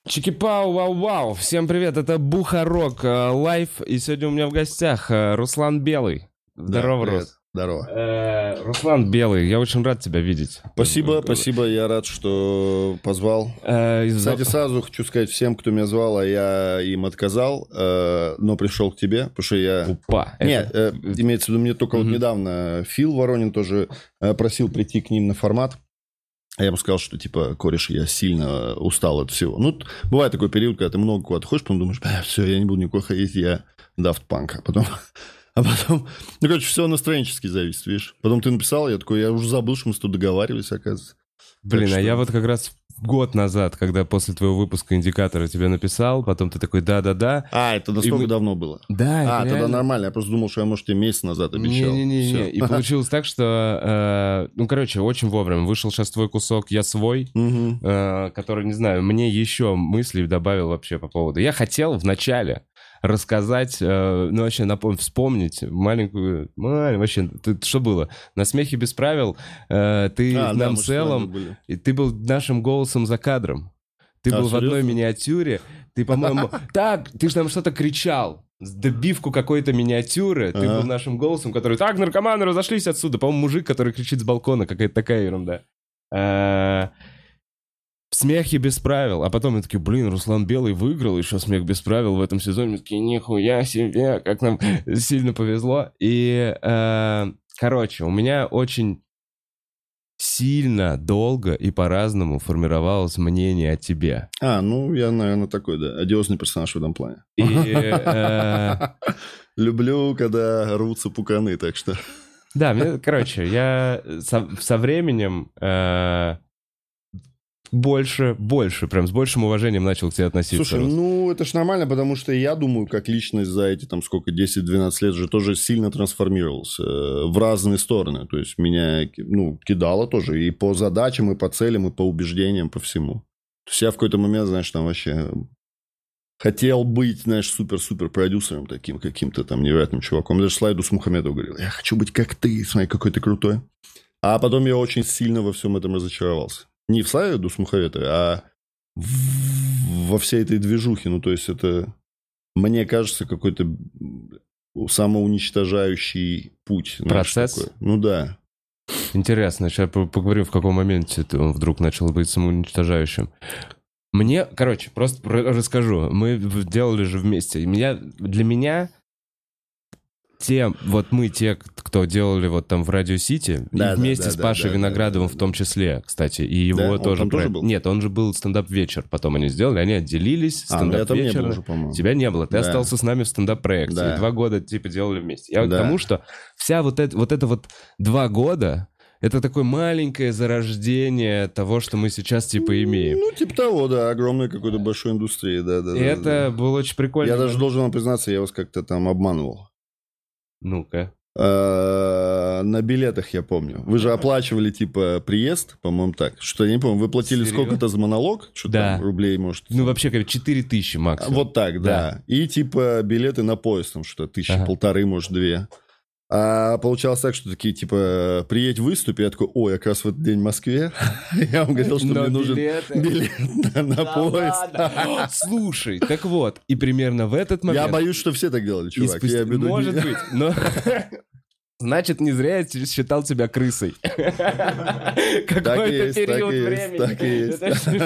Чики-пау, вау-вау. Всем привет, это Бухарок Лайв. И сегодня у меня в гостях Руслан Белый. Здорово, да, Рус. Здорово. Руслан Белый, я очень рад тебя видеть. Спасибо, я рад, что позвал. Кстати, сразу хочу сказать всем, кто меня звал, а я им отказал, но пришел к тебе, потому что я... Упа. Нет, имеется в виду, мне только вот недавно Фил Воронин тоже просил прийти к ним на формат. А я ему сказал, что, типа, кореш, я сильно устал от всего. Ну, бывает такой период, когда ты много куда-то ходишь, потом думаешь, все, я не буду никуда ходить, я Daft Punk. А потом, ну, короче, все настроенчески зависит, видишь. Потом ты написал, я такой, я уже забыл, что мы с тобой договаривались, оказывается. Блин, а я вот как раз год назад, когда после твоего выпуска «Индикатора» тебе написал, потом ты такой, да-да-да. А, это настолько давно было? Да, тогда нормально, я просто думал, что я, может, тебе месяц назад обещал. Не-не-не, и получилось так, что, очень вовремя. Вышел сейчас твой кусок «Я свой», который, не знаю, мне еще мыслей добавил вообще по поводу. Я хотел вначале рассказать, вспомнить маленькую... Вообще, что было? На «Смехе без правил» ты нам с Эллом... Ты был нашим голосом за кадром. Ты был в одной миниатюре. Ты, по-моему... Так, ты же там что-то кричал. Добивку какой-то миниатюры. Ты был нашим голосом, который... Так, наркоманы, разошлись отсюда. По-моему, мужик, который кричит с балкона. Какая-то такая ерунда. «Смехи без правил». А потом мы такие, Руслан Белый выиграл еще «Смех без правил» в этом сезоне. Мы такие, нихуя себе, как нам сильно повезло. И, у меня очень сильно, долго и по-разному формировалось мнение о тебе. Я, наверное, такой, да, одиозный персонаж в этом плане. Люблю, когда рвутся пуканы, так что... Да, я со временем... больше, прям с большим уважением начал к тебе относиться. Слушай, это ж нормально, потому что я думаю, как личность за эти, 10-12 лет же тоже сильно трансформировался в разные стороны. То есть меня, кидало тоже и по задачам, и по целям, и по убеждениям, по всему. То есть я в какой-то момент, вообще хотел быть, супер-супер продюсером таким, каким-то невероятным чуваком. Я даже Слайдус Мухаммедову говорил, я хочу быть как ты, смотри, какой ты крутой. А потом я очень сильно во всем этом разочаровался. Не в Слайдус Мухаммедове, а во всей этой движухе. То есть это, мне кажется, какой-то самоуничтожающий путь. Процесс? Такой. Да. Интересно, сейчас поговорим, в каком моменте он вдруг начал быть самоуничтожающим. Мне, просто расскажу. Мы делали же вместе. Для меня... Те, кто делали там в Радио Сити, вместе с Пашей Виноградовым в том числе, кстати, и его тоже... Он тоже был? Нет, он же был стендап-вечер, потом они сделали, они отделились, стендап-вечер. Тебя не было, ты остался с нами в стендап-проекте, и 2 года, делали вместе. Я к тому, что вся вот это 2 года... Это такое маленькое зарождение того, что мы сейчас, имеем. Того, да, огромной какой-то большой индустрии, да. И это было очень прикольно. Я даже должен вам признаться, я вас как-то обманывал. Ну-ка. На билетах, я помню. Вы же оплачивали, приезд, по-моему, так. Что я не помню, вы платили сколько-то за монолог? Что там, рублей, может? Вообще, 4000 максимум. Вот так, да. И, билеты на поезд, что 1500, может, 2. А получалось так, что такие, приедь, выступи. Я такой, я как раз в этот день в Москве. Я вам говорил, что мне нужен билет на поезд. Слушай, так вот, и примерно в этот момент... Я боюсь, что все так делали, чувак. Может быть, но... Значит, не зря я считал тебя крысой. Какой-то период времени. Так и есть.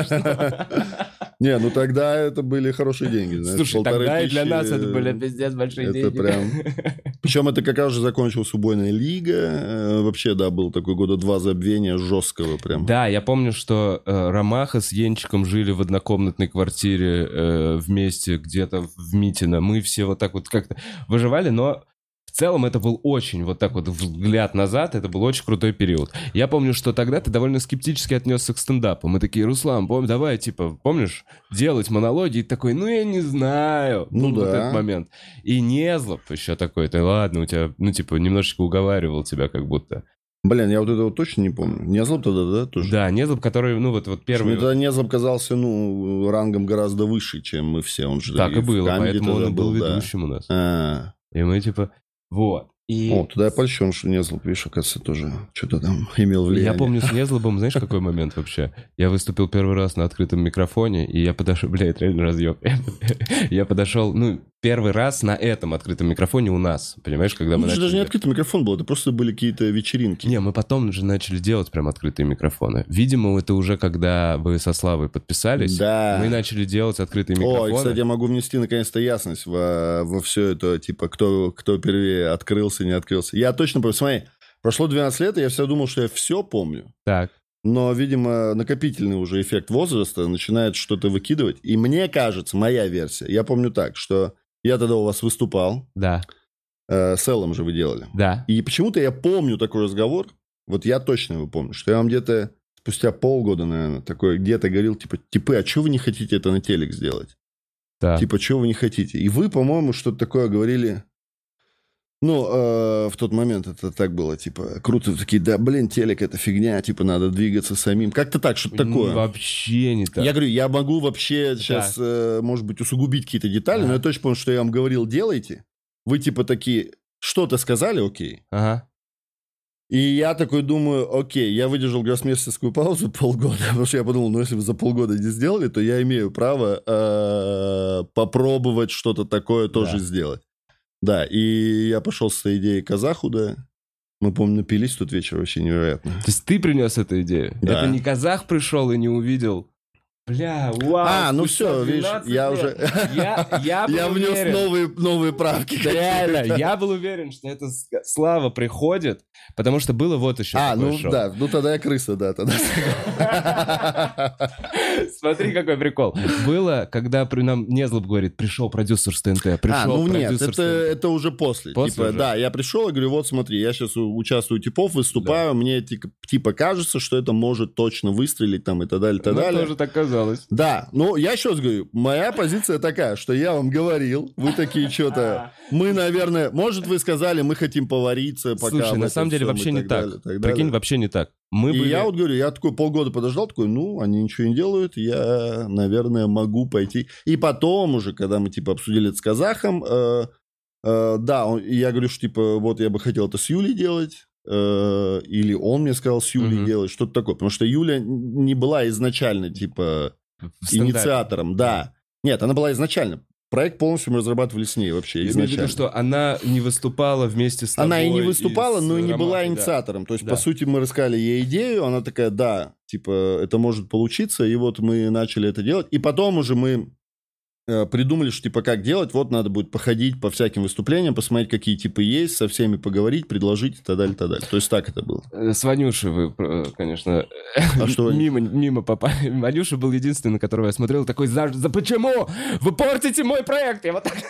Не, тогда это были хорошие деньги. Слушай, тогда и для нас это были пиздец большие деньги. Это прям... Причем это как раз же закончилась убойная лига. Вообще, да, был такой 2 года забвения жесткого прям. Да, я помню, что Ромаха с Енчиком жили в однокомнатной квартире вместе где-то в Митино. Мы все вот так вот как-то выживали, но... В целом это был очень взгляд назад, это был очень крутой период. Я помню, что тогда ты довольно скептически отнесся к стендапу. Мы такие, Руслан, давай, помнишь, делать монологи? И такой, я не знаю. Вот этот момент. И Незлоб еще такой, ладно, у тебя, немножечко уговаривал тебя как будто. Блин, я этого точно не помню. Незлоб тогда, да, тоже? Да, Незлоб, который, первый... Тогда Незлоб казался, рангом гораздо выше, чем мы все. Он же так и было, поэтому он был ведущим у нас. И мы, вот. Тогда я польщен, что Незлоб, видишь, оказывается, тоже что-то там имел влияние. Я помню с Незлобом, знаешь, какой момент вообще? Я выступил первый раз на открытом микрофоне, и я подошел, блядь, реально разъеб. Я подошел, первый раз на этом открытом микрофоне у нас, понимаешь, когда мы начали... даже не открытый микрофон был, это просто были какие-то вечеринки. Не, мы потом же начали делать прям открытые микрофоны. Видимо, это уже когда вы со Славой подписались, да. Мы начали делать открытые микрофоны. Ой, кстати, я могу внести наконец-то ясность во все это, типа, кто впервые открылся, не открылся. Я точно помню, смотри, прошло 12 лет, и я всегда думал, что я все помню. Так. Но, видимо, накопительный уже эффект возраста начинает что-то выкидывать. И мне кажется, моя версия, я помню так, что я тогда у вас выступал. Да. С Эллом же вы делали. Да. И почему-то я помню такой разговор, вот я точно его помню, что я вам где-то спустя полгода, наверное, такой где-то говорил, типа, а что вы не хотите это на телек сделать? Да. Типа, что вы не хотите? И вы, по-моему, что-то такое говорили... в тот момент это так было, типа, круто, такие, да, блин, телек, это фигня, типа, надо двигаться самим. Как-то так, что-то такое. Вообще не так. Я говорю, я могу вообще сейчас, может быть, усугубить какие-то детали, но я точно помню, что я вам говорил, делайте. Вы, типа, такие, что-то сказали, окей. Ага. И я такой думаю, окей, я выдержал гроссмейстерскую паузу полгода, потому что я подумал, если вы за полгода не сделали, то я имею право попробовать что-то такое тоже сделать. Да, и я пошел с этой идеей к казаху, да. Мы, помню, напились тут вечер вообще невероятно. То есть ты принес эту идею? Да. Это не казах пришел и не увидел? Бля, вау. Ну все, видишь, я уже... Я внес новые правки. Да реально, я был уверен, что это Слава приходит, потому что было вот еще такое шоу. Да, тогда я крыса, да, тогда. Смотри, какой прикол. Было, когда нам Незлоб говорит, пришел продюсер с ТНТ, пришел продюсер с ТНТ. Это уже после. Типа, да, я пришел и говорю, вот смотри, я сейчас участвую типов, выступаю, мне типа кажется, что это может точно выстрелить там и так далее, и так далее. Тоже так казалось. Да, я еще раз говорю, моя позиция такая, что я вам говорил, вы такие что-то, мы, наверное, может, вы сказали, мы хотим повариться, пока... Слушай, на самом деле вообще не так. Прикинь, вообще не так. Я вот говорю, я такой полгода подождал, такой, они ничего не делают, я, наверное, могу пойти. И потом уже, когда мы, типа, обсудили это с казахом, да, я говорю, что, типа, вот я бы хотел это с Юлей делать. Или он мне сказал с Юлей делать, что-то такое. Потому что Юля не была изначально, типа, инициатором. Да. Нет, она была изначально. Проект полностью мы разрабатывали с ней вообще изначально. Я имею в виду, что она не выступала вместе с тобой. Она и не выступала, но и не была инициатором. То есть, по сути, мы рассказали ей идею, она такая, да, типа, это может получиться, и вот мы начали это делать. И потом уже мы придумали, что, типа, как делать, вот надо будет походить по всяким выступлениям, посмотреть, какие типы есть, со всеми поговорить, предложить и так далее, и так далее. То есть, так это было. С Ванюшей вы, конечно, мимо попали. Ванюша был единственный, на которого я смотрел, такой, почему? Вы портите мой проект! Я вот так...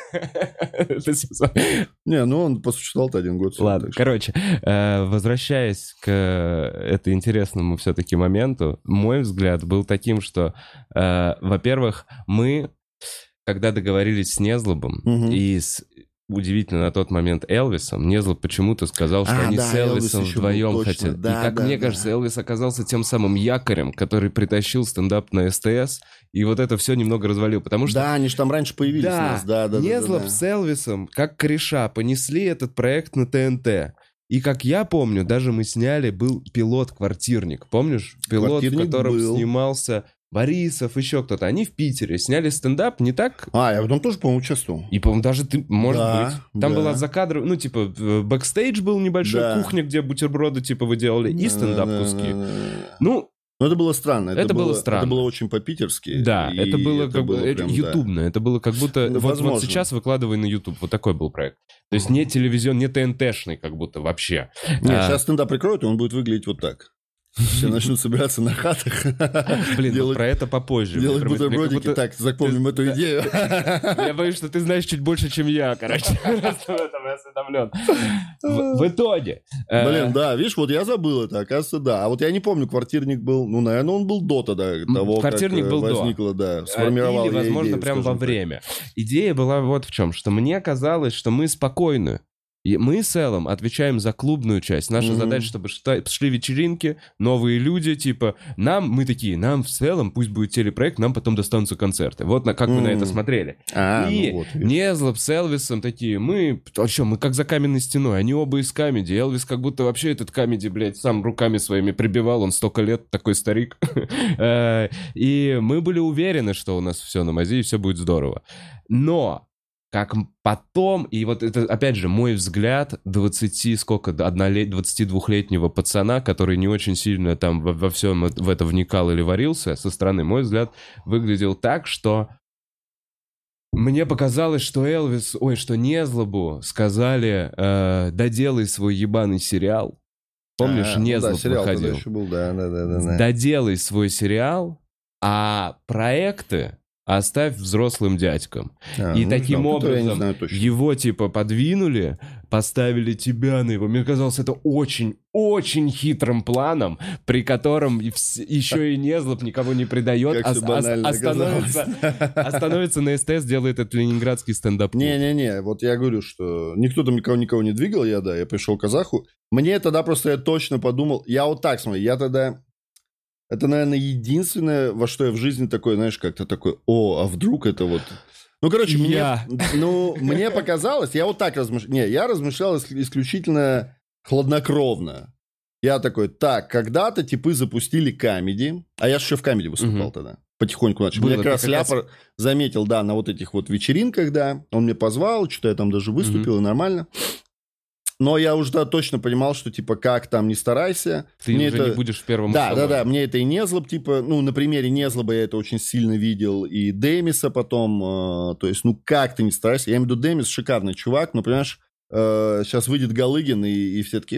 Не, он посуществовал-то 1 год. Ладно, короче, возвращаясь к этому интересному все-таки моменту, мой взгляд был таким, что, во-первых, мы... Когда договорились с Незлобом и с удивительно на тот момент Элвисом, Незлоб почему-то сказал, что они с Элвисом вдвоем хотят. Да, и как мне кажется, Элвис оказался тем самым якорем, который притащил стендап на СТС, и вот это все немного развалил, потому что... Да, они же там раньше появились у нас. Да, Незлоб с Элвисом, как кореша, понесли этот проект на ТНТ. И как я помню, даже мы сняли, был пилот «Квартирник». Помнишь? Пилот, в котором снимался... Борисов, еще кто-то. Они в Питере сняли стендап, не так? Я в том тоже, по-моему, участвовал. И, по-моему, даже ты, может быть. Там была закадровая, бэкстейдж был небольшой, кухня, где бутерброды, типа, вы делали, и стендап-куски. Ну, это было странно. Это было странно. Это было очень по-питерски. Да, это было как бы ютубно. Это было как будто... Вот сейчас выкладывай на ютуб. Вот такой был проект. То есть не телевизион, не ТНТшный как будто вообще. Нет, сейчас стендап прикроют, и он будет выглядеть вот так. Все начнут собираться на хатах. Блин, про это попозже. Делать бутербродики. Так, запомним эту идею. Я боюсь, что ты знаешь чуть больше, чем я, короче. Просто в этом я осведомлен. В итоге... Блин, да, видишь, вот я забыл это, оказывается, да. А вот я не помню, «Квартирник» был... наверное, он был до тогда, того, как возникло, да, сформировал. Или, возможно, прям во время. Идея была вот в чем, что мне казалось, что мы спокойны. И мы с Эллом отвечаем за клубную часть. Наша задача, чтобы шли вечеринки, новые люди, типа, мы нам с Эллом, пусть будет телепроект, нам потом достанутся концерты. Вот как мы на это смотрели. Незлоб с Элвисом такие, мы как за каменной стеной, они оба из камеди. Элвис как будто вообще этот камеди, блядь, сам руками своими прибивал, он столько лет, такой старик. И мы были уверены, что у нас все на мази, и все будет здорово. Но как потом, и вот это, опять же, мой взгляд 22-летнего пацана, который не очень сильно там во всем в это вникал или варился со стороны, мой взгляд выглядел так, что мне показалось, что что Незлобу сказали, доделай свой ебаный сериал. Помнишь, Незлоб выходил? Был, да. Доделай свой сериал, а проекты оставь взрослым дядькам. И таким образом его типа подвинули, поставили тебя на его. Мне казалось, это очень-очень хитрым планом, при котором еще и Незлоб никого не предает, становится на СТС, делает этот ленинградский стендап. Не-не-не, вот я говорю, что никто там никого не двигал, я пришел к казаху. Мне тогда просто я точно подумал, я вот так смотрю, я тогда... Это, наверное, единственное, во что я в жизни такой, знаешь, как-то такой, а вдруг это вот... Ну, короче, мне показалось, я вот так размышлял. Не, я размышлял исключительно хладнокровно. Я такой, когда-то типы запустили камеди, а я еще в камеди выступал тогда, потихоньку начал. Меня как раз Ляпор заметил, на вот этих вот вечеринках, он мне позвал, что-то я там даже выступил, и нормально. Но я уже точно понимал, что, типа, как там не старайся. Ты мне уже не будешь в первом эшелоне. Да, мне это и Незлоб, типа, на примере Незлоба я это очень сильно видел, и Демиса потом, то есть, как ты не старайся. Я имею в виду, Демис шикарный чувак, но, понимаешь, сейчас выйдет Галыгин, и все такие...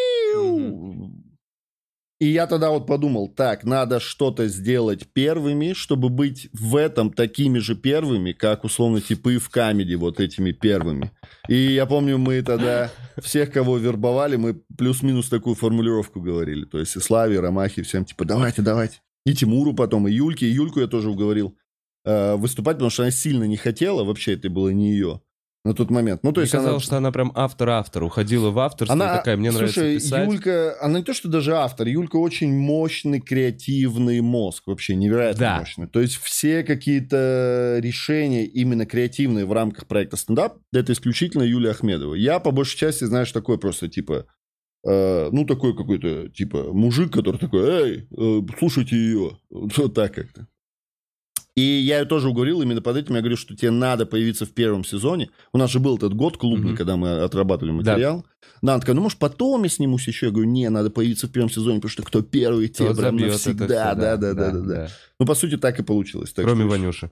И я тогда вот подумал, надо что-то сделать первыми, чтобы быть в этом такими же первыми, как, условно, типы в камеди вот этими первыми. И я помню, мы тогда всех, кого вербовали, мы плюс-минус такую формулировку говорили. То есть и Славе, и Ромахе, всем типа давайте. И Тимуру потом, и Юльке. И Юльку я тоже уговорил выступать, потому что она сильно не хотела, вообще это было не ее. На тот момент. Ну, то есть казалось, что она прям автор-автор, уходила в авторство, такая, мне нравится писать. Юлька, она не то, что даже автор, Юлька очень мощный, креативный мозг, вообще невероятно мощный. То есть все какие-то решения именно креативные в рамках проекта стендап, это исключительно Юлия Ахмедова. Я, по большей части, знаешь, такой просто, типа, такой какой-то, типа, мужик, который такой, слушайте ее, вот так как-то. И я ее тоже уговорил именно под этим. Я говорю, что тебе надо появиться в первом сезоне. У нас же был этот год клубный, когда мы отрабатывали материал. Да, она такая, может, потом я снимусь еще? Я говорю, надо появиться в первом сезоне, потому что кто первый, те прям навсегда. Да. Ну, по сути, так и получилось. Кроме Ванюши.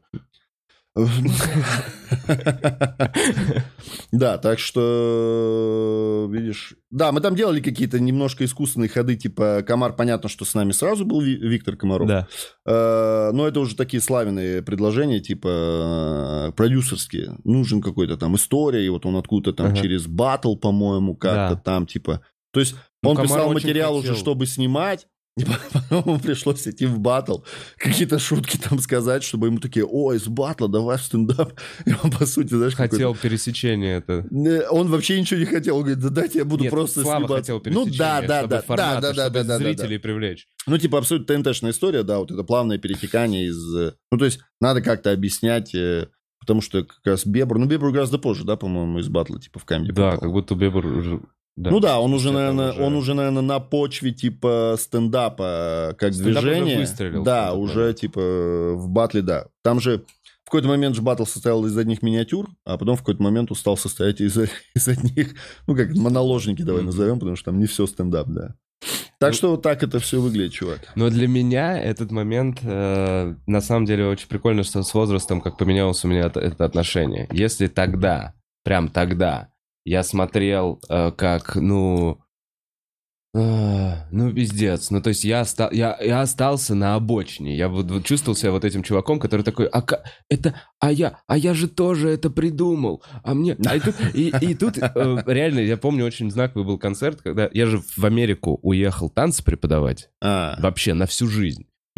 Да, так что, видишь... Да, мы там делали какие-то немножко искусственные ходы, типа Комар, понятно, что с нами сразу был Виктор Комаров. Да. Но это уже такие славянные предложения, типа продюсерские. Нужен какой-то там история, и вот он откуда-то там через батл, по-моему, как-то там, типа... То есть он писал материал уже, чтобы снимать, и потом пришлось идти в батл, какие-то шутки там сказать, чтобы ему такие, из батла давай в стендап. И он, по сути, знаешь, хотел пересечения это. Он вообще ничего не хотел. Он говорит, дайте я буду просто Слава сниматься. Хотел пересечения, чтобы зрителей привлечь. Ну, типа, абсолютно ТНТ-шная история, да, вот это плавное перетекание из... Ну, то есть, надо как-то объяснять, потому что как раз Бебр... Ну, Бебр гораздо позже, да, по-моему, из батла, типа, в камеди Да, как будто Бебр уже... Да. Ну да, он уже, наверное, на почве типа стендапа как стендап движение. Уже выстрелил. Да, уже типа в батле, да. Там же в какой-то момент же батл состоял из одних миниатюр, а потом в какой-то момент устал состоять из одних, моноложники давай назовем, потому что там не все стендап, да. Так что вот так это все выглядит, чувак. Но для меня этот момент, на самом деле, очень прикольно, что с возрастом, как поменялось у меня это отношение. Если тогда, прям тогда, я смотрел, как, пиздец. Ну, то есть я остался на обочине. Я вот чувствовал себя вот этим чуваком, который такой, я же тоже это придумал. И тут реально, я помню, очень знаковый был концерт, когда я же в Америку уехал танцы преподавать. Вообще на всю жизнь.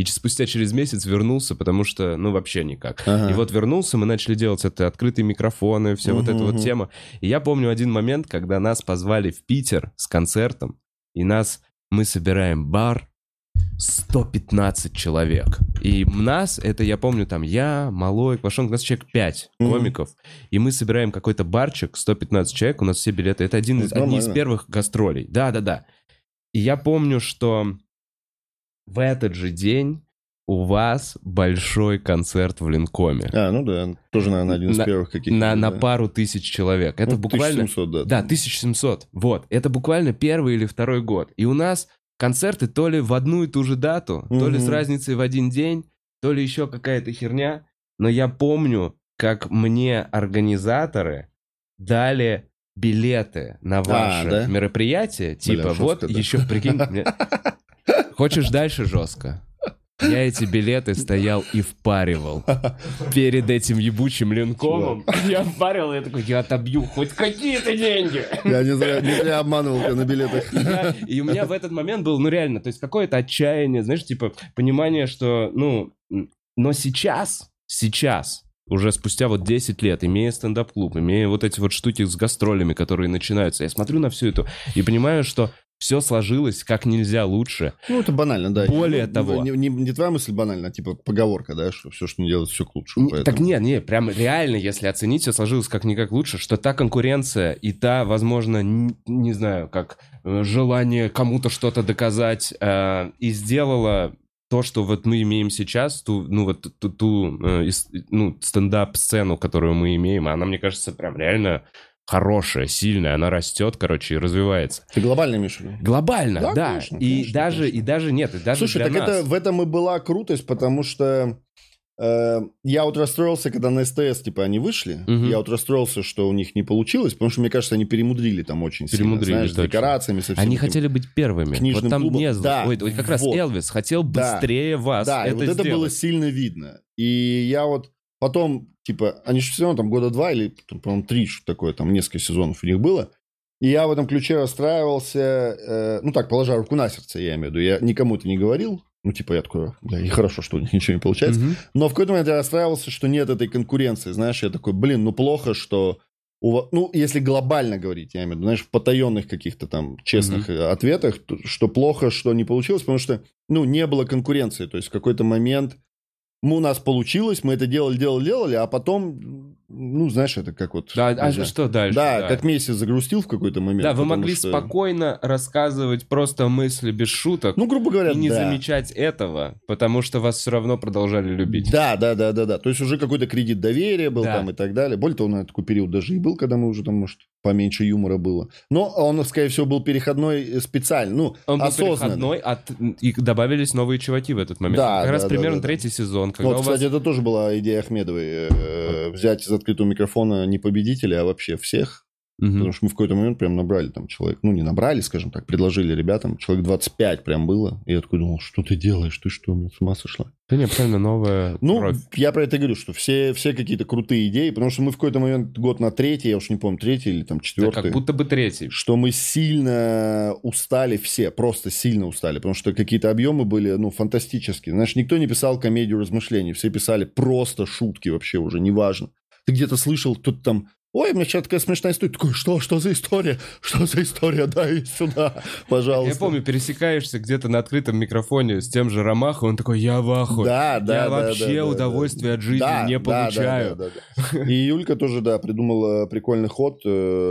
и спустя через месяц вернулся, потому что, ну, вообще никак. И вот вернулся, мы начали делать это, открытые микрофоны, все вот эта вот тема. И я помню один момент, когда нас позвали в Питер с концертом, и мы собираем бар, 115 человек. И нас, это я помню, там я, Малой, Квашонок, у нас человек 5 комиков. И мы собираем какой-то барчик, 115 человек, у нас все билеты. Это одни из первых гастролей. Да. И я помню, что в этот же день у вас большой концерт в Ленкоме. Ну да, тоже, наверное, один из первых каких-то. На пару тысяч человек. Это буквально... 1700, да. Да, 1700. Вот. Это буквально первый или второй год. И у нас концерты то ли в одну и ту же дату, то ли с разницей в один день, то ли еще какая-то херня. Но я помню, как мне организаторы дали билеты на ваше мероприятие. Типа, блин, вот жестко, еще, прикинь... Хочешь дальше жестко? Я эти билеты стоял и впаривал перед этим ебучим Ленкомом. Я впаривал, я такой, я отобью хоть какие-то деньги. Я не зря обманывал тебя на билетах. И у меня в этот момент был, ну реально, то есть какое-то отчаяние, знаешь, типа понимание, что, ну, но сейчас, уже спустя вот 10 лет, имея стендап-клуб, имея вот эти вот штуки с гастролями, которые начинаются, я смотрю на всю эту и понимаю, что все сложилось как нельзя лучше. Ну, это банально, да. Более того... Не твоя мысль банальна, а типа поговорка, да, что все, что не делается, все к лучшему. Так нет, прям реально, если оценить, все сложилось как никак лучше, что та конкуренция и та, возможно, не знаю, как желание кому-то что-то доказать, и сделала то, что вот мы имеем сейчас, ту стендап-сцену, которую мы имеем, она, мне кажется, прям реально... хорошая, сильная, она растет, короче, и развивается. Ты глобально имеешь в виду? Глобально, да. Конечно, и даже нет, и даже слушай, для так нас. В этом и была крутость, потому что я вот расстроился, когда на СТС, типа, они вышли. Я вот расстроился, что у них не получилось, потому что, мне кажется, они перемудрили там очень сильно, знаешь, с декорациями, со всем они этим хотели быть первыми. Книжным вот там клубом. не Да, ой, как раз Элвис хотел быстрее вас да, это и вот сделать. это было сильно видно. И я вот потом, типа, они же все равно там года 2 или, по-моему, 3, что такое, там несколько сезонов у них было. И я в этом ключе расстраивался, ну так, положа руку на сердце, я имею в виду. Я никому это не говорил. Ну, типа, я такой, бля, и хорошо, что у них ничего не получается. Но в какой-то момент я расстраивался, что нет этой конкуренции. Знаешь, я такой, блин, ну плохо, что... Ну, если глобально говорить, я имею в виду, знаешь, в потаенных каких-то там честных ответах, что плохо, что не получилось, потому что, ну, не было конкуренции. То есть в какой-то момент... У нас получилось, мы это делали, а потом, ну, знаешь, это как вот... Да, а что дальше? Да, как Месси загрустил в какой-то момент. Да, вы могли спокойно рассказывать просто мысли без шуток. Ну, грубо говоря, и не замечать этого, потому что вас все равно продолжали любить. Да. То есть уже какой-то кредит доверия был там и так далее. Более того, на такой период даже и был, когда мы уже там, может, поменьше юмора было. Но он, скорее всего, был переходной специально, ну, он был осознанно. переходной, и добавились новые чуваки в этот момент. Да, как раз примерно третий сезон. Вот, кстати, это тоже была идея Ахмедовой. Взять из открытого микрофона не победителя, а вообще всех. Потому что мы в какой-то момент прям набрали там человек, ну, не набрали, скажем так, предложили ребятам, человек 25 прям было. И я такой думал, что ты делаешь? Ты что, с ума сошла? Да не, абсолютно новая кровь. Я про это говорю, что все какие-то крутые идеи, потому что мы в какой-то момент, год на третий, я уж не помню, третий или там четвертый. Да, как будто бы третий. Что мы сильно устали все, просто сильно устали, потому что какие-то объемы были, ну, фантастические. Знаешь, никто не писал комедию размышлений, все писали просто шутки вообще уже, неважно. Ты где-то слышал, кто-то там... Ой, у меня сейчас такая смешная история. Такой, что за история? Что за история? Дай сюда, пожалуйста. Я помню, пересекаешься где-то на открытом микрофоне с тем же Ромахо, он такой, я в ахуе. Я вообще удовольствие от жизни не получаю. И Юлька тоже, придумала прикольный ход,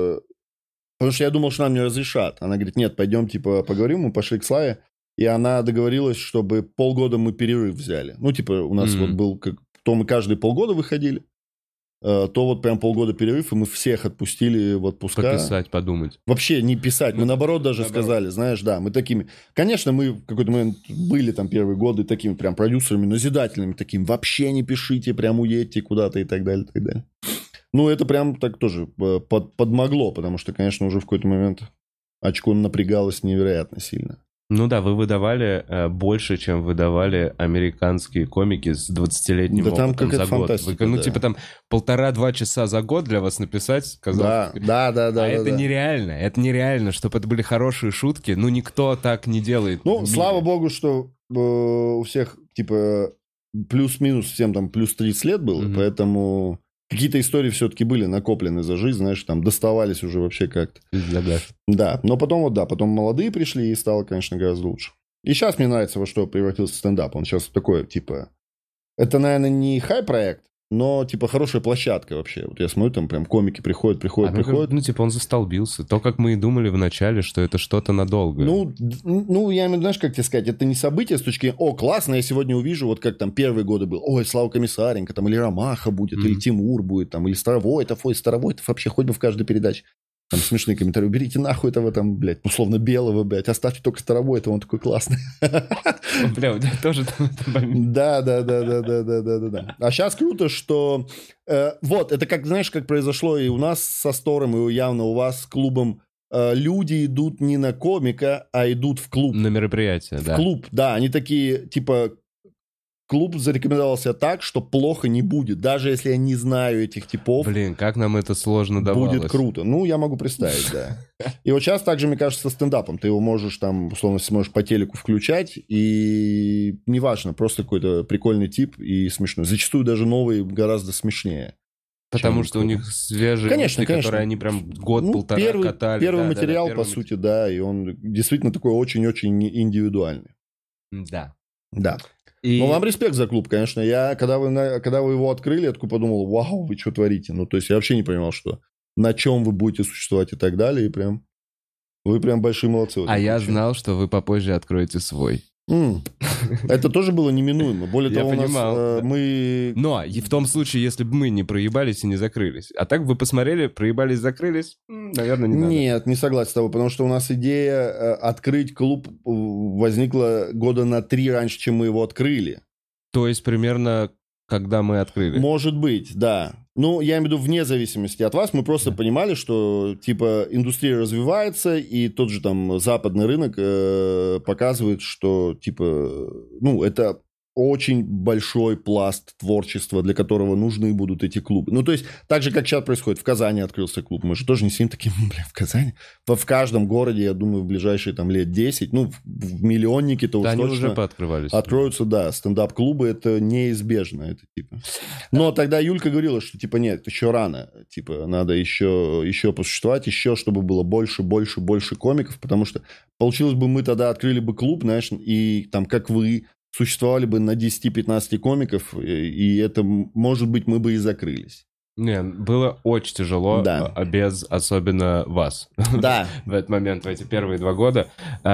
потому что я думал, что нам не разрешат. Она говорит, нет, пойдем, типа, поговорим. Мы пошли к Славе, и она договорилась, чтобы полгода мы перерыв взяли. Ну, типа, у нас вот был, то мы каждые полгода выходили, то вот прям полгода перерыв, и мы всех отпустили в отпуска. Пописать, подумать. Вообще не писать. Мы наоборот даже сказали, знаешь, да, мы такими... Конечно, мы в какой-то момент были там первые годы такими прям продюсерами назидательными, такими, вообще не пишите, прям уедьте куда-то и так далее, и так далее. Ну, это прям так тоже подмогло, потому что, конечно, уже в какой-то момент очко напрягалось невероятно сильно. Ну да, вы выдавали больше, чем выдавали американские комики с 20-летним опытом за год. Типа там 1,5-2 часа за год для вас написать, казалось. Да. Это нереально, чтобы это были хорошие шутки. Ну, никто так не делает. Ну, слава богу, что у всех, типа, плюс-минус всем там плюс 30 лет было, поэтому какие-то истории все-таки были накоплены за жизнь, знаешь, там доставались уже вообще как-то. Да, но потом потом молодые пришли, и стало, конечно, гораздо лучше. И сейчас мне нравится, во что превратился стендап. Он сейчас такой, типа... Это, наверное, не хай-проект, но, типа, хорошая площадка вообще. Вот я смотрю, там прям комики приходят. Ну, типа, он застолбился. То, как мы и думали вначале, что это что-то надолго. Ну, я имею в виду, знаешь, как тебе сказать, это не событие с точки... О, классно, я сегодня увижу, вот как там первые годы был. Ой, Слава Комиссаренко, там, или Ромаха будет, или Тимур будет, там, или Старовойтов. Ой, Старовойтов вообще хоть бы в каждой передаче. Там смешные комментарии. Уберите нахуй этого там, блядь, условно белого, блядь. Оставьте только Старовойтова, он такой классный. Бля, у тебя тоже там... Да. А сейчас круто, что... Вот, это как, знаешь, как произошло и у нас со Стором, и явно у вас с клубом. Люди идут не на комика, а идут в клуб. На мероприятие, да. В клуб, да. Они такие, типа... Клуб зарекомендовался так, что плохо не будет. Даже если я не знаю этих типов. Блин, как нам это сложно давалось. Будет круто. Ну, я могу представить, да. И вот сейчас также, мне кажется, со стендапом. Ты его можешь там, условно, сможешь по телеку включать. И неважно, просто какой-то прикольный тип и смешной. Зачастую даже новые гораздо смешнее. Потому что у них свежие мысли, которые они прям год-полтора катали. Первый материал, по сути, да. И он действительно такой очень-очень индивидуальный. Да. Да. Ну, вам респект за клуб, конечно. Я, когда вы его открыли, я такой подумал, вау, вы что творите? Ну, то есть, я вообще не понимал, что на чем вы будете существовать и так далее. И прям, вы прям большие молодцы. А я знал, что вы попозже откроете свой. Это тоже было неминуемо. Более того, у нас мы... Но и в том случае, если бы мы не проебались и не закрылись. А так вы посмотрели, проебались, закрылись, наверное, не надо. Нет, не согласен с тобой, потому что у нас идея открыть клуб возникла года на 3 раньше, чем мы его открыли. То есть примерно когда мы открыли? Может быть, да. Ну, я имею в виду, вне зависимости от вас, мы просто понимали, что, типа, индустрия развивается, и тот же там западный рынок показывает, что, типа, ну, это очень большой пласт творчества, для которого нужны будут эти клубы. Ну, то есть, так же, как сейчас происходит. В Казани открылся клуб. Мы же тоже не сидим таким, бля, в Казани. В каждом городе, я думаю, в ближайшие там лет 10, ну, в миллионнике-то уж точно уже пооткрывались. Откроются, да. Стендап-клубы, это неизбежно. Это, типа. Но тогда Юлька говорила, что, типа, нет, еще рано. Типа, надо еще посуществовать, еще, чтобы было больше комиков, потому что получилось бы, мы тогда открыли бы клуб, знаешь, и там, как вы, существовали бы на 10-15 комиков, и это, может быть, мы бы и закрылись. Не, было очень тяжело, да. Без особенно вас. Да. В этот момент, в эти первые 2 года.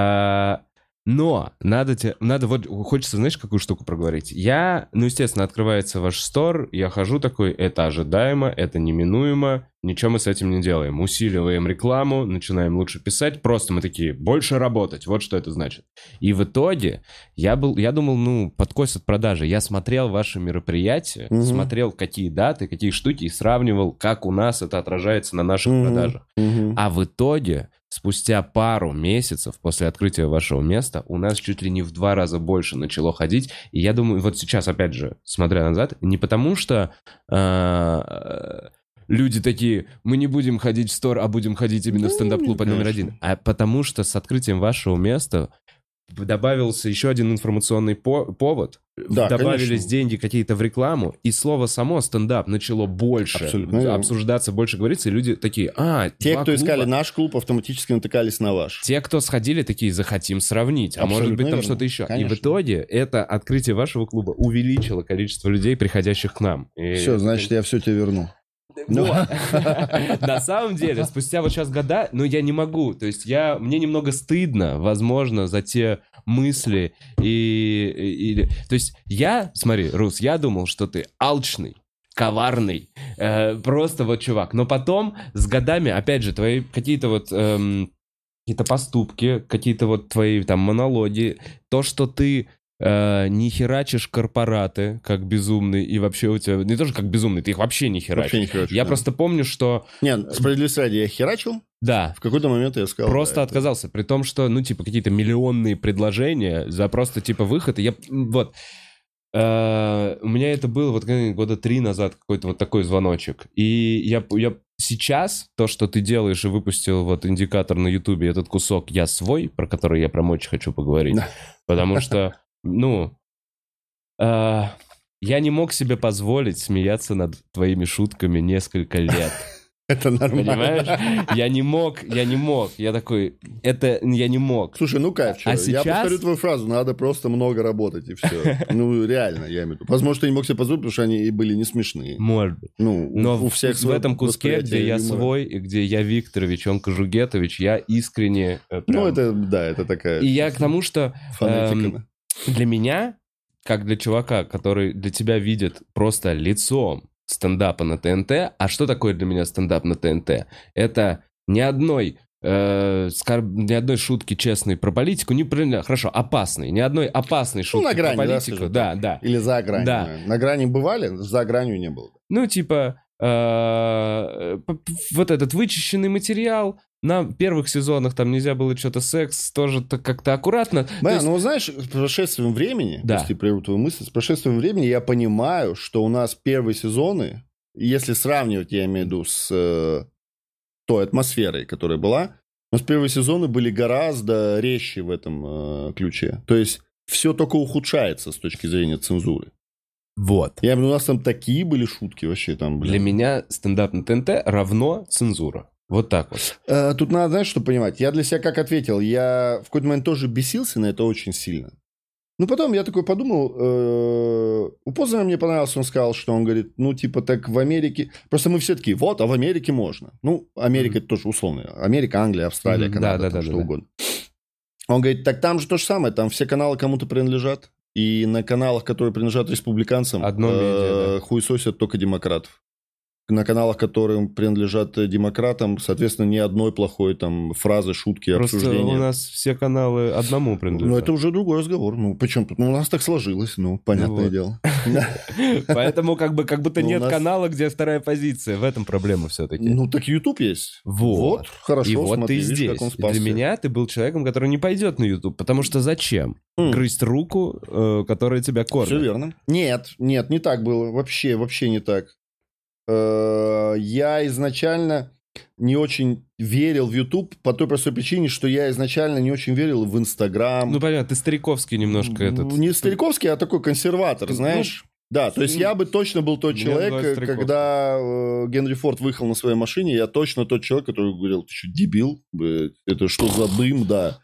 Но надо вот, хочется, знаешь, какую штуку проговорить? Естественно, открывается ваш стор, я хожу такой, это ожидаемо, это неминуемо, ничего мы с этим не делаем. Усиливаем рекламу, начинаем лучше писать, просто мы такие, больше работать, вот что это значит. И в итоге я думал, подкосят продажи. Я смотрел ваши мероприятия, смотрел, какие даты, какие штуки, и сравнивал, как у нас это отражается на наших продажах. А в итоге... Спустя пару месяцев после открытия вашего места у нас чуть ли не в 2 раза больше начало ходить. И я думаю, вот сейчас, опять же, смотря назад, не потому что люди такие, мы не будем ходить в стор, а будем ходить именно в стендап-клуб номер 1, а потому что с открытием вашего места добавился еще один информационный повод. Да, добавились конечно. деньги какие-то в рекламу, и слово само стендап начало больше обсуждаться, больше говориться, и люди такие, те, кто искали наш клуб, автоматически натыкались на ваш. Те, кто сходили, такие, захотим сравнить, Абсолютно может быть там верно. что-то еще. Конечно. И в итоге это открытие вашего клуба увеличило количество людей, приходящих к нам. Все, значит, я все тебе верну. На самом деле, спустя вот сейчас года, я не могу. То есть мне немного стыдно, возможно, за те мысли То есть смотри, Рус, я думал, что ты алчный, коварный, просто вот чувак. Но потом, с годами, опять же, твои какие-то вот... какие-то поступки, какие-то вот твои там монологи, то, что ты не херачишь корпораты как безумный, и вообще у тебя... Не тоже как безумный, ты их вообще не херачишь. Я просто помню, что... Нет, справедливости ради, я херачил. Да. В какой-то момент я сказал... Просто отказался, при том, что, какие-то миллионные предложения за просто, выход, и я... Вот. У меня это было вот года 3 назад какой-то вот такой звоночек. И я сейчас, то, что ты делаешь и выпустил вот индикатор на Ютубе, этот кусок «Я свой», про который я прям очень хочу поговорить. Потому что... я не мог себе позволить смеяться над твоими шутками несколько лет. Это нормально. Понимаешь? Я не мог. Я такой, я не мог. Слушай, кайф, А сейчас... Я повторю твою фразу, надо просто много работать, и все. Реально, я имею в виду. Возможно, ты не мог себе позволить, потому что они были не смешные. Может быть. Но у всех в этом куске, где я свой, и где я Викторович, он Кожугетович, я искренне... это такая... И я к тому, что для меня, как для чувака, который для тебя видит просто лицом стендапа на ТНТ. А что такое для меня стендап на ТНТ? Это ни одной шутки честной про политику, хорошо, опасной, ни одной опасной шутки на грани, про политику. Да. Или за гранью. Да. На грани бывали, за гранью не было. Вот этот вычищенный материал. На первых сезонах там нельзя было что-то секс, тоже как-то аккуратно. Знаешь, с прошествием времени, если прерву твою мысль, с прошествием времени я понимаю, что у нас первые сезоны, если сравнивать, я имею в виду, с той атмосферой, которая была, у нас первые сезоны были гораздо резче в этом ключе. То есть все только ухудшается с точки зрения цензуры. Вот. Я имею в виду, у нас там такие были шутки вообще там. Для меня стендап на ТНТ равно цензура. Вот так вот. Тут надо, знаешь, что понимать. Я для себя как ответил. Я в какой-то момент тоже бесился на это очень сильно. Потом я такой подумал. У Познера мне понравился, он сказал, что он говорит, так в Америке... Просто мы все такие, а в Америке можно. Америка это тоже условно. Америка, Англия, Австралия, Канада, что угодно. Он говорит, так там же то же самое. Там все каналы кому-то принадлежат. И на каналах, которые принадлежат республиканцам, хуесосят только демократов. На каналах, которые принадлежат демократам, соответственно, ни одной плохой там фразы, шутки, обсуждения. Просто у нас все каналы одному принадлежат. Это уже другой разговор. Почему тут? У нас так сложилось, понятное дело. Поэтому как будто нет канала, где вторая позиция. В этом проблема все-таки. Так YouTube есть. Вот. Хорошо, и вот смотри, ты здесь. Для меня ты был человеком, который не пойдет на YouTube. Потому что зачем? Грызть руку, которая тебя кормит. Все верно. Нет, не так было. Вообще не так. Я изначально не очень верил в YouTube по той простой причине, что я изначально не очень верил в Инстаграм. Понятно, ты стариковский немножко этот... Не стариковский, а такой консерватор, знаешь. Да, то есть я бы точно был тот человек, когда Генри Форд выехал на своей машине, я точно тот человек, который говорил, ты что, дебил? Это что за дым, да?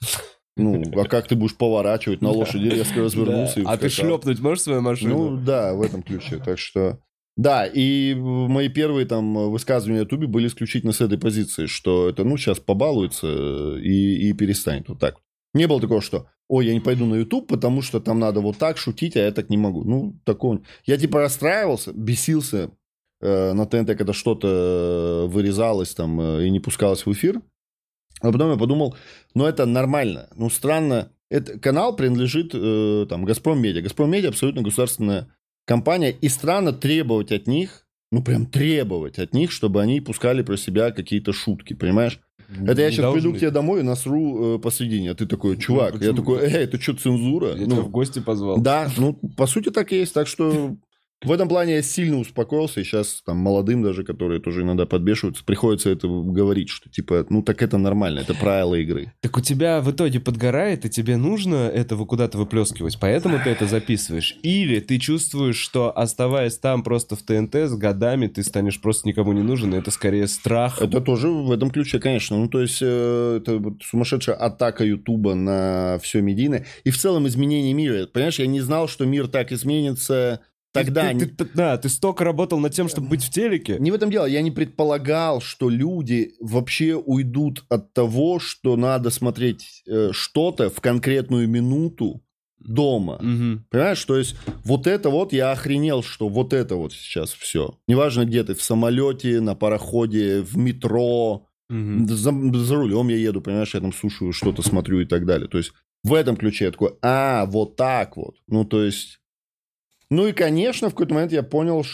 А как ты будешь поворачивать на лошади, резко развернулся и А ты шлепнуть можешь свою машину? Да, в этом ключе, так что... Да, и мои первые там высказывания на Ютубе были исключительно с этой позиции, что это, сейчас побалуется и перестанет вот так. Не было такого, что, я не пойду на Ютуб, потому что там надо вот так шутить, а я так не могу. Такого... Я расстраивался, бесился на ТНТ, когда что-то вырезалось там и не пускалось в эфир. А потом я подумал, это нормально. Странно. Этот канал принадлежит Газпром Медиа. Газпром Медиа абсолютно государственная компания, и странно требовать от них, прям требовать от них, чтобы они пускали про себя какие-то шутки, понимаешь? Это я сейчас приду к тебе домой и насру посредине, а ты такой, чувак, я такой, это что, цензура? Я тебя в гости позвал. Да, по сути так и есть, так что в этом плане я сильно успокоился, и сейчас там молодым даже, которые тоже иногда подбешиваются, приходится это говорить, что так это нормально, это правила игры. Так у тебя в итоге подгорает, и тебе нужно этого куда-то выплескивать, поэтому ты это записываешь? Или ты чувствуешь, что оставаясь там просто в ТНТ с годами, ты станешь просто никому не нужен, и это скорее страх? Это тоже в этом ключе, конечно. То есть это сумасшедшая атака Ютуба на все медийное, и в целом изменение мира. Понимаешь, я не знал, что мир так изменится... Тогда... Ты столько работал над тем, чтобы быть в телеке. Не в этом дело. Я не предполагал, что люди вообще уйдут от того, что надо смотреть что-то в конкретную минуту дома. Угу. Понимаешь? То есть вот это вот я охренел, что вот это вот сейчас все. Неважно, где ты, в самолете, на пароходе, в метро, за рулем я еду, понимаешь, я там слушаю, что-то смотрю и так далее. То есть в этом ключе я такой, вот так вот. То есть... и, конечно, в какой-то момент я понял,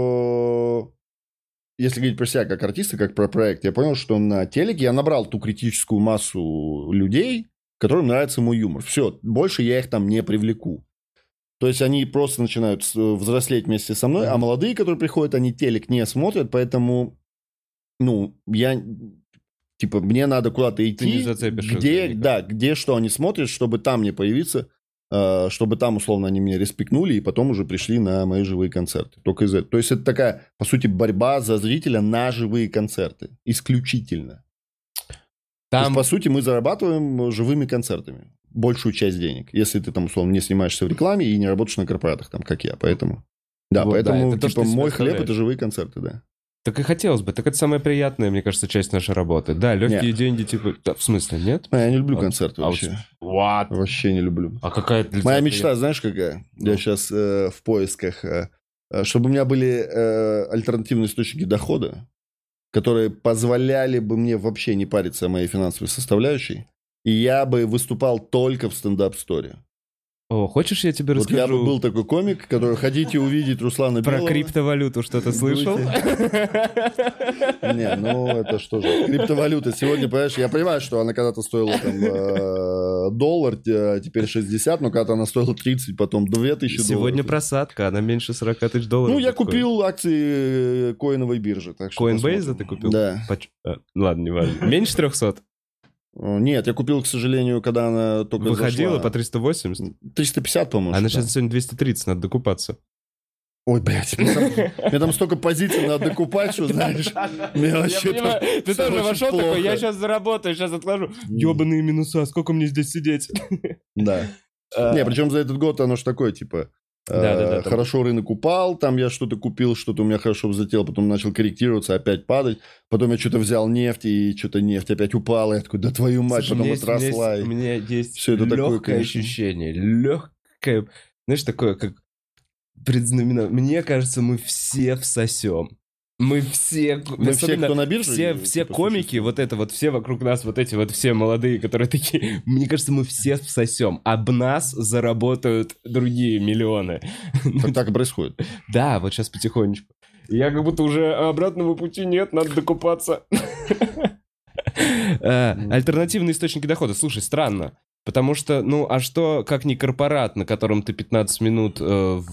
что, если говорить про себя как артиста, как про проект, я понял, что на телеке я набрал ту критическую массу людей, которым нравится мой юмор. Все, больше я их там не привлеку. То есть они просто начинают взрослеть вместе со мной, а молодые, которые приходят, они телек не смотрят, поэтому, мне надо куда-то идти, Ты не зацепишь где что они смотрят, чтобы там не появиться. чтобы там, условно, они меня респектнули, и потом уже пришли на мои живые концерты. Только из-за этого. То есть это такая, по сути, борьба за зрителя на живые концерты. Исключительно. То есть, по сути, мы зарабатываем живыми концертами большую часть денег, если ты там, условно, не снимаешься в рекламе и не работаешь на корпоратах, там, как я. Поэтому, да, вот, поэтому, да, типа, мой хлеб — это живые концерты, да. Так и хотелось бы. Так это самая приятная, мне кажется, часть нашей работы. Да, легкие деньги, типа... Да, в смысле, нет? Я не люблю концерты вообще. What? Вообще не люблю. А какая... Моя мечта, знаешь, какая? Я сейчас в поисках. Чтобы у меня были альтернативные источники дохода, которые позволяли бы мне вообще не париться о моей финансовой составляющей, и я бы выступал только в стендап-сторе. О, хочешь, я тебе расскажу? Вот я бы был такой комик, который хотите увидеть Руслана Белого. Про криптовалюту что-то слышал? Не, ну это что же? Криптовалюта сегодня, понимаешь, я понимаю, что она когда-то стоила там доллар, теперь 60, но когда-то она стоила 30, потом 2000 долларов. Сегодня просадка, она меньше 40 тысяч долларов. Ну, я купил акции коиновой биржи. Coinbase ты купил? Да. Ладно, не важно. Меньше 300? Нет, я купил, к сожалению, когда она только выходила зашла. по 380? 350, по-моему. Она сейчас сегодня 230, надо докупаться. Ой, блядь, мне там столько позиций надо докупать, что, знаешь, мне вообще... Я понимаю, ты тоже вошел такой, я сейчас заработаю, сейчас отложу. Ёбаные минуса, сколько мне здесь сидеть? Да. Не, причем за этот год оно ж такое, типа... Хорошо рынок упал, там я что-то купил, что-то у меня хорошо взлетело, потом начал корректироваться, опять падать, потом я что-то взял нефть, и что-то нефть опять упала, я такой, да твою мать, потом отросла. У меня есть все это легкое такое, ощущение, легкое, знаешь, такое, как предзнаменование. Мне кажется, мы все всосем. Мы все, кто на бирже? Все комики, вот это вот, все вокруг нас, вот эти вот все молодые, которые такие, мне кажется, мы все всосем. Об нас заработают другие миллионы. Так и происходит. Да, вот сейчас потихонечку. Я как будто уже обратного пути нет, надо докупаться. Альтернативные источники дохода. Слушай, странно. Потому что, ну, а что, как не корпорат, на котором ты 15 минут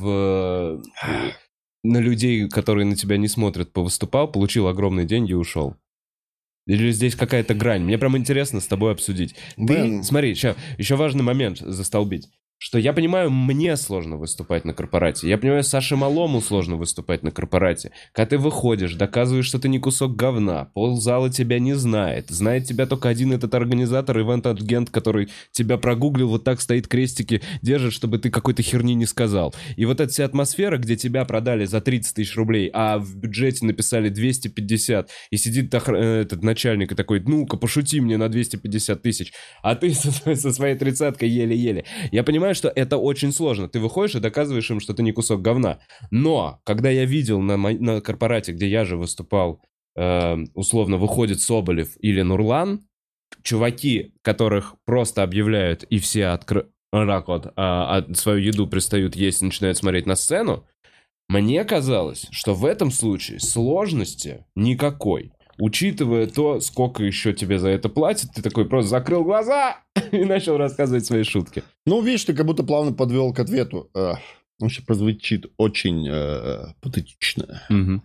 на людей, которые на тебя не смотрят, повыступал, получил огромные деньги и ушел? Или здесь какая-то грань? Мне прям интересно с тобой обсудить. Ты, смотри, сейчас еще важный момент застолбить. Что я понимаю, мне сложно выступать на корпорате. Я понимаю, Саше Малому сложно выступать на корпорате. Когда ты выходишь, доказываешь, что ты не кусок говна, ползала тебя не знает. Знает тебя только один этот организатор, ивент-агент, который тебя прогуглил, вот так стоит, крестики держит, чтобы ты какой-то херни не сказал. И вот эта вся атмосфера, где тебя продали за 30 тысяч рублей, а в бюджете написали 250, и сидит этот начальник и такой, ну-ка, пошути мне на 250 тысяч, а ты со своей 30-кой еле-еле. Я понимаю, что это очень сложно. Ты выходишь и доказываешь им, что ты не кусок говна. Но, когда я видел на корпорате, где я же выступал, условно, выходит Соболев или Нурлан, чуваки, которых просто объявляют, и все свою еду пристают есть и начинают смотреть на сцену, мне казалось, что в этом случае сложности никакой. Учитывая то, сколько еще тебе за это платят, ты такой просто закрыл глаза и начал рассказывать свои шутки. Ну, видишь, ты как будто плавно подвел к ответу. Он сейчас прозвучит очень патетично. Угу.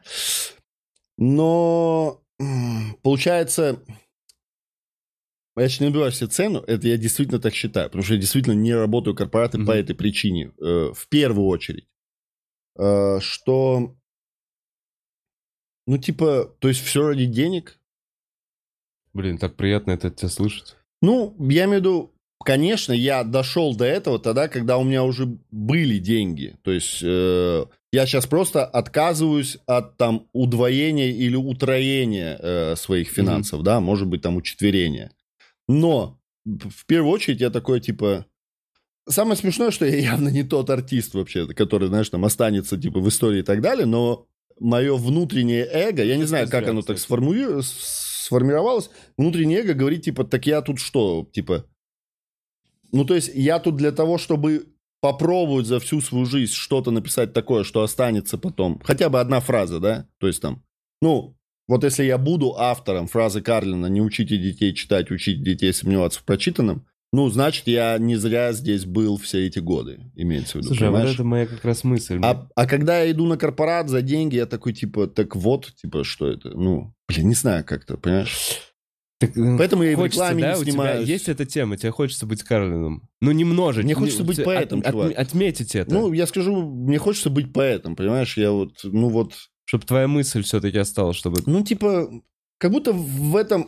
Но получается, я сейчас не набиваю себе цену, это я действительно так считаю, потому что я действительно не работаю в корпорации по этой причине. В первую очередь, что... Ну, типа, то есть все ради денег? Блин, так приятно это от тебя слышать. Ну, я имею в виду, конечно, я дошел до этого тогда, когда у меня уже были деньги. То есть я сейчас просто отказываюсь от там удвоения или утроения своих финансов, да, может быть, там учетверения. Но в первую очередь я такой, типа... Самое смешное, что я явно не тот артист вообще, который, знаешь, там останется, типа, в истории и так далее, но... Мое внутреннее эго, я не знаю, как оно так сформировалось, внутреннее эго говорит, типа, так я тут что, типа... Ну, то есть, я тут для того, чтобы попробовать за всю свою жизнь что-то написать такое, что останется потом. Хотя бы одна фраза, да? То есть, там, ну, вот если я буду автором фразы Карлина «Не учите детей читать, учите детей сомневаться в прочитанном», ну, значит, я не зря здесь был все эти годы, имеется в виду. Слушай, понимаешь? А вот это моя как раз мысль. А когда я иду на корпорат за деньги, я такой, типа, так вот, типа, что это? Ну, блин, не знаю как-то, понимаешь? Поэтому я и в хочется, рекламе да, не у тебя снимаюсь. есть эта тема, тебе хочется быть Карлином. Ну, немножечко. Мне хочется быть поэтом, чувак. Отметить это. Ну, я скажу, мне хочется быть поэтом, понимаешь? Я вот, ну вот... Чтобы твоя мысль все-таки осталась, чтобы... Ну, типа, как будто в этом...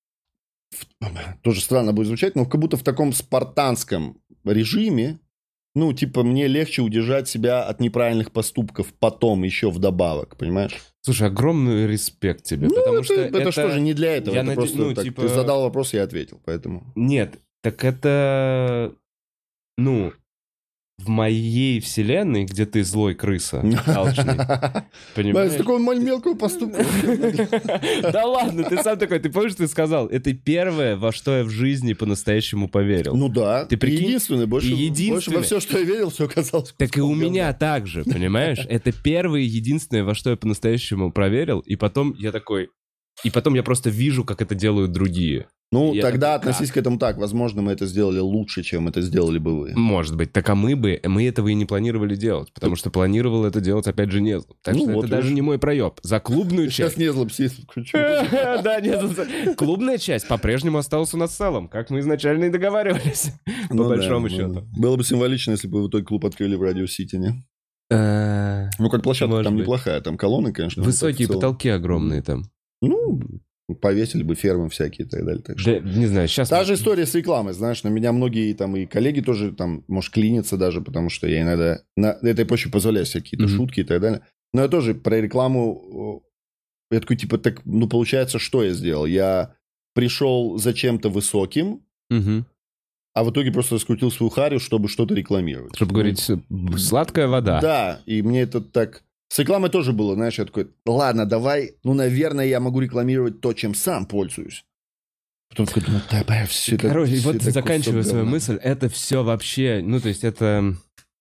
Тоже странно будет звучать, но как будто в таком спартанском режиме, ну, типа, мне легче удержать себя от неправильных поступков потом, еще вдобавок, понимаешь? Слушай, огромный респект тебе, Ну, потому это, что это что же не для этого, это просто ну, так, типа... ты задал вопрос, я ответил, поэтому... Нет, так это... Ну, в моей вселенной, где ты злой крыса, алчный, понимаешь? С такого мелкого поступка. Да ладно, ты сам такой, ты помнишь, ты сказал, это первое, во что я в жизни по-настоящему поверил. Ну да, Ты прикинь? единственный, больше во все, что я верил, все оказалось. Так и у меня так же, понимаешь? Это первое и единственное, во что я по-настоящему проверил, и потом я такой... И потом я просто вижу, как это делают другие. Ну, тогда относись к этому так. Возможно, мы это сделали лучше, чем это сделали бы вы. Может быть. Так а мы этого и не планировали делать. Потому что планировал это делать, опять же, Незлоб. Так что это даже не мой проеб. За клубную часть... Сейчас Незлоб сидит, включу. Да, Незлоб. Клубная часть по-прежнему осталась у нас в целом, как мы изначально и договаривались. По большому счету. Было бы символично, если бы вы такой клуб открыли в Радио Сити, не? Ну, как площадка там неплохая. Там колонны, конечно. Высокие потолки огромные там. Ну, повесили бы фермы всякие и так далее. Так что... Да, не знаю, сейчас... Та же история с рекламой, знаешь, на меня многие там и коллеги тоже там, может, клинятся даже, потому что я иногда на этой почве позволяю себе какие-то шутки и так далее. Но я тоже про рекламу, я такой, типа, так, ну, получается, что я сделал? Я пришел за чем-то высоким, а в итоге просто раскрутил свою харю, чтобы что-то рекламировать. Чтобы говорить, сладкая вода. Да, и мне это так... С рекламой тоже было, знаешь, я такой, ладно, давай, ну, наверное, я могу рекламировать то, чем сам пользуюсь. Потом такой, думаю, да, все это... Короче, вот заканчивая свою мысль, это все вообще, ну, то есть это...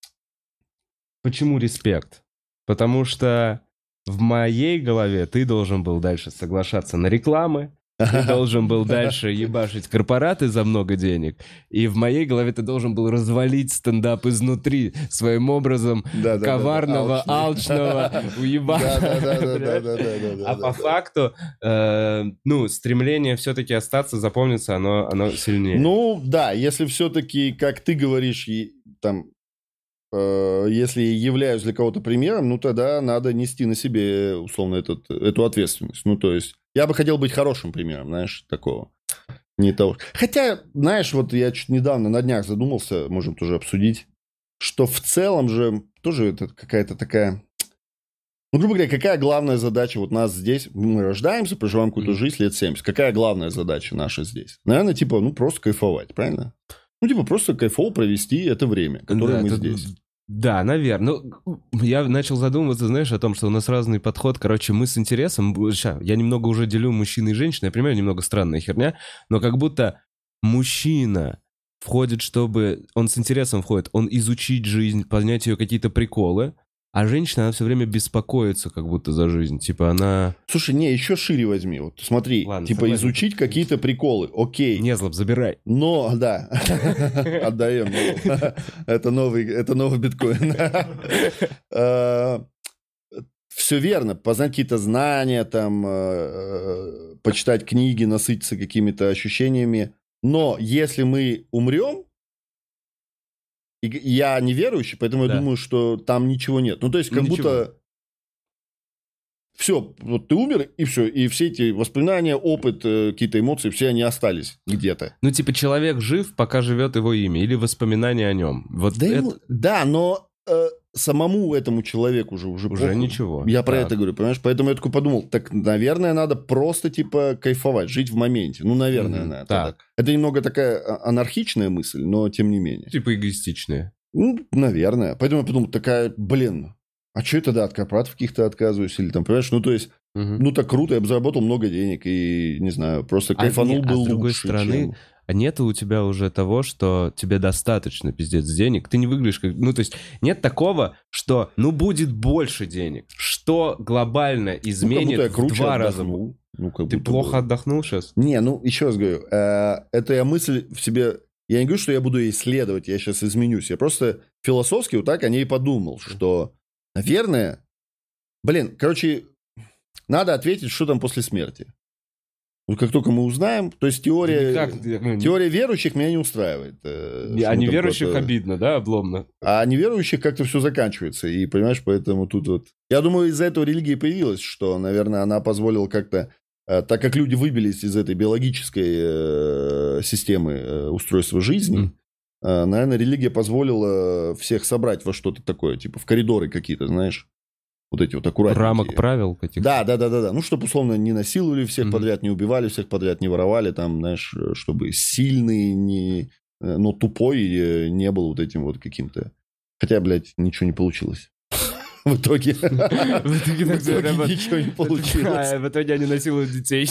Почему респект? Потому что в моей голове ты должен был дальше соглашаться на рекламы, ты должен был дальше ебашить корпораты за много денег, и в моей голове ты должен был развалить стендап изнутри своим образом коварного, алчного, уебаного. А по факту, ну, стремление все-таки остаться, запомниться, оно сильнее. Ну, да, если все-таки, как ты говоришь, там, если являюсь для кого-то примером, ну, тогда надо нести на себе, условно, эту ответственность. Ну, то есть, я бы хотел быть хорошим примером, знаешь, такого. Не того. Хотя, знаешь, вот я чуть недавно на днях задумался, можем тоже обсудить, что в целом же тоже это какая-то такая... Ну, грубо говоря, какая главная задача вот нас здесь? Мы рождаемся, проживаем какую-то жизнь лет 70. Какая главная задача наша здесь? Наверное, типа, ну, просто кайфовать, правильно? Ну, типа, просто кайфово провести это время, которое мы здесь. Да, наверное. Ну, я начал задумываться, знаешь, о том, что у нас разный подход. Короче, мы с интересом... Сейчас, я немного уже делю мужчины и женщины. Я понимаю, немного странная херня, но как будто мужчина входит, чтобы... Он с интересом входит, он изучить жизнь, понять ее какие-то приколы, а женщина, она все время беспокоится как будто за жизнь. Типа она... Слушай, не, еще шире возьми. Вот смотри, ладно, типа согласен. Изучить какие-то приколы. Окей. Незлоб, забирай. Но, да, отдаем. Это новый биткоин. Все верно. Познать какие-то знания, там, почитать книги, насытиться какими-то ощущениями. Но если мы умрем, я неверующий, поэтому я думаю, что там ничего нет. Ну, то есть, как будто... Все, вот ты умер, и все. И все эти воспоминания, опыт, какие-то эмоции, все они остались где-то. Ну, типа, человек жив, пока живет его имя, или воспоминания о нем. Вот да, это... да, но самому этому человеку уже ничего. Я про это говорю, понимаешь? Поэтому я такой подумал, так, наверное, надо просто, типа, кайфовать, жить в моменте. Ну, наверное, надо. Так. Это немного такая анархичная мысль, но тем не менее. Типа эгоистичная. Ну, наверное. Поэтому я подумал, такая, блин, а что я тогда от корпоратов каких-то отказываюсь? Или там, понимаешь, ну, то есть, ну, так круто, я бы заработал много денег и, не знаю, просто кайфанул бы лучше. С другой стороны... А нет у тебя уже того, что тебе достаточно, пиздец, денег. Ты не выглядишь как... Ну, то есть, нет такого, что, ну, будет больше денег. Что глобально изменит в 2 раза. Ну, ты плохо отдохнул сейчас? Не, ну, еще раз говорю. Это я мысль в себе... Я не говорю, что я буду исследовать, я сейчас изменюсь. Я просто философски вот так о ней подумал, что, наверное... Блин, короче, надо ответить, что там после смерти. Вот как только мы узнаем, то есть теория верующих меня не устраивает. А неверующих обидно, да, обломно? А неверующих как-то все заканчивается, и, понимаешь, поэтому тут вот... Я думаю, из-за этого религия появилась, что, наверное, она позволила как-то, так как люди выбились из этой биологической системы устройства жизни, наверное, религия позволила всех собрать во что-то такое, типа в коридоры какие-то, знаешь. Вот эти вот аккуратненькие. Рамок правил каких-то. Да. Ну, чтобы, условно, не насиловали всех подряд, не убивали всех подряд, не воровали, там, знаешь, чтобы сильный, но тупой не был вот этим вот каким-то. Хотя, блядь, ничего не получилось. В итоге ничего не получилось. В итоге они насилуют детей.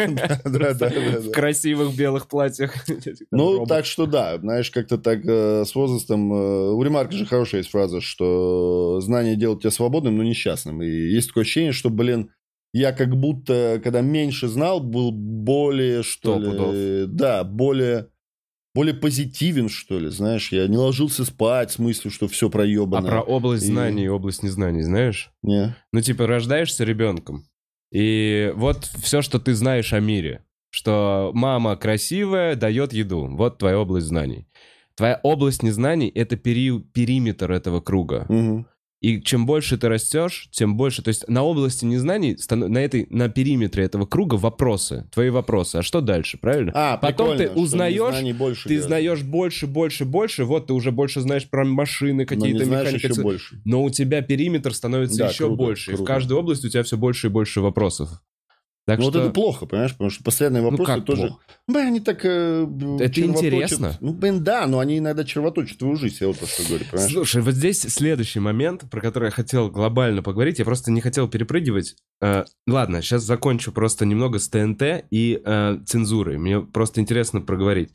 В красивых белых платьях. Ну, так что да, знаешь, как-то так с возрастом... У Ремарка же хорошая есть фраза, что знание делает тебя свободным, но несчастным. И есть такое ощущение, что, блин, я как будто, когда меньше знал, был более, что ли... Да, более позитивен, что ли, знаешь. Я не ложился спать с мыслью, что все проебано. А про область знаний и область незнаний знаешь? Не. Ну, типа, рождаешься ребенком, и вот все, что ты знаешь о мире, что мама красивая, дает еду. Вот твоя область знаний. Твоя область незнаний — это периметр этого круга. Угу. И чем больше ты растешь, тем больше... То есть на области незнаний, на периметре этого круга вопросы, твои вопросы. А что дальше, правильно? Потом ты узнаешь, ты знаешь больше. Вот ты уже больше знаешь про машины, какие-то механики. Но у тебя периметр становится еще больше. И в каждой области у тебя все больше и больше вопросов. Так что... Вот это плохо, понимаешь? Потому что постоянные вопросы тоже... Плохо? Они так это интересно. Да, но они иногда червоточат твою жизнь, я вот то, что говорю, понимаешь? Слушай, вот здесь следующий момент, про который я хотел глобально поговорить. Я просто не хотел перепрыгивать. Ладно, сейчас закончу просто немного с ТНТ и цензурой. Мне просто интересно проговорить.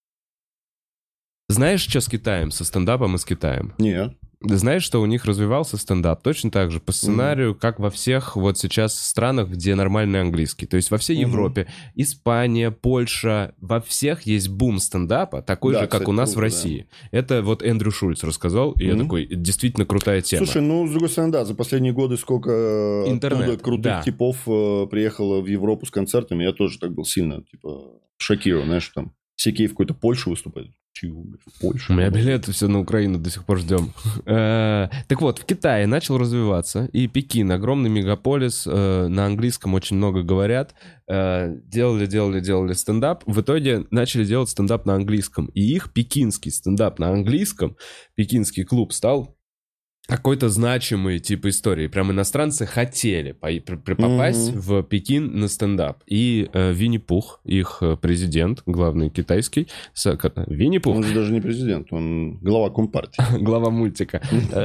Знаешь, что с Китаем, со стендапом и с Китаем? Нет. Знаешь, что у них развивался стендап точно так же, по сценарию, как во всех вот сейчас странах, где нормальный английский. То есть во всей Европе, Испания, Польша, во всех есть бум стендапа, такой же, как у нас в России. Да. Это вот Эндрю Шульц рассказал, и я такой, действительно крутая тема. Слушай, ну, с другой стороны, да, за последние годы сколько оттуда крутых типов приехало в Европу с концертами, я тоже так был сильно, типа, шокирован, знаешь, там, Сикей в какой-то Польше выступает. В Польше. У меня билеты все на Украину до сих пор ждем. Так вот, в Китае начал развиваться, и Пекин, огромный мегаполис, на английском очень много говорят, делали стендап, в итоге начали делать стендап на английском, и их пекинский стендап на английском, пекинский клуб стал какой-то значимый тип истории. Прям иностранцы хотели попасть в Пекин на стендап. И Винни-Пух, их президент, главный китайский, Винни-Пух. Он же даже не президент, он глава компартии. Глава мультика.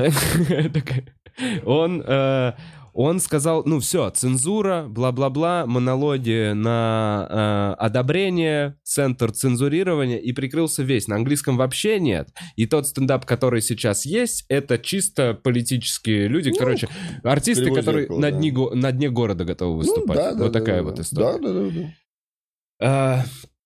Он сказал, ну все, цензура, бла-бла-бла, монологи на одобрение, центр цензурирования, и прикрылся весь. На английском вообще нет. И тот стендап, который сейчас есть, это чисто политические люди, короче, артисты, которые на дне города готовы выступать. Вот такая вот история. Да.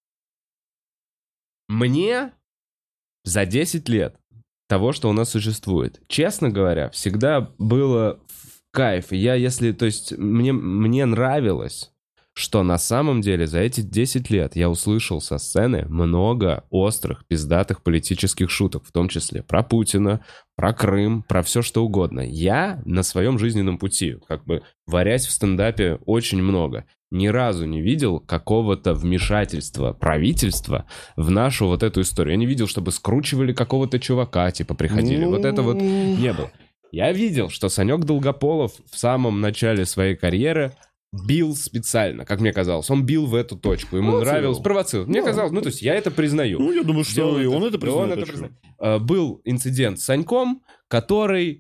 Мне за 10 лет того, что у нас существует, честно говоря, всегда было... кайф. Мне нравилось, что на самом деле за эти 10 лет я услышал со сцены много острых, пиздатых политических шуток, в том числе про Путина, про Крым, про все что угодно. Я на своем жизненном пути, варясь в стендапе очень много, ни разу не видел какого-то вмешательства правительства в нашу вот эту историю. Я не видел, чтобы скручивали какого-то чувака, приходили. Вот это вот не было. Я видел, что Санек Долгополов в самом начале своей карьеры бил специально, как мне казалось. Он бил в эту точку. Ему нравилось провоцировать. Мне казалось, я это признаю. Ну, я думаю, что и он это признает. Был инцидент с Саньком, который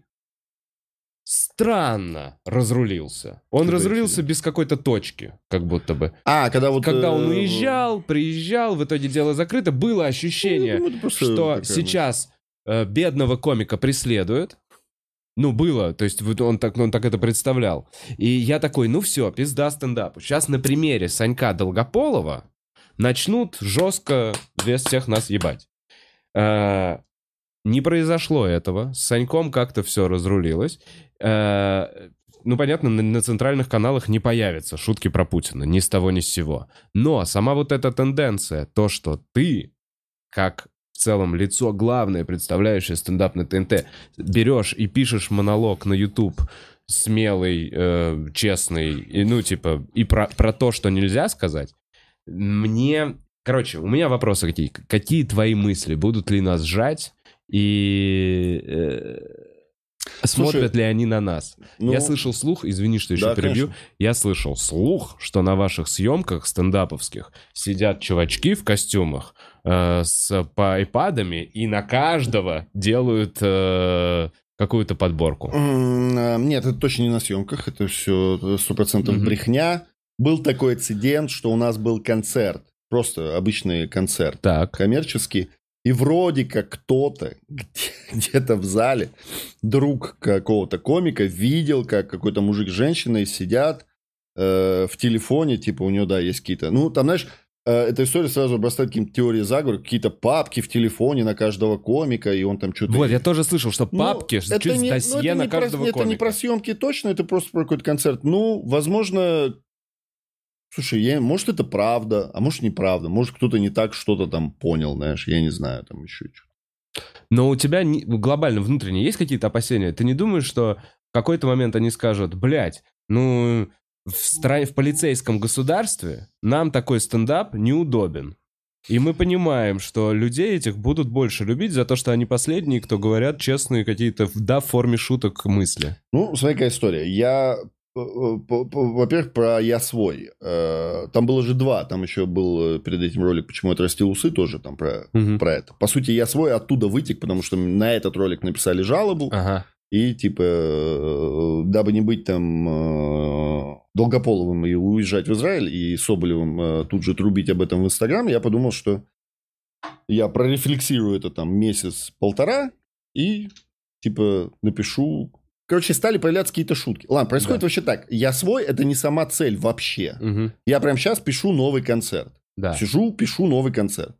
странно разрулился. Он разрулился без какой-то точки, как будто бы. Когда он уезжал, приезжал, в итоге дело закрыто, было ощущение, что сейчас бедного комика преследуют. Было, то есть он так это представлял. И я такой, все, пизда стендапу. Сейчас на примере Санька Долгополова начнут жестко всех нас ебать. Не произошло этого. С Саньком как-то все разрулилось. ну, понятно, на центральных каналах не появятся шутки про Путина, ни с того, ни с сего. Но сама вот эта тенденция, то, что ты, как в целом лицо главное, представляющее стендап на ТНТ, берешь и пишешь монолог на YouTube смелый, честный, и, ну, типа, и про то, что нельзя сказать, мне... Короче, у меня вопросы какие. Какие твои мысли? Будут ли нас сжать? И смотрят ли они на нас? Ну, я слышал слух, извини, что еще перебью, конечно. Я слышал слух, что на ваших съемках стендаповских сидят чувачки в костюмах с айпадами и на каждого делают какую-то подборку. Нет, это точно не на съемках, это все 100% брехня. Был такой инцидент, что у нас был концерт, просто обычный концерт, коммерческий. И вроде как кто-то где-то в зале, друг какого-то комика, видел, как какой-то мужик с женщиной сидят в телефоне, типа у него, да, есть какие-то... Ну, там, знаешь, эта история сразу бросает какие-то теории заговора, какие-то папки в телефоне на каждого комика, и он там что-то... Вот, я тоже слышал, что папки, чуть досье на каждого комика. Это не про съемки точно, это просто про какой-то концерт. Ну, возможно... Слушай, может, это правда, а может, неправда. Может, кто-то не так что-то там понял, знаешь, я не знаю, там еще что-то. Но у тебя глобально внутренне есть какие-то опасения? Ты не думаешь, что в какой-то момент они скажут, блядь, ну, в полицейском государстве нам такой стендап неудобен. И мы понимаем, что людей этих будут больше любить за то, что они последние, кто говорят честные какие-то, да, в форме шуток мысли. Ну, смотри, какая история. Во-первых, про «Я свой». Там было же два. Там еще был перед этим ролик «Почему отрастил усы», тоже там про это. По сути, «Я свой» оттуда вытек, потому что на этот ролик написали жалобу. И, типа, дабы не быть там Долгополовым и уезжать в Израиль, и Соболевым тут же трубить об этом в Инстаграм, я подумал, что я прорефлексирую это там месяц-полтора и, типа, напишу... Короче, стали появляться какие-то шутки. Ладно, происходит вообще так. «Я свой» — это не сама цель вообще. Я прямо сейчас пишу новый концерт. Сижу, пишу новый концерт.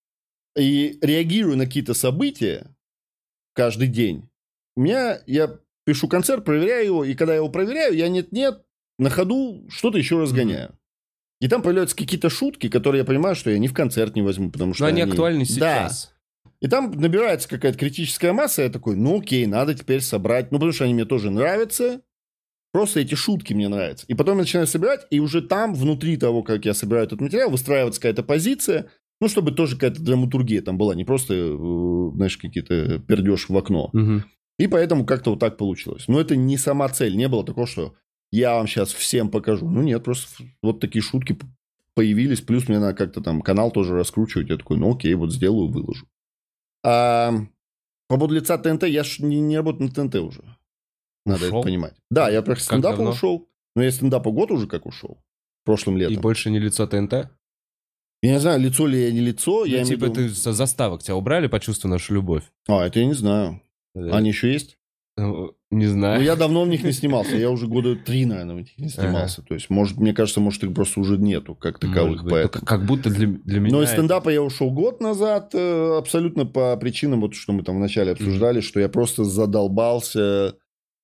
И реагирую на какие-то события каждый день. Я пишу концерт, проверяю его, и когда я его проверяю, я нет-нет, на ходу что-то еще разгоняю. И там появляются какие-то шутки, которые я понимаю, что я ни в концерт не возьму, потому что они актуальны сейчас. Да. И там набирается какая-то критическая масса, я такой, ну окей, надо теперь собрать, ну потому что они мне тоже нравятся, просто эти шутки мне нравятся. И потом я начинаю собирать, и уже там, внутри того, как я собираю этот материал, выстраивается какая-то позиция, ну чтобы тоже какая-то драматургия там была, не просто, знаешь, какие-то пердеж в окно. И поэтому как-то вот так получилось. Но это не сама цель, не было такого, что я вам сейчас всем покажу. Ну нет, просто вот такие шутки появились, плюс мне надо как-то там канал тоже раскручивать, я такой, ну окей, вот сделаю, выложу. А по поводу лица ТНТ, я ж не работаю на ТНТ уже. Надо это понимать. Да, я про стендапа ушел. Но я стендапа год уже как ушел. Прошлым летом. И больше не лицо ТНТ? Я не знаю, лицо ли я не лицо. Ну, я типа ты со заставок тебя убрали, почувствуй нашу любовь. Это я не знаю. Они еще есть? Не знаю. Ну, я давно в них не снимался. Я уже года 3, наверное, в них не снимался. То есть, мне кажется, может, их просто уже нету как таковых. Как будто для меня... Но из стендапа я ушел год назад абсолютно по причинам, вот что мы там вначале обсуждали, что я просто задолбался.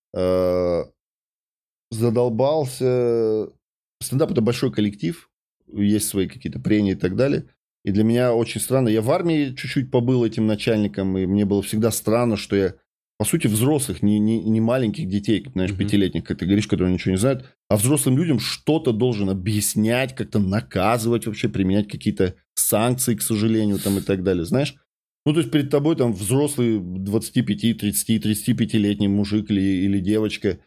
Стендап – это большой коллектив. Есть свои какие-то прения и так далее. И для меня очень странно. Я в армии чуть-чуть побыл этим начальником, и мне было всегда странно, что я, по сути, взрослых, не маленьких детей, знаешь, 5-летних, как ты говоришь, которые ничего не знают, а взрослым людям что-то должен объяснять, как-то наказывать вообще, применять какие-то санкции, к сожалению, там и так далее, знаешь. Ну, то есть, перед тобой там взрослый 25, 30, 35-летний мужик или девочка,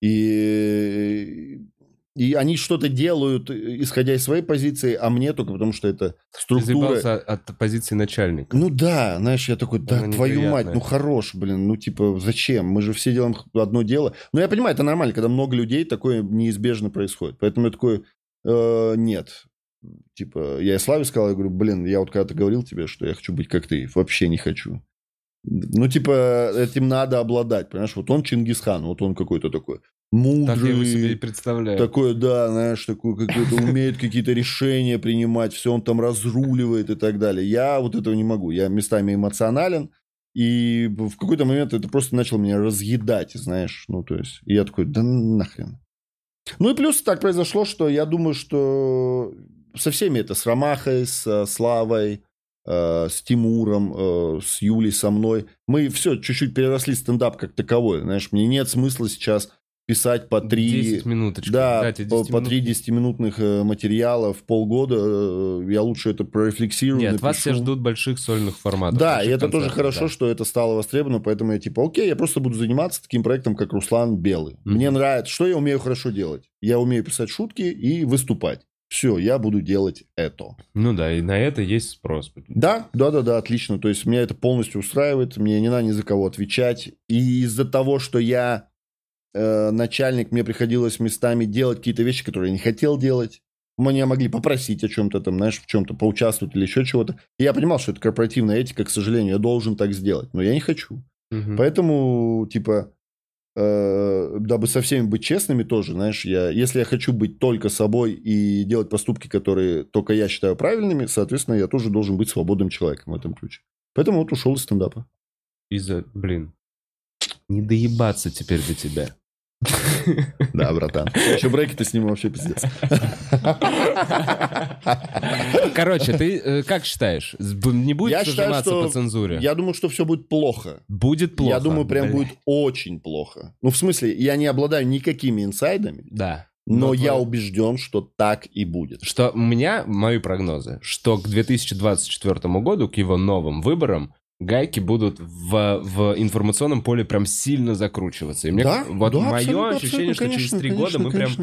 и они что-то делают, исходя из своей позиции, а мне только потому, что это структура... Ты заебался от позиции начальника. Ну да, знаешь, я такой, да твою мать, ну хорош, блин, ну типа зачем? Мы же все делаем одно дело. Ну я понимаю, это нормально, когда много людей, такое неизбежно происходит. Поэтому я такой, нет. Типа, я и Славе сказал, я говорю, блин, я вот когда-то говорил тебе, что я хочу быть как ты, вообще не хочу. Ну, типа, этим надо обладать, понимаешь? Вот он Чингисхан, вот он какой-то такой мудрый. Так я его себе и представляю. Такой, да, знаешь, такой какой-то умеет какие-то решения принимать, все он там разруливает и так далее. Я вот этого не могу. Я местами эмоционален, И в какой-то момент это просто начало меня разъедать, знаешь. Ну, то есть, и я такой, да нахрен. Ну, и плюс так произошло, что я думаю, что со всеми это, с Ромахой, с Славой, с Тимуром, с Юлей, со мной, мы все чуть-чуть переросли стендап как таковой. Знаешь, мне нет смысла сейчас писать по 3... 10 минуточек. Да, по 3 10-минутных материала в полгода. Я лучше это прорефлексирую. Нет, напишу. Вас все ждут больших сольных форматов. Да, и это тоже хорошо, что это стало востребовано, поэтому я типа, окей, я просто буду заниматься таким проектом, как Руслан Белый. Мне нравится, что я умею хорошо делать. Я умею писать шутки и выступать. Все, я буду делать это. Ну да, и на это есть спрос. Да, отлично. То есть меня это полностью устраивает, мне не надо ни за кого отвечать. И из-за того, что я начальник, мне приходилось местами делать какие-то вещи, которые я не хотел делать. Меня могли попросить о чем-то там, знаешь, в чем-то поучаствовать или еще чего-то. И я понимал, что это корпоративная этика, к сожалению, я должен так сделать. Но я не хочу. Поэтому, типа, дабы со всеми быть честными тоже, знаешь, если я хочу быть только собой и делать поступки, которые только я считаю правильными, соответственно, я тоже должен быть свободным человеком в этом ключе. Поэтому вот ушел из стендапа. Не доебаться теперь до тебя. Да, братан. Еще брейки-то с ним вообще пиздец. Короче, ты как считаешь? Не будет зажиматься по цензуре? Я думаю, что все будет плохо. Будет плохо? Я думаю, прям будет очень плохо. Ну, в смысле, я не обладаю никакими инсайдами. Да. Но я убежден, что так и будет. Что у меня, мои прогнозы, что к 2024 году, к его новым выборам, гайки будут в информационном поле прям сильно закручиваться. И мне, мое ощущение, что через 3 года мы прям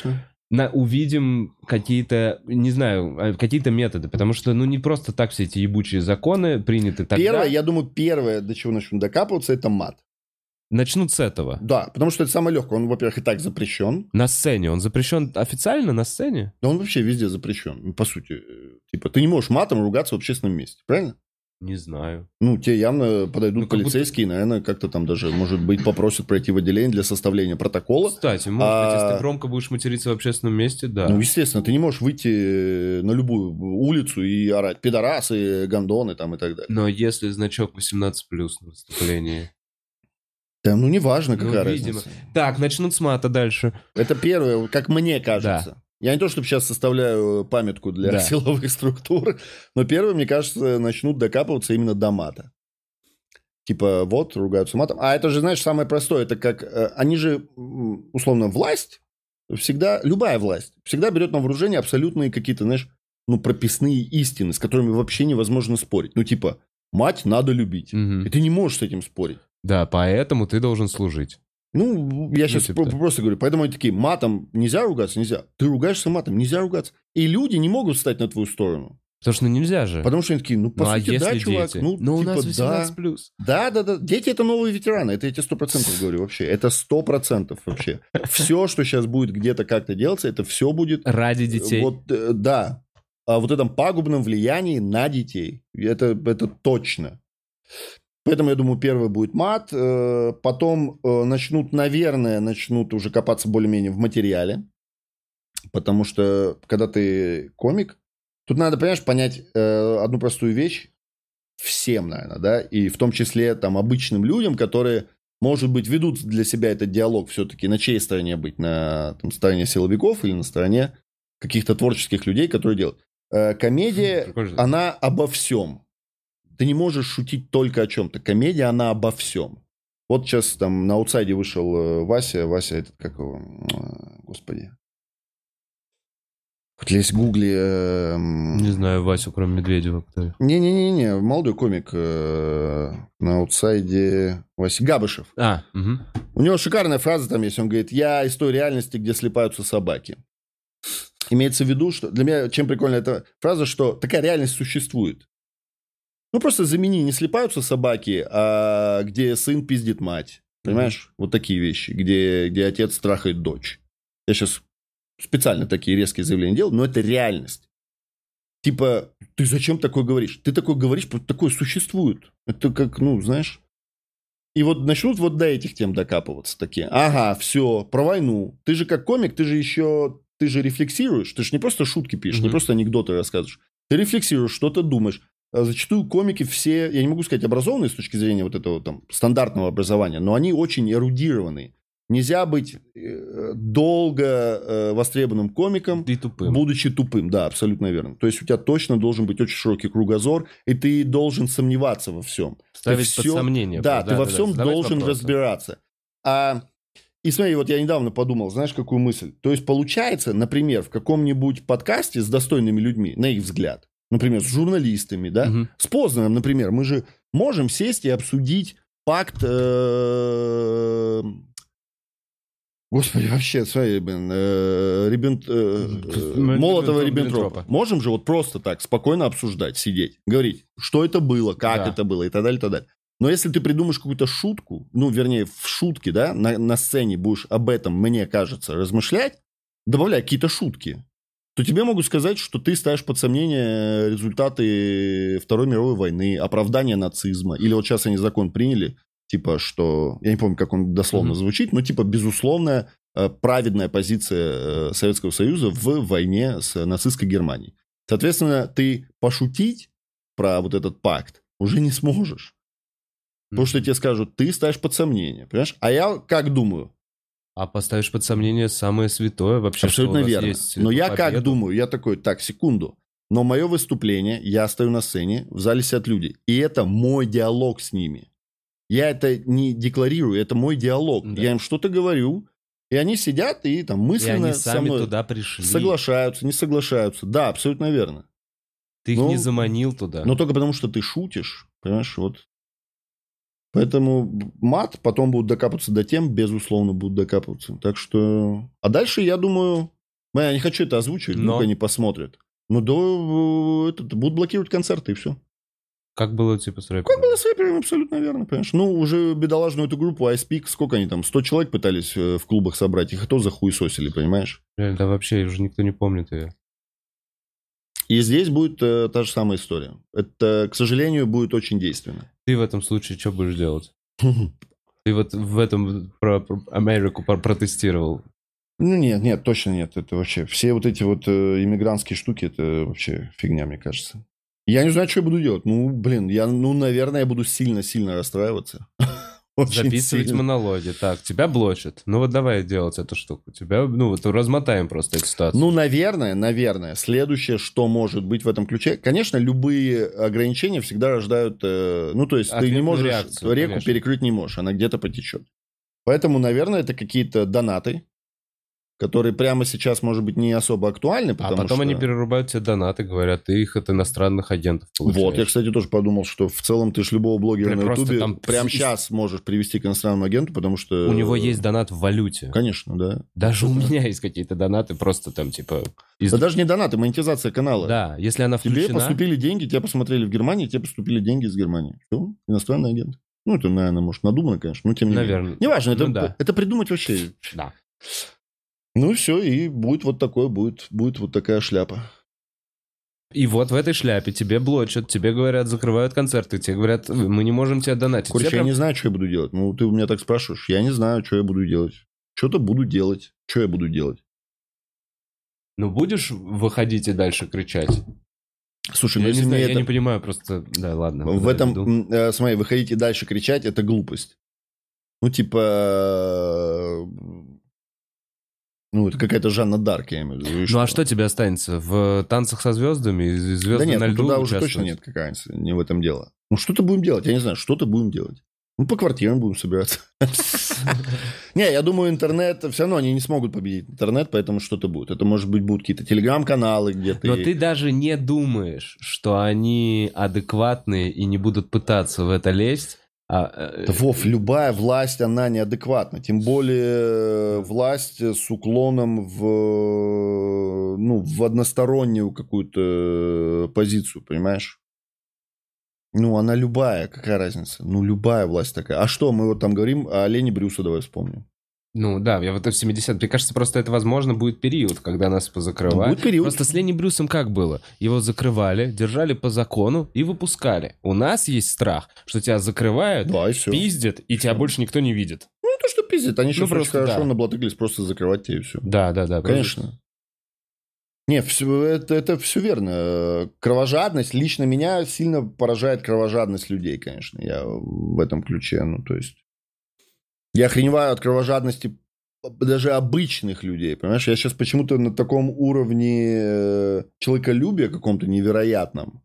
увидим какие-то, не знаю, какие-то методы. Потому что, не просто так все эти ебучие законы приняты тогда. Я думаю, первое, до чего начнут докапываться, это мат. Начнут с этого. Да, потому что это самое легкое. Он, во-первых, и так запрещен. На сцене. Он запрещен официально на сцене? Да он вообще везде запрещен. По сути. Типа, ты не можешь матом ругаться в общественном месте. Правильно? Не знаю. Тебе явно подойдут полицейские, наверное, как-то там даже, может быть, попросят пройти в отделение для составления протокола. Кстати, может быть, если ты громко будешь материться в общественном месте, да. Естественно, ты не можешь выйти на любую улицу и орать пидорасы, гондоны там и так далее. Но если значок 18+ на выступлении... Да, неважно, какая разница. Так, начнут с мата дальше. Это первое, как мне кажется. Да. Я не то, чтобы сейчас составляю памятку для силовых структур, но первое, мне кажется, начнут докапываться именно до мата. Типа, вот, ругаются матом. А это же, знаешь, самое простое. Это как... Они же, условно, власть, всегда, любая власть, всегда берет на вооружение абсолютные какие-то, знаешь, прописные истины, с которыми вообще невозможно спорить. Типа, мать надо любить. И ты не можешь с этим спорить. Да, поэтому ты должен служить. Я сейчас просто говорю. Поэтому они такие, матом нельзя ругаться? Нельзя. Ты ругаешься матом? Нельзя ругаться. И люди не могут встать на твою сторону. Потому что нельзя же. Потому что они такие, по сути, да, чувак. Дети? У нас 18+. Да. Дети — это новые ветераны. Это я тебе 100% говорю вообще. Это 100% вообще. Все, что сейчас будет где-то как-то делаться, это все будет... Ради детей. Да. О вот этом пагубном влиянии на детей. Это точно. Поэтому, я думаю, первый будет мат. Потом начнут уже копаться более-менее в материале. Потому что, когда ты комик, тут надо, понимаешь, понять одну простую вещь. Всем, наверное, да? И в том числе там обычным людям, которые, может быть, ведут для себя этот диалог все-таки. На чьей стороне быть? На стороне силовиков или на стороне каких-то творческих людей, которые делают. Комедия, она обо всем. Ты не можешь шутить только о чем-то. Комедия, она обо всем. Вот сейчас там на аутсайде вышел Вася. Вася, этот как его? Господи. Хоть есть в гугле... Не знаю Васю, кроме Медведева. Кто... Не-не-не, молодой комик на аутсайде Вася Габышев. Угу. У него шикарная фраза там есть. Он говорит, я из той реальности, где слипаются собаки. Имеется в виду, что... Для меня чем прикольная эта фраза, что такая реальность существует. Просто замени, не слипаются собаки, а где сын пиздит мать. Понимаешь? Вот такие вещи, где отец трахает дочь. Я сейчас специально такие резкие заявления делаю, но это реальность. Типа, ты зачем такое говоришь? Ты такое говоришь, потому что такое существует. Это как, знаешь... И вот начнут вот до этих тем докапываться такие. Ага, все, про войну. Ты же как комик, ты же рефлексируешь. Ты же не просто шутки пишешь, не просто анекдоты рассказываешь. Ты рефлексируешь, что ты думаешь. зачастую комики все, я не могу сказать образованные с точки зрения вот этого там стандартного образования, но они очень эрудированные. Нельзя быть долго востребованным комиком, будучи тупым. Да, абсолютно верно. То есть у тебя точно должен быть очень широкий кругозор, и ты должен сомневаться во всем. Ставить под сомнение. Да, ты во всем должен разбираться. И смотри, вот я недавно подумал, знаешь, какую мысль? То есть получается, например, в каком-нибудь подкасте с достойными людьми, на их взгляд, например, с журналистами, да, с Познером, например, мы же можем сесть и обсудить пакт... Господи, вообще, смотри, Молотова-Риббентропа. Можем же вот просто так спокойно обсуждать, сидеть, говорить, что это было, как это было и так далее, и так далее. Но если ты придумаешь какую-то шутку, ну, вернее, в шутке, да, на сцене будешь об этом, мне кажется, размышлять, добавляя какие-то шутки, то тебе могут сказать, что ты ставишь под сомнение результаты Второй мировой войны, оправдание нацизма. Или вот сейчас они закон приняли, типа, что... Я не помню, как он дословно звучит, но, типа, безусловная праведная позиция Советского Союза в войне с нацистской Германией. Соответственно, ты пошутить про вот этот пакт уже не сможешь. Потому что тебе скажут, ты ставишь под сомнение, понимаешь? А я как думаю? А поставишь под сомнение самое святое вообще, абсолютно что у нас верно. есть. Но я как думаю? Я такой, так, секунду. Но мое выступление, я стою на сцене, в зале сидят люди. И это мой диалог с ними. Я это не декларирую, это мой диалог. Да. Я им что-то говорю, и они сидят и там мысленно и они сами со мной туда пришли. Соглашаются, не соглашаются. Да, абсолютно верно. Ты их не заманил туда. Но только потому, что ты шутишь, понимаешь, вот. Поэтому мат потом будут докапываться до тем, безусловно, будут докапываться. Так что... А дальше, я думаю... Я не хочу это озвучивать, ну-ка они посмотрят. Но будут блокировать концерты, и все. Как было, типа, с рэперами? Как было с рэперами, абсолютно верно, понимаешь. Ну, уже бедолажную эту группу Ice Peak, сколько они там, 100 человек пытались в клубах собрать, их и то захуесосили, понимаешь? Да вообще, уже никто не помнит ее. И здесь будет та же самая история. Это, к сожалению, будет очень действенно. Ты в этом случае что будешь делать? Ты вот в этом про Америку протестировал? Ну, нет, точно нет. Это вообще... Все вот эти вот иммигрантские штуки, это вообще фигня, мне кажется. Я не знаю, что я буду делать. Ну, блин, наверное, я буду сильно-сильно расстраиваться. Записывать монологи. Так, тебя блочат. Ну, вот давай делать эту штуку. Тебя, вот размотаем просто эту ситуацию. Ну, наверное. Следующее, что может быть в этом ключе... Конечно, любые ограничения всегда рождают... то есть ты не можешь... Реакцию, реку конечно. Перекрыть не можешь. Она где-то потечет. Поэтому, наверное, это какие-то донаты, которые прямо сейчас, может быть, не особо актуальны, потому А потом что... они перерубают тебе донаты, говорят, ты их от иностранных агентов получаешь. Вот, я, кстати, тоже подумал, что в целом ты ж любого блогера на Ютубе прямо сейчас можешь привести к иностранному агенту, потому что... У него есть донат в валюте. Конечно, да. Даже у меня есть какие-то донаты, просто там, типа... Да даже не донаты, монетизация канала. Да, если она включена... Тебе поступили деньги, тебя посмотрели в Германии, тебе поступили деньги из Германии. Все, иностранный агент. Ну, это, наверное, может, надумано, конечно, но тем не менее. Неважно, это придумать вообще... Да. Ну, все, и будет вот такое, будет вот такая шляпа. И вот в этой шляпе тебе блочат, тебе говорят, закрывают концерты, тебе говорят, мы не можем тебя донатить. Короче, я не знаю, что я буду делать. Ну, ты у меня так спрашиваешь, я не знаю, что я буду делать. Что-то буду делать. Что я буду делать? Ну, будешь выходить и дальше кричать? Слушай, я не знаю, я не понимаю просто... Да, ладно. В этом, смотри, выходить и дальше кричать, это глупость. Ну, типа... Ну, это какая-то Жанна Дарк, я имею в виду. Ну, а что тебе останется? В «Танцах со звездами» «Звезды на льду»? Да нет, туда уже точно нет, какая разница, не в этом дело. Ну, что-то будем делать, я не знаю, что-то будем делать. Ну, по квартирам будем собираться. Не, я думаю, интернет, все равно они не смогут победить интернет, поэтому что-то будет. Это, может быть, будут какие-то телеграм-каналы где-то. Но ты даже не думаешь, что они адекватные и не будут пытаться в это лезть. Вов, любая власть, она неадекватна. Тем более власть с уклоном в одностороннюю какую-то позицию, понимаешь? Ну, она любая, какая разница? Ну, любая власть такая. А что, мы вот там говорим о Лене Брюса, давай вспомним. Ну, да, я вот в 70-е. Мне кажется, просто это, возможно, будет период, когда нас позакрывают. Будет период. Просто с Ленни Брюсом как было? Его закрывали, держали по закону и выпускали. У нас есть страх, что тебя закрывают, да, и пиздят, и тебя больше никто не видит. Ну, то, что пиздят. Они сейчас очень хорошо наблатыклись просто закрывать тебя и все. Да. Конечно. Не, это все верно. Кровожадность, лично меня сильно поражает кровожадность людей, конечно. Я в этом ключе, ну, то есть... Я охреневаю от кровожадности даже обычных людей, понимаешь? Я сейчас почему-то на таком уровне человеколюбия каком-то невероятном.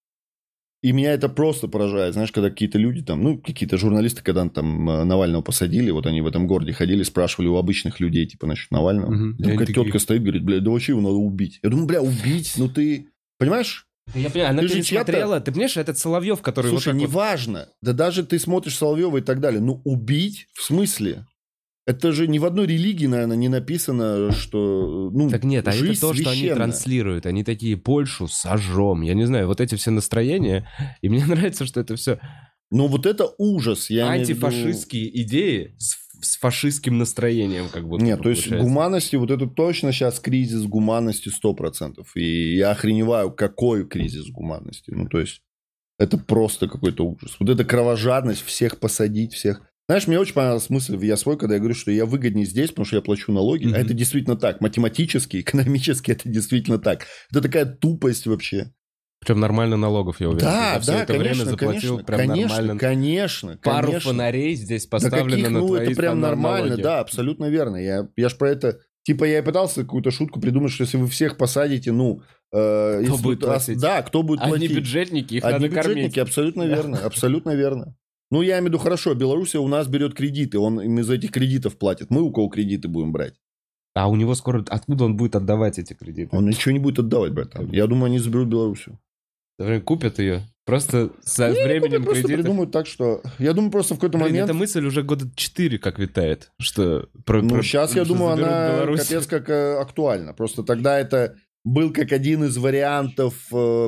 И меня это просто поражает, знаешь, когда какие-то люди там, ну, какие-то журналисты, когда там Навального посадили, вот они в этом городе ходили, спрашивали у обычных людей, типа, насчет Навального. Какая-то тетка стоит, говорит, бля, да вообще его надо убить. Я думаю, бля, убить? Ну ты, понимаешь? Я понимаю, она пересмотрела, ты понимаешь, это Соловьев, который... Слушай, вот неважно, да даже ты смотришь Соловьева и так далее, ну убить в смысле? Это же ни в одной религии, наверное, не написано, что... Ну, так нет, а это то, священна. что они транслируют. Они такие, Польшу сожжем. Я не знаю, вот эти все настроения. И мне нравится, что это все... Ну вот это ужас. Я антифашистские идеи с фашистским настроением, как будто. Нет, то есть гуманности, вот это точно сейчас кризис гуманности 100%. И я охреневаю, какой кризис гуманности. Ну то есть это просто какой-то ужас. Вот эта кровожадность, всех посадить, всех... Знаешь, мне очень понравилась мысль в «Я свой», когда я говорю, что я выгоднее здесь, потому что я плачу налоги. А это действительно так. Математически, экономически это действительно так. Это такая тупость вообще. Причем нормально налогов, я уверен. Да, все это конечно, время заплатил конечно, прям нормально. Конечно. Пару фонарей здесь поставлено на твои это прям нормально, налоги. Да, абсолютно верно. Я ж про это... Типа я и пытался какую-то шутку придумать, что если вы всех посадите, ну... Кто будет платить? Да, кто будет платить? Одни бюджетники, их Одни надо кормить. бюджетники, абсолютно верно, абсолютно верно. Ну, я имею в виду, хорошо, Белоруссия у нас берет кредиты, он им из этих кредитов платит. Мы у кого кредиты будем брать? А у него скоро... Откуда он будет отдавать эти кредиты? Он ничего не будет отдавать, братан. Я думаю, они заберут Белоруссию. Купят ее. Просто со временем просто кредиты... придумают так, что... Я думаю, просто в какой-то момент... Эта мысль уже года 4 как витает, что... сейчас, я думаю, она капец как актуальна. Просто тогда это был как один из вариантов...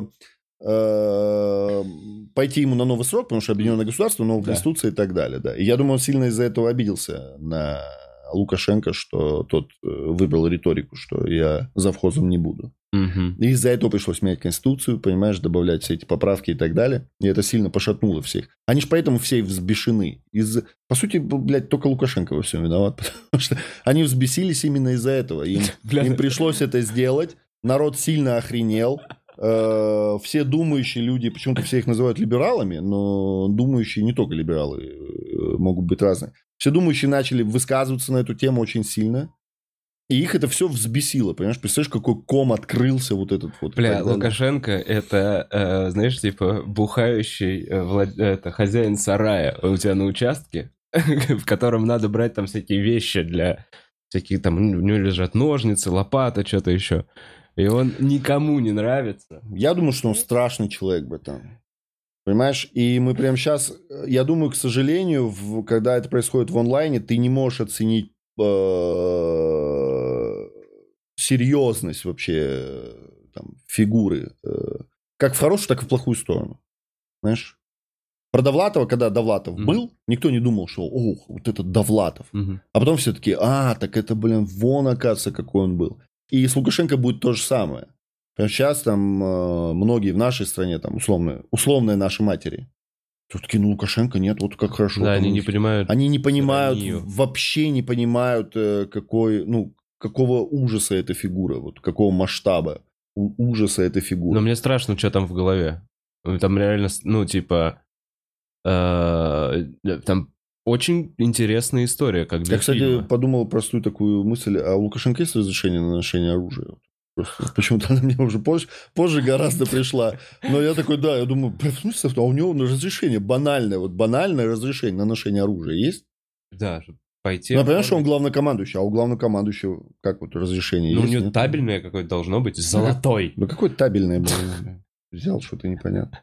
пойти ему на новый срок, потому что Объединенное государство, новая конституция и так далее. Да. И я думаю, он сильно из-за этого обиделся на Лукашенко, что тот выбрал риторику, что я завхозом не буду. И из-за этого пришлось менять конституцию, понимаешь, добавлять все эти поправки и так далее. И это сильно пошатнуло всех. Они же поэтому все взбешены. По сути, блядь, только Лукашенко во всем виноват, потому что они взбесились именно из-за этого. Им пришлось это сделать. Народ сильно охренел. Все думающие люди, почему-то все их называют либералами, но думающие не только либералы могут быть разные. Все думающие начали высказываться на эту тему очень сильно, и их это все взбесило, понимаешь? Представляешь, какой ком открылся вот этот вот. Бля, Лукашенко это, знаешь, типа бухающий хозяин сарая у тебя на участке, в котором надо брать там всякие вещи для всяких там, у него лежат ножницы, лопата, что-то еще. И он никому не нравится. Я думаю, что он страшный человек, братан. Понимаешь? И мы прямо сейчас... Я думаю, к сожалению, когда это происходит в онлайне, ты не можешь оценить серьезность вообще там, фигуры. Как в хорошую, так и в плохую сторону. Знаешь? Про Довлатова, когда Довлатов был, никто не думал, что ох, вот этот Довлатов. А потом все таки так это, блин, вон, оказывается, какой он был. И с Лукашенко будет то же самое. Сейчас там многие в нашей стране, там условные наши матери, все-таки, ну, Лукашенко нет, вот как хорошо. Да, они не понимают. Они не понимают, вообще не понимают, какого ужаса эта фигура, вот какого масштаба ужаса эта фигура. Но мне страшно, что там в голове. Там реально, ну, типа, там... Очень интересная история, как для Я, кстати, фильма. подумал простую такую мысль. А у Лукашенко есть разрешение на ношение оружия? Просто почему-то она мне уже позже гораздо пришла. Но я такой, да, я думаю, в смысле, а у него разрешение банальное разрешение на ношение оружия есть? Да, пойти... Ну, понимаешь, что он главнокомандующий, а у главнокомандующего как вот разрешение есть? Ну, у него табельное какое-то должно быть, золотой. Ну, какое табельное было? Взял что-то непонятно.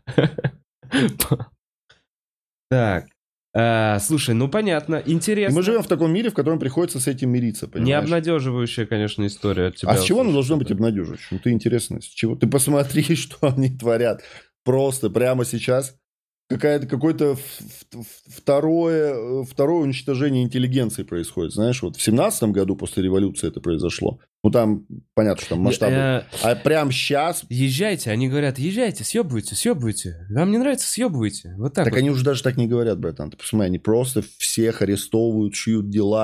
Так. Слушай, ну понятно, интересно. И мы живем в таком мире, в котором приходится с этим мириться, понимаешь? Необнадеживающая, конечно, история от тебя. А с чего она должна быть обнадеживающей? Ну, ты интересно, с чего? Ты посмотри, что они творят. Просто прямо сейчас какое-то второе уничтожение интеллигенции происходит. Знаешь, вот в 17-м году после революции это произошло. Ну, там, понятно, что там масштабы. А прямо сейчас... Езжайте, они говорят, езжайте, съебывайте. Вам не нравится, съебывайте. Вот так Так вот. они уже даже так не говорят, братан. Ты посмотри, они просто всех арестовывают, шьют дела.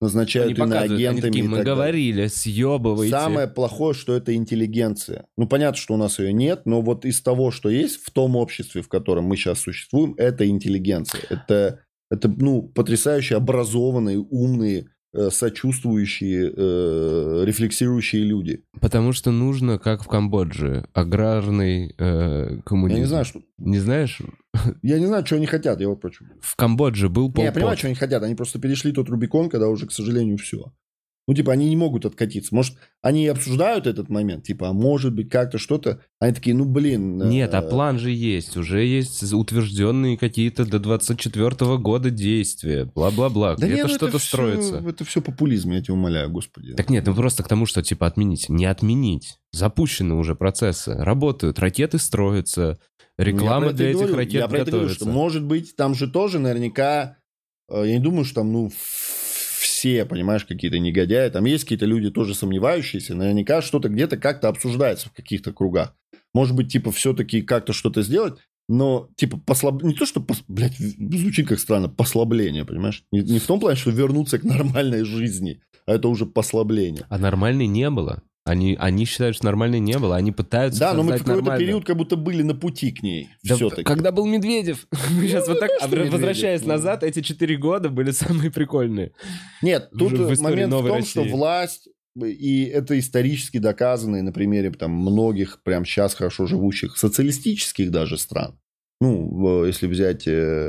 назначают иноагентами. Они такие, мы говорили, съебывайте. Самое плохое, что это интеллигенция. Ну, понятно, что у нас ее нет, но вот из того, что есть в том обществе, в котором мы сейчас существуем, это интеллигенция. Это потрясающе образованные, умные, сочувствующие, рефлексирующие люди. Потому что нужно, как в Камбодже, аграрный коммунизм. Я не знаю, что... Не знаешь? Я не знаю, что они хотят, я вот почему. В Камбодже был Пол Пот. Я понимаю, что они хотят, они просто перешли тот Рубикон, когда уже, к сожалению, все. Ну, типа, они не могут откатиться. Может, они обсуждают этот момент, типа, а может быть, как-то что-то. Они такие, ну, блин. Нет, а план же есть. Уже есть утвержденные какие-то до 24-го года действия. Бла-бла-бла. Да где-то нет, что-то строится. Это все популизм, я тебя умоляю, господи. Так нет, ну просто к тому, что, типа, отменить. Не отменить. Запущены уже процессы. Работают. Ракеты строятся. Реклама для этих ракет я про это говорю, готовится. что, может быть, там же тоже наверняка... Я не думаю, что там, все, понимаешь, какие-то негодяи. Там есть какие-то люди тоже сомневающиеся. Наверняка что-то где-то как-то обсуждается в каких-то кругах. Может быть, типа, все-таки как-то что-то сделать, но, типа, не то, что, блядь, звучит как странно, послабление, понимаешь? Не в том плане, что вернуться к нормальной жизни, а это уже послабление. А нормальной не было. Они считают, что нормальной не было, они пытаются да, но мы в создать какой-то нормальную. период как будто были на пути к ней. Да, все-таки. когда был Медведев. Мы сейчас вот так, возвращаясь Медведев, назад, эти 4 года были самые прикольные. Нет, тут момент в том, России. что власть, и это исторически доказано, и на примере там, многих прямо сейчас хорошо живущих социалистических даже стран. Ну, если взять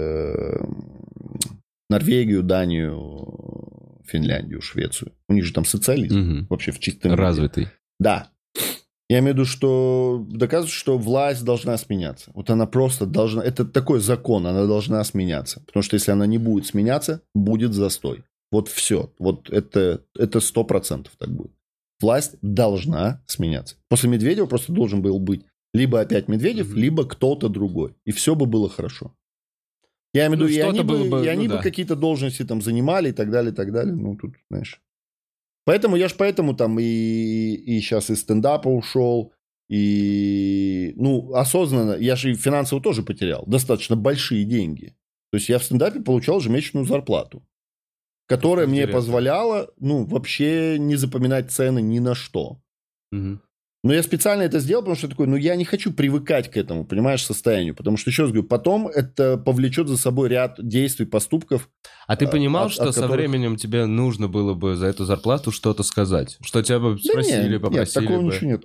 Норвегию, Данию, Финляндию, Швецию. У них же там социализм вообще в чистом виде. Развитый. Да. Я имею в виду, что доказывает, что власть должна сменяться. Вот она просто должна... Это такой закон, она должна сменяться. Потому что если она не будет сменяться, будет застой. Вот все. Вот это 100% так будет. Власть должна сменяться. После Медведева просто должен был быть либо опять Медведев, либо кто-то другой. И все бы было хорошо. Я имею в виду, и они бы какие-то должности там занимали и так далее, и так далее. Ну, тут, знаешь... Поэтому я ж там и сейчас из стендапа ушел, и, осознанно, я же и финансово тоже потерял достаточно большие деньги. То есть я в стендапе получал ежемесячную зарплату, которая мне позволяла, вообще не запоминать цены ни на что. Но я специально это сделал, потому что такой, я не хочу привыкать к этому, понимаешь, состоянию. Потому что, еще раз говорю, потом это повлечет за собой ряд действий, поступков. А ты понимал, что со временем тебе нужно было бы за эту зарплату что-то сказать? Что тебя бы спросили, попросили нет, такого бы? ничего нет.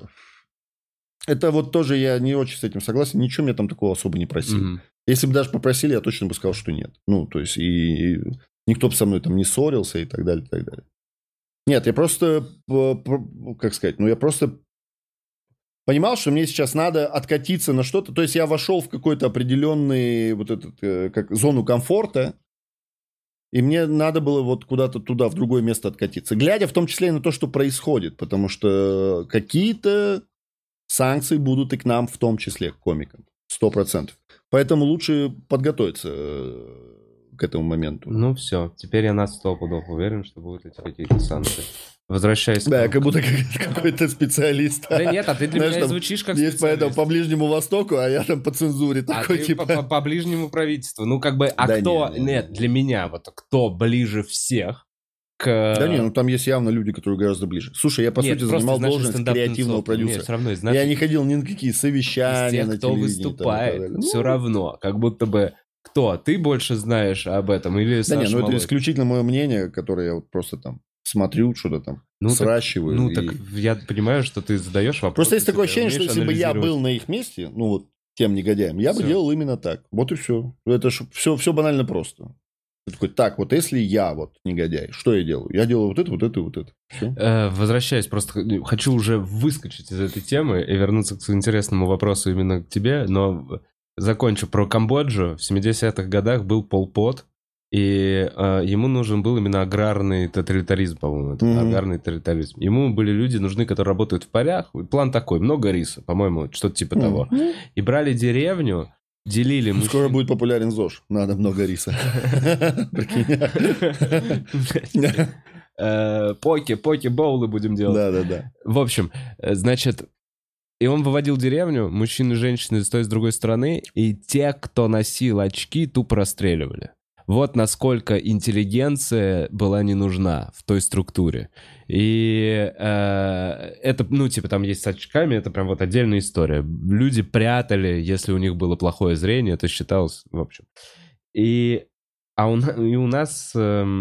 Это вот тоже я не очень с этим согласен. Ничего меня там такого особо не просили. Если бы даже попросили, я точно бы сказал, что нет. То есть, и никто бы со мной там не ссорился и так далее, и так далее. Нет, я просто, как сказать, я просто... понимал, что мне сейчас надо откатиться на что-то. То есть я вошел в какой-то определенный зону комфорта, и мне надо было вот куда-то туда, в другое место откатиться. Глядя в том числе и на то, что происходит, потому что какие-то санкции будут и к нам в том числе, к комикам. 100%. Поэтому лучше подготовиться к этому моменту. Ну все, теперь я на 100% уверен, что будут эти какие-то санкции. Возвращаясь... Да, как будто какой-то специалист. Да нет, а ты для меня звучишь как есть специалист. Поэтому по Ближнему Востоку, а я там по цензуре такой, ты типа... по ближнему правительству. Кто... Нет, для меня, кто ближе всех к... Да там есть явно люди, которые гораздо ближе. Слушай, я, по сути, занимал должность креативного продюсера. Я не ходил ни на какие совещания на телевидении. Кто выступает, все равно. Как будто бы... Кто? Ты больше знаешь об этом? Или Саша Да Малой? это исключительно мое мнение, которое я вот просто там смотрю, что-то там сращиваю. Так я понимаю, что ты задаешь вопрос. Просто есть такое ощущение, что если бы я был на их месте, тем негодяем, я бы делал именно так. Вот и все. Это все банально просто. Ты такой, так, вот если я негодяй, что я делаю? Я делаю вот это, вот это, вот это. Все. Возвращаясь, просто хочу уже выскочить из этой темы и вернуться к интересному вопросу именно к тебе, но закончу про Камбоджу. В 70-х годах был Пол Пот, и ему нужен был именно аграрный тоталитаризм, по-моему. Аграрный тоталитаризм. Ему были люди нужны, которые работают в полях. План такой, много риса, по-моему, что-то типа того. И брали деревню, делили... Скоро будет популярен ЗОЖ. Надо много риса. Поки-боулы будем делать. Да. В общем, значит... И он выводил деревню, мужчины и женщины с той и с другой стороны, и те, кто носил очки, тупо расстреливали. вот насколько интеллигенция была не нужна в той структуре. И это, ну, типа, там есть с очками, это прям вот отдельная история. Люди прятали, если у них было плохое зрение, это считалось, в общем. У нас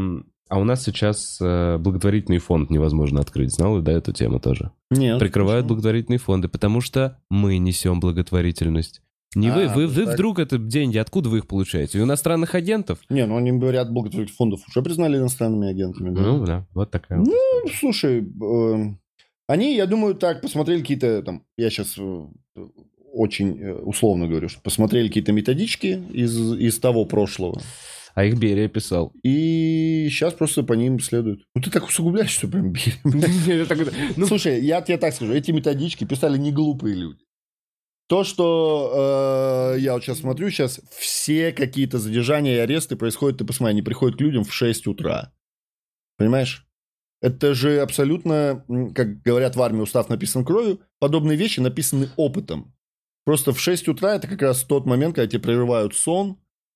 сейчас благотворительный фонд невозможно открыть. Знал, да, эту тему тоже? Нет. Прикрывают благотворительные фонды, потому что мы несем благотворительность. Не вы вдруг это деньги, откуда вы их получаете? У иностранных агентов? Не, ну они говорят, благотворительных фондов уже признали иностранными агентами. Да? Ну, да, вот такая. Ну, слушай, они, я думаю, так, посмотрели какие-то там, я сейчас очень условно говорю, что посмотрели какие-то методички из того прошлого. А их Берия писал. И сейчас просто по ним следуют. Ну, ты так усугубляешь, что прям Берия. Слушай, я тебе так скажу, эти методички писали не глупые люди. То, что я вот сейчас смотрю, сейчас все какие-то задержания и аресты происходят, ты посмотри, они приходят к людям в 6 утра. Понимаешь? Это же абсолютно, как говорят в армии, устав написан кровью, подобные вещи написаны опытом. Просто в 6 утра это как раз тот момент, когда тебе прерывают сон,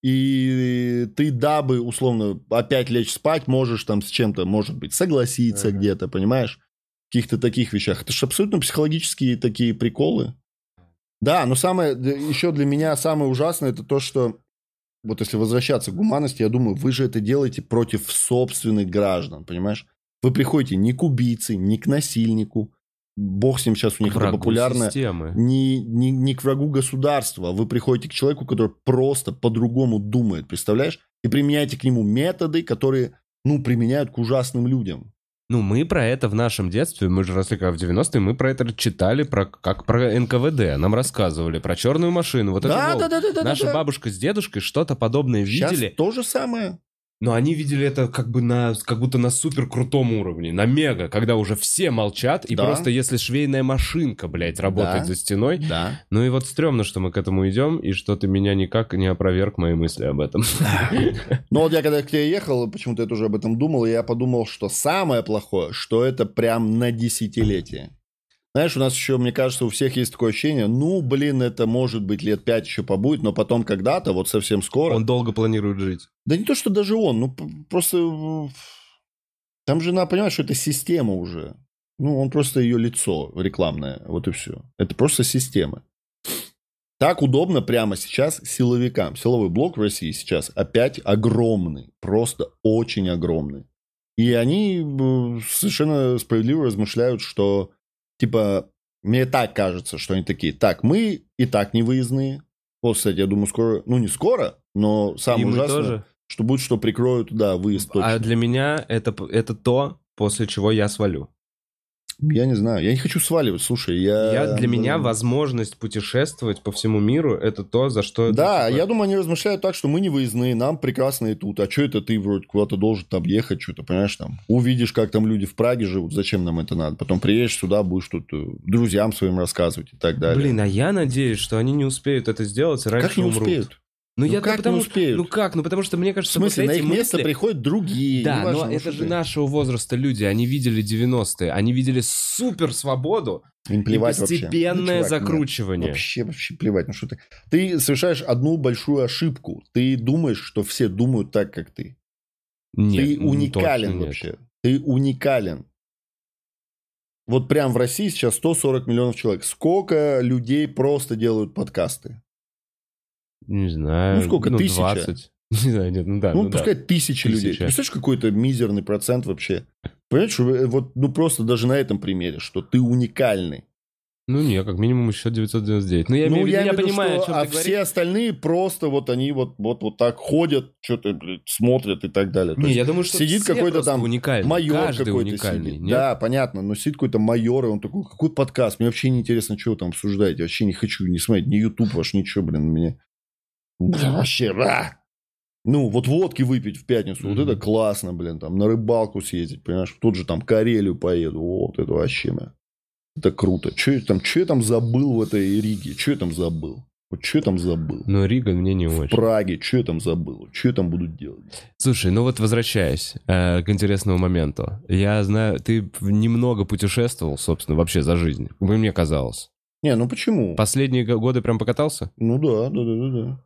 и ты, дабы, условно, опять лечь спать, можешь там с чем-то, может быть, согласиться где-то, понимаешь? В каких-то таких вещах. Это же абсолютно психологические такие приколы. Да, но самое, еще для меня самое ужасное, это то, что, вот если возвращаться к гуманности, я думаю, вы же это делаете против собственных граждан, понимаешь? Вы приходите не к убийце, не к насильнику, бог с ним, сейчас у них это популярно, не к врагу государства, вы приходите к человеку, который просто по-другому думает, представляешь? И применяете к нему методы, которые, ну, применяют к ужасным людям. Ну, мы про это в нашем детстве, мы же росли как в 90-е, мы про это читали, как про НКВД, нам рассказывали, про черную машину. Вот да, это, да. наша бабушка с дедушкой что-то подобное видели. Сейчас то же самое. Но они видели это как будто на супер крутом уровне, на мега, когда уже все молчат, и просто если швейная машинка, блядь, работает за стеной. Да. Ну и вот стрёмно, что мы к этому идем, и что ты меня никак не опроверг мои мысли об этом. Ну вот я когда к тебе ехал, почему-то я тоже об этом думал, и я подумал, что самое плохое, что это прям на десятилетие. Знаешь, у нас еще, мне кажется, у всех есть такое ощущение, ну, блин, это может быть лет 5 еще побудет, но потом когда-то, вот совсем скоро... Он долго планирует жить. Да не то, что даже он, ну, просто... Там же надо понимать, что это система уже. Ну, он просто ее лицо рекламное, вот и все. Это просто система. Так удобно прямо сейчас силовикам. Силовой блок в России сейчас опять огромный, просто очень огромный. И они совершенно справедливо размышляют, что... Типа, мне так кажется, что они такие, так, мы и так не выездные. Вот, кстати, я думаю, скоро, ну, не скоро, но самое ужасное, тоже. Что будет, что прикроют, да, выезд точно. А для меня это то, после чего я свалю. Я не знаю, я не хочу сваливать, слушай, Для меня возможность путешествовать по всему миру, это то, за что... Да, я думаю, они размышляют так, что мы не выездные, нам прекрасно и тут, а что это ты вроде куда-то должен там ехать, что-то, понимаешь, там, увидишь, как там люди в Праге живут, зачем нам это надо, потом приедешь сюда, будешь тут друзьям своим рассказывать и так далее. Блин, а я надеюсь, что они не успеют это сделать, раньше как не умрут. Успеют? Ну, я как не успеют? Ну как? Ну потому что мне кажется, в смысле, вот на их мысли... место приходят другие. Да, но это же нашего возраста люди, они видели 90-е, они видели супер свободу и постепенное вообще. закручивание. Вообще плевать. Ну что ты совершаешь одну большую ошибку. Ты думаешь, что все думают так, как ты. Нет, ты уникален вообще. Нет. Ты уникален. Вот прям в России сейчас 140 миллионов человек. Сколько людей просто делают подкасты? Не знаю. Ну, сколько? 1000? 20. Не знаю, нет, ну да. Ну, пускай 1000 людей. Представляешь, какой-то мизерный процент вообще? Понимаешь, что вот, ну, просто даже на этом примере, что ты уникальный. Ну, не, как минимум еще 999. Ну, я понимаю, о чем ты говоришь. Все остальные просто вот они вот так ходят, что-то, блядь, смотрят и так далее. Не, я думаю, что сидит какой-то там уникальный. майор Каждый какой-то уникальный. Сидит. Нет? Да, понятно, но сидит какой-то майор, и он такой, какой подкаст? Мне вообще не интересно, что вы там обсуждаете. Вообще не хочу не смотреть, ни YouTube ваш, ничего, блин, мне... Вообще, ну, вот водки выпить в пятницу, вот это классно, блин, там, на рыбалку съездить, понимаешь, тут же там Карелию поеду, вот это вообще, блин. Это круто. Что я там забыл в этой Риге? Что я там забыл? Вот что я там забыл? Но Рига мне не очень. В Праге что я там забыл? Что я там буду делать? Слушай, ну вот возвращаясь к интересному моменту. Я знаю, ты немного путешествовал, собственно, вообще за жизнь. Мне казалось. Не, ну почему? Последние годы прям покатался? Ну да.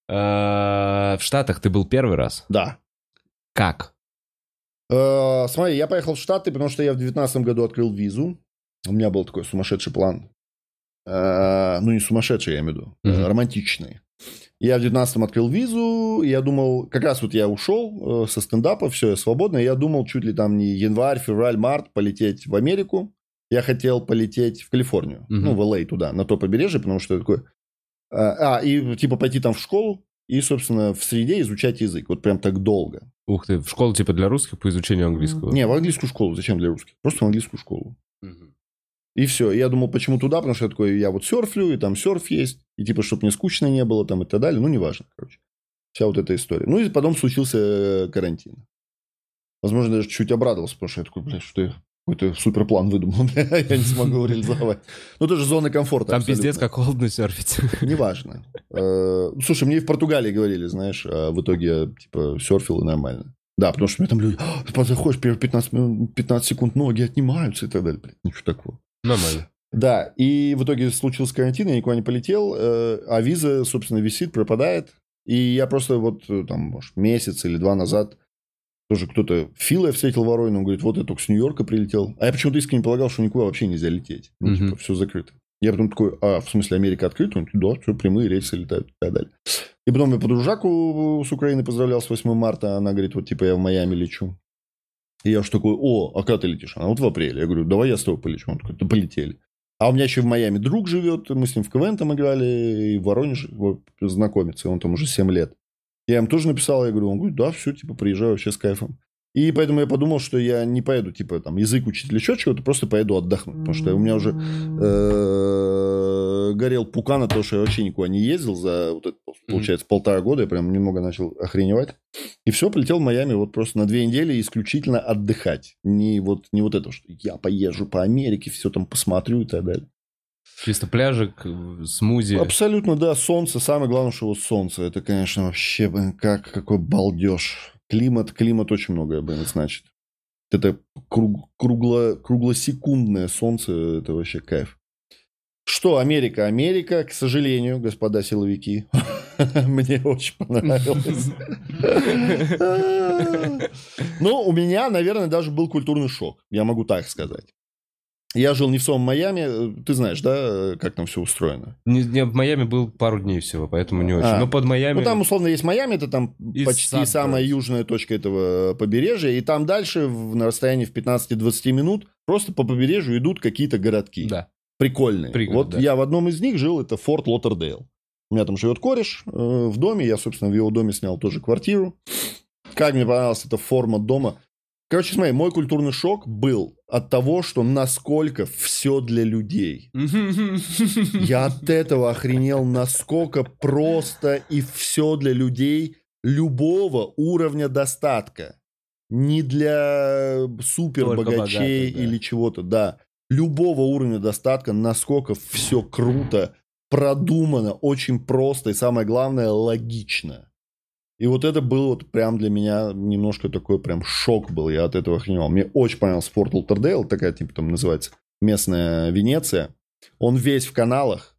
В Штатах ты был первый раз? Да. Как? Смотри, я поехал в Штаты, потому что я в 2019 году открыл визу. У меня был такой сумасшедший план. Ну, не сумасшедший, я имею в виду, романтичный. Я в 19-м открыл визу, и я думал, как раз вот я ушел со стендапа, все, я свободно, и я думал чуть ли там не январь, февраль, март полететь в Америку. Я хотел полететь в Калифорнию, ну, в Л.А. туда, на то побережье, потому что такое... и типа пойти там в школу, и, собственно, в среде изучать язык. Вот прям так долго. Ух ты, в школу типа для русских по изучению английского? Не, в английскую школу. Зачем для русских? Просто в английскую школу. И все. Я думал, почему туда, потому что я такой, я вот серфлю, и там серф есть, и типа, чтобы мне скучно не было там и так далее. Ну, неважно, короче. Вся вот эта история. Ну, и потом случился карантин. Возможно, даже чуть обрадовался, потому что я такой, блядь, что я какой-то суперплан выдумал, я не смогу реализовать. Ну, это же зона комфорта. Там пиздец, как холодно серфить. Неважно. Слушай, мне и в Португалии говорили, знаешь, а в итоге я, типа, серфил и нормально. Да, потому что мне там люди, заходишь, первые 15 секунд ноги отнимаются и так далее. Блядь, ничего такого. Нормально. Да, и в итоге случился карантин, я никуда не полетел, а виза, собственно, висит, пропадает. И я просто вот там, может, месяц или два назад тоже кто-то... Фила я встретил Воронина, он говорит, вот я только с Нью-Йорка прилетел. А я почему-то искренне полагал, что никуда вообще нельзя лететь. Ну, типа, все закрыто. Я потом такой, в смысле, Америка открыта? Он говорит, да, все, прямые рейсы летают и так далее. И потом я подружаку с Украины поздравлял с 8 марта, она говорит, вот типа я в Майами лечу. И я уж такой, а когда ты летишь? Она, вот в апреле. Я говорю, давай я с тобой полечу. Он такой, да полетели. А у меня еще в Майами друг живет, мы с ним в КВН там играли, и в Воронеже знакомиться, он там уже 7 лет. Я им тоже написал, я говорю, он говорит, да, все, типа, приезжаю вообще с кайфом. И поэтому я подумал, что я не поеду, типа, там, язык учить или еще чего-то, просто поеду отдохнуть. Потому что у меня уже горел пукан от того, что я вообще никуда не ездил за, вот это, получается, 1,5 года. Я прям немного начал охреневать. И все, полетел в Майами вот просто на 2 недели исключительно отдыхать. Не вот это, что я поезжу по Америке, все там посмотрю и так далее. Чисто пляжик, смузи. Абсолютно, да, солнце. Самое главное, что вот солнце. Это, конечно, вообще, какой балдеж. Климат очень многое, значит. Это круглосекундное солнце, это вообще кайф. Что Америка? Америка, к сожалению, господа силовики, мне очень понравилось. Ну, у меня, наверное, даже был культурный шок. Я могу так сказать. Я жил не в самом Майами. Ты знаешь, да, как там все устроено? Не, в Майами был пару дней всего, поэтому не очень. Но под Майами... Ну, там, условно, есть Майами. Это там почти самая южная точка этого побережья. И там дальше, на расстоянии в 15-20 минут, просто по побережью идут какие-то городки. Да. Прикольные. Вот да. Я в одном из них жил. Это Форт Лоттердейл. У меня там живет кореш в доме. Я, собственно, в его доме снял тоже квартиру. Как мне понравилась эта форма дома. Короче, смотри, мой культурный шок был от того, что насколько все для людей. Я от этого охренел, насколько просто и все для людей любого уровня достатка. Не для супербогачей или чего-то, да. Любого уровня достатка, насколько все круто, продумано, очень просто и, самое главное, логично. И вот это был вот прям для меня немножко такой прям шок был. Я от этого охреневал. Мне очень понравился Форт Лоттердейл, такая типа там называется местная Венеция. Он весь в каналах.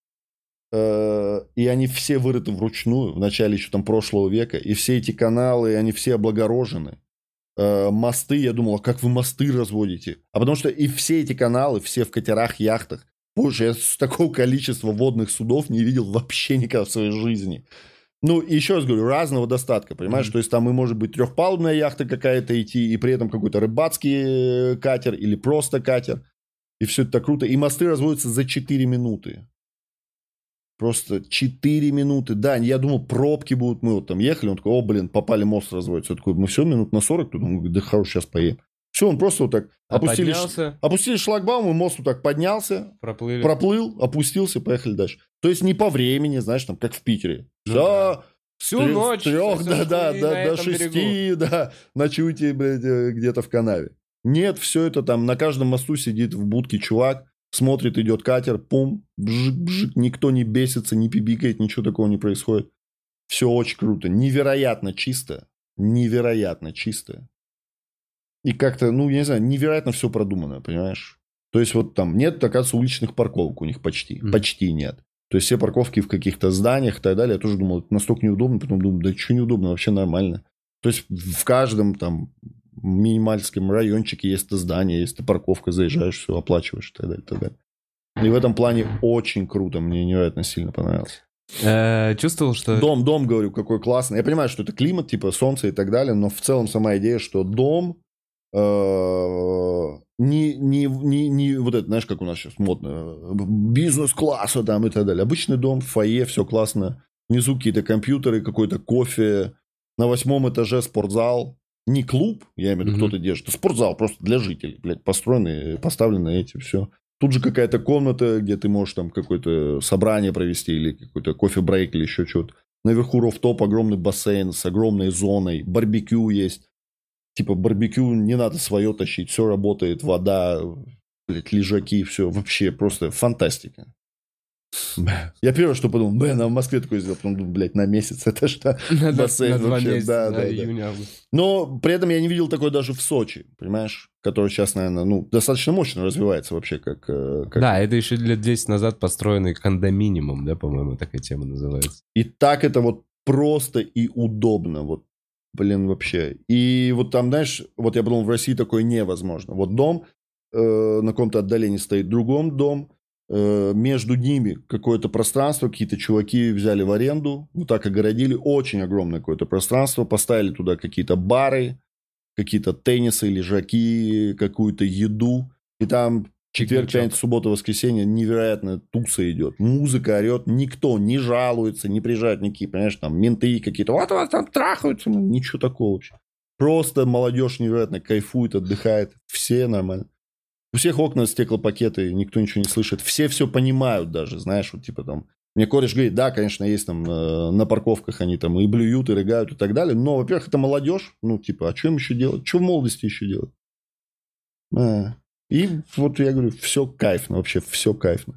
И они все вырыты вручную в начале еще там прошлого века. И все эти каналы, они все облагорожены. Мосты, я думал, а как вы мосты разводите? А потому что и все эти каналы, все в катерах, яхтах. Боже, я такого количества водных судов не видел вообще никогда в своей жизни. Ну, еще раз говорю, разного достатка, понимаешь? То есть там и может быть трехпалубная яхта какая-то идти, и при этом какой-то рыбацкий катер или просто катер. И все это так круто. И мосты разводятся за 4 минуты. Просто 4 минуты. Да, я думал, пробки будут. Мы вот там ехали, он такой, попали, мост разводится. Я такой, мы все, минут на 40. Тут он говорит, да хорош, сейчас поедем. Все, он просто вот так опустили шлагбаум, и мост вот так поднялся, проплыл, опустился, поехали дальше. То есть не по времени, знаешь, там, как в Питере. Да, всю ночь. С 3 до 6, да, ночуйте, блядь, где-то в канаве. Нет, все это там, на каждом мосту сидит в будке чувак, смотрит, идет катер, пум, бжик, никто не бесится, не пибикает, ничего такого не происходит. Все очень круто, невероятно чисто, невероятно чисто. И как-то, ну, я не знаю, невероятно все продумано, понимаешь? То есть вот там нет, оказывается, уличных парковок у них почти. Почти нет. То есть все парковки в каких-то зданиях и так далее. Я тоже думал, это настолько неудобно. Потом думал, да что неудобно, вообще нормально. То есть в каждом там минимальском райончике есть это здание, есть эта парковка, заезжаешь, все, оплачиваешь и так далее, и так далее. И в этом плане очень круто. Мне невероятно сильно понравилось. Чувствовал, что... Дом, говорю, какой классный. Я понимаю, что это климат, типа солнце и так далее, но в целом сама идея, что дом... не вот это, знаешь, как у нас сейчас модно, бизнес-класса там и так далее. Обычный дом, фойе, все классно. Внизу какие-то компьютеры, какой-то кофе. На 8 этаже спортзал. Не клуб, я имею в виду, кто-то держит. Это спортзал просто для жителей, блядь, построенные, поставлены эти, все. Тут же какая-то комната, где ты можешь там какое-то собрание провести или какой-то кофе-брейк или еще что-то. Наверху рофтоп, огромный бассейн с огромной зоной. Барбекю есть. Типа барбекю не надо свое тащить, все работает, вода, блядь, лежаки, все, вообще просто фантастика. Я первое, что подумал, в Москве такое сделал, потом думал, блядь, на месяц, это что? Бассейн вообще, да. Но при этом я не видел такое даже в Сочи, понимаешь, который сейчас, наверное, достаточно мощно развивается вообще, как... Да, это еще лет 10 назад построенный кондоминиум, да, по-моему, такая тема называется. И так это вот просто и удобно, вот. Блин, вообще. И вот там, знаешь, вот я подумал, в России такое невозможно. Вот дом, на каком-то отдалении стоит другой дом, между ними какое-то пространство, какие-то чуваки взяли в аренду, вот так огородили, очень огромное какое-то пространство, поставили туда какие-то бары, какие-то теннисы, лежаки, какую-то еду, и там... Четверг, пятница, суббота, воскресенье невероятная туса идет. Музыка орет, никто не жалуется, не приезжают никакие, понимаешь, там менты какие-то, вот вас там трахаются, ничего такого вообще. Просто молодежь невероятно кайфует, отдыхает, все нормально. У всех окна стеклопакеты, никто ничего не слышит, все понимают даже, знаешь, вот типа там. Мне кореш говорит, да, конечно, есть там на парковках они там и блюют, и рыгают и так далее, но, во-первых, это молодежь, типа, а что им еще делать? Что в молодости еще делать? И вот я говорю, все кайфно, вообще все кайфно.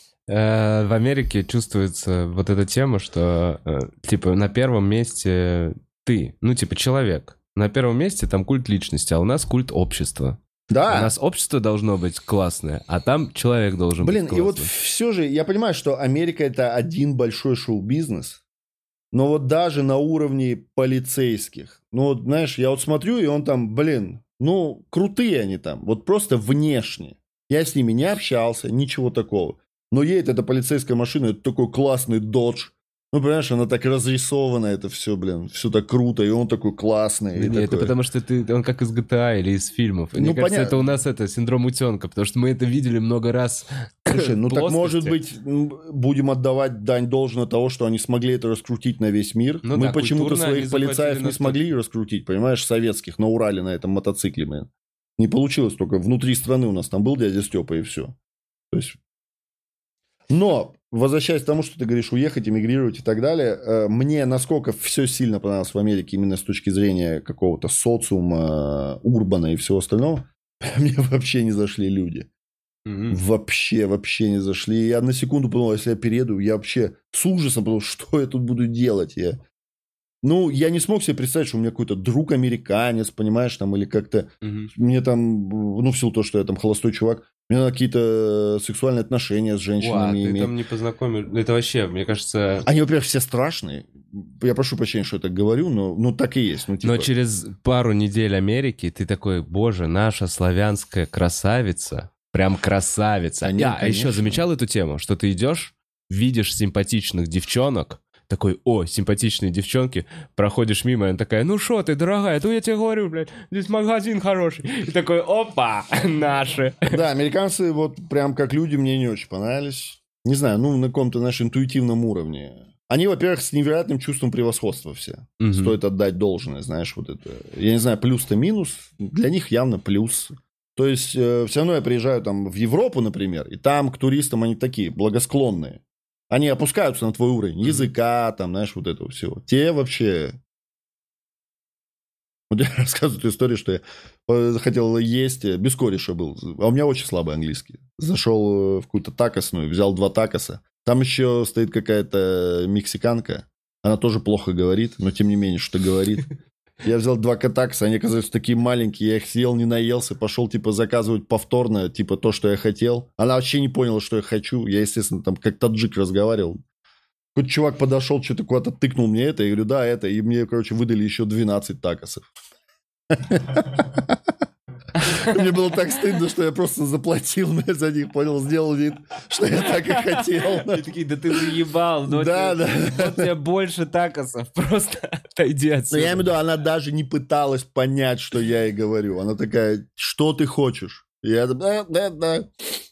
В Америке чувствуется вот эта тема, что, типа, на первом месте ты, типа, человек. На первом месте там культ личности, а у нас культ общества. Да. У нас общество должно быть классное, а там человек должен быть классный. Блин, и вот все же, я понимаю, что Америка — это один большой шоу-бизнес, но вот даже на уровне полицейских, вот, знаешь, я вот смотрю, и он там, крутые они там, вот просто внешне. Я с ними не общался, ничего такого. Но едет эта полицейская машина, это такой классный додж. Понимаешь, она так разрисована, это все, все так круто, и он такой классный. Нет, это потому что он как из GTA или из фильмов. Мне кажется, это у нас синдром утенка, потому что мы это видели много раз. Слушай, так может быть, будем отдавать дань должное того, что они смогли это раскрутить на весь мир. Мы почему-то своих полицаев не смогли раскрутить, понимаешь, советских, на Урале на этом мотоцикле, блин. Не получилось только внутри страны у нас там был дядя Степа и все. То есть... Но, возвращаясь к тому, что ты говоришь, уехать, эмигрировать и так далее, мне насколько все сильно понравилось в Америке именно с точки зрения какого-то социума, урбана и всего остального, мне вообще не зашли люди. Mm-hmm. Вообще не зашли. Я на секунду подумал, если я перееду, я вообще с ужасом подумал, что я тут буду делать. Я не смог себе представить, что у меня какой-то друг американец, понимаешь, там, или как-то... Mm-hmm. Мне там, в силу того, что я там холостой чувак, у меня какие-то сексуальные отношения с женщинами. Ты там не познакомил. Это вообще, мне кажется... Они, во-первых, все страшные. Я прошу прощения, что я так говорю, но так и есть. Но через пару недель Америки ты такой, боже, наша славянская красавица. Прям красавица. А еще замечал эту тему, что ты идешь, видишь симпатичных девчонок, такой, симпатичные девчонки, проходишь мимо, и она такая, шо ты, дорогая, я тебе говорю, блядь, здесь магазин хороший. И такой, опа, наши. Да, американцы вот прям как люди мне не очень понравились. Не знаю, на каком-то нашем интуитивном уровне. Они, во-первых, с невероятным чувством превосходства все. Mm-hmm. Стоит отдать должное, знаешь, вот это. Я не знаю, плюс-то минус, для них явно плюс. То есть, все равно я приезжаю там в Европу, например, и там к туристам они такие благосклонные. Они опускаются на твой уровень языка, там, знаешь, вот этого всего. Те вообще... Вот я рассказываю эту историю, что я хотел есть, без кореша был, а у меня очень слабый английский. Зашел в какую-то такосную, взял 2 такоса. Там еще стоит какая-то мексиканка, она тоже плохо говорит, но тем не менее что-то говорит. Я взял 2 такоса, они оказались такие маленькие, я их съел, не наелся, пошел, типа, заказывать повторно, типа, то, что я хотел. Она вообще не поняла, что я хочу. Я, естественно, там, как таджик разговаривал. Какой-то чувак подошел, что-то куда-то тыкнул мне это, я говорю, да, это, и мне, короче, выдали еще 12 такосов. Мне было так стыдно, что я просто заплатил за них, понял, сделал вид, что я так и хотел. И такие, да ты заебал, да. Вот у тебя больше такосов, просто отойди отсюда. Но я имею в виду, она даже не пыталась понять, что я ей говорю. Она такая, что ты хочешь? Я да.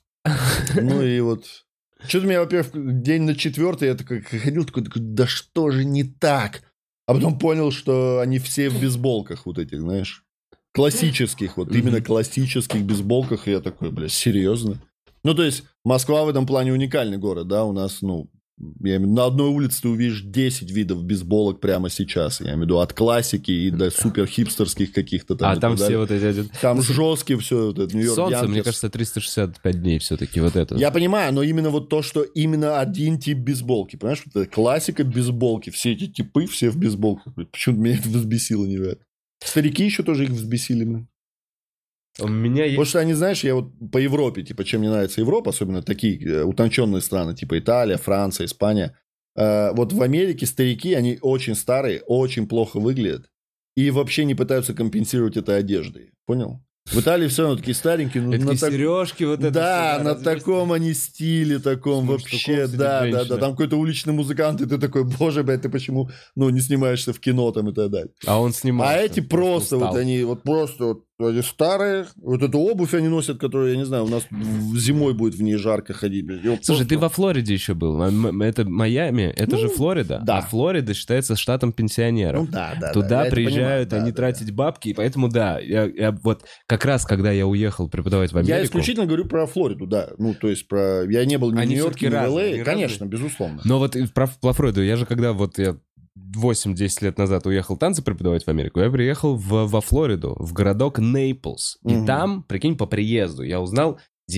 Ну и вот... Что-то меня, во-первых, день на 4-й я такой ходил, такой, да что же не так? А потом понял, что они все в бейсболках вот этих, знаешь, классических, вот именно классических бейсболках. И я такой, бля, серьезно? Ну, то есть, Москва в этом плане уникальный город, да, у нас, ну, я имею в виду, на одной улице ты увидишь 10 видов бейсболок прямо сейчас. Я имею в виду от классики и до супер хипстерских каких-то там. А там все вот эти... Там жесткие все, вот это, Нью-Йорк Солнце, Янкерс. мне кажется, 365 дней все-таки вот это. Я понимаю, но именно вот то, что именно один тип бейсболки. Понимаешь, вот это классика бейсболки. Все эти типы, все в бейсболках. Почему-то меня это взбесило невероятно. Старики еще тоже их взбесили, блин. У меня есть... Потому что они, знаешь, я вот по Европе, типа, чем мне нравится Европа, особенно такие утонченные страны, типа Италия, Франция, Испания. Вот в Америке старики, они очень старые, очень плохо выглядят и вообще не пытаются компенсировать это одеждой. Понял? В Италии все равно такие старенькие. Ну, на сережки вот это. Да, на таком они стиле, таком вообще, да. Там какой-то уличный музыкант, и ты такой, боже, блядь, ты почему, не снимаешься в кино там и так далее. А он снимается. А эти просто, вот они, вот просто, вот они старые, вот эту обувь они носят, которую, я не знаю, у нас зимой будет в ней жарко ходить. Слушай, ты во Флориде еще был. Это Майами, это же Флорида. Да. А Флорида считается штатом пенсионеров. Туда приезжают, они тратят бабки, и поэтому, да, я вот как раз, когда я уехал преподавать в Америку... Я исключительно говорю про Флориду, да. Ну, то есть, я не был ни в Нью-Йорке, ни в Л.А. Конечно, безусловно. Но вот про Флориду, я же когда вот я 8-10 лет назад уехал танцы преподавать в Америку, я приехал во Флориду, в городок Нейплс. И там, прикинь, по приезду я узнал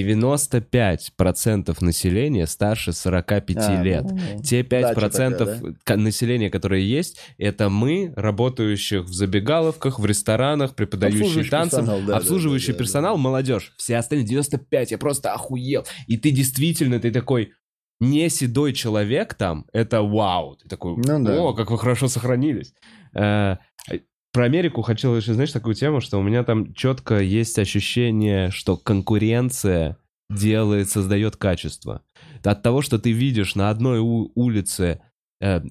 95% населения старше 45 лет. Те 5% населения, которые есть, это мы, работающих в забегаловках, в ресторанах, преподающие танцы, обслуживающий персонал, молодежь. Все остальные 95%, я просто охуел. И ты действительно, ты такой... Не седой человек там, это вау. Ты такой, о, как вы хорошо сохранились. Про Америку хотел еще, знаешь, такую тему, что у меня там четко есть ощущение, что конкуренция создает качество. От того, что ты видишь на одной улице 2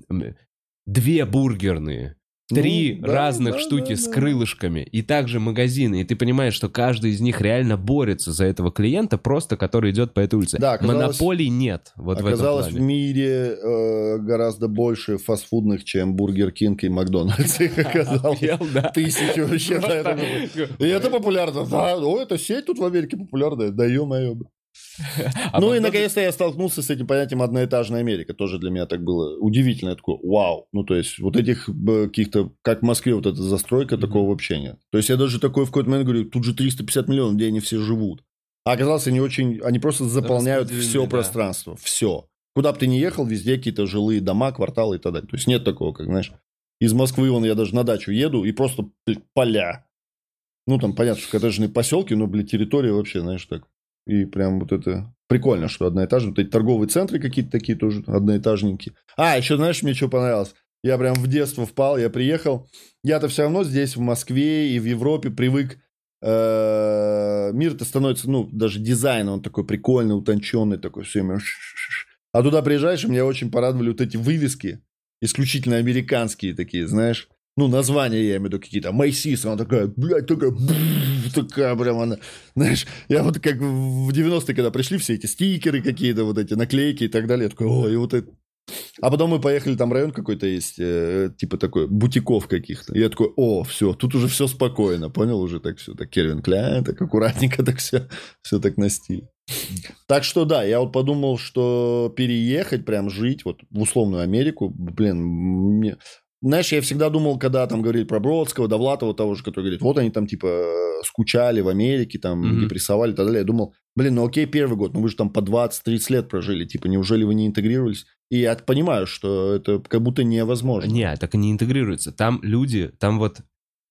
бургерные, 3 разных штуки с крылышками, и также магазины, и ты понимаешь, что каждый из них реально борется за этого клиента, просто который идет по этой улице. Да, монополий нет. Вот оказалось, в в мире гораздо больше фастфудных, чем Бургер Кинг и Макдональдс. Их оказалось 1000 вообще. И это популярно. Да, эта сеть тут в Америке популярная. Да ё-моё. Ну и наконец-то я столкнулся с этим понятием одноэтажная Америка. Тоже для меня так было удивительно. Я такой, вау. Ну то есть вот этих каких-то, как в Москве вот эта застройка, такого вообще нет. То есть я даже такой в какой-то момент говорю, тут же 350 миллионов, где они все живут. А оказалось, они просто заполняют все пространство. Все. Куда бы ты ни ехал, везде какие-то жилые дома, кварталы и так далее. То есть нет такого, как, знаешь, из Москвы я даже на дачу еду, и просто поля. Ну там понятно, что коттеджные поселки, но, территория вообще, знаешь, так. И прям вот это прикольно, что одноэтажные. Вот эти торговые центры какие-то такие тоже одноэтажненькие. А, еще знаешь, мне что понравилось? Я прям в детство впал, я приехал. Я-то все равно здесь, в Москве и в Европе привык. Мир-то становится, даже дизайн, он такой прикольный, утонченный, такой все. А туда приезжаешь, и меня очень порадовали вот эти вывески. Исключительно американские такие, знаешь. Названия, я имею в виду, какие-то. Macy's, она такая, блядь, такая прям она. Знаешь, я вот как в 90-е, когда пришли все эти стикеры какие-то, вот эти наклейки и так далее, я такой, ой, вот это. А потом мы поехали, там район какой-то есть, типа такой, бутиков каких-то. И я такой, все, тут уже все спокойно, понял, уже так все, так Кельвин Кляйн, так аккуратненько, так все так на стиле. Так что да, я вот подумал, что переехать, прям жить вот в условную Америку, мне... Знаешь, я всегда думал, когда там говорили про Бродского, Довлатова того же, который говорит, вот они там типа скучали в Америке, там депрессовали и так далее. Я думал, окей, первый год, вы же там по 20-30 лет прожили, типа, неужели вы не интегрировались? И я понимаю, что это как будто невозможно. Не, так и не интегрируется. Там люди, там вот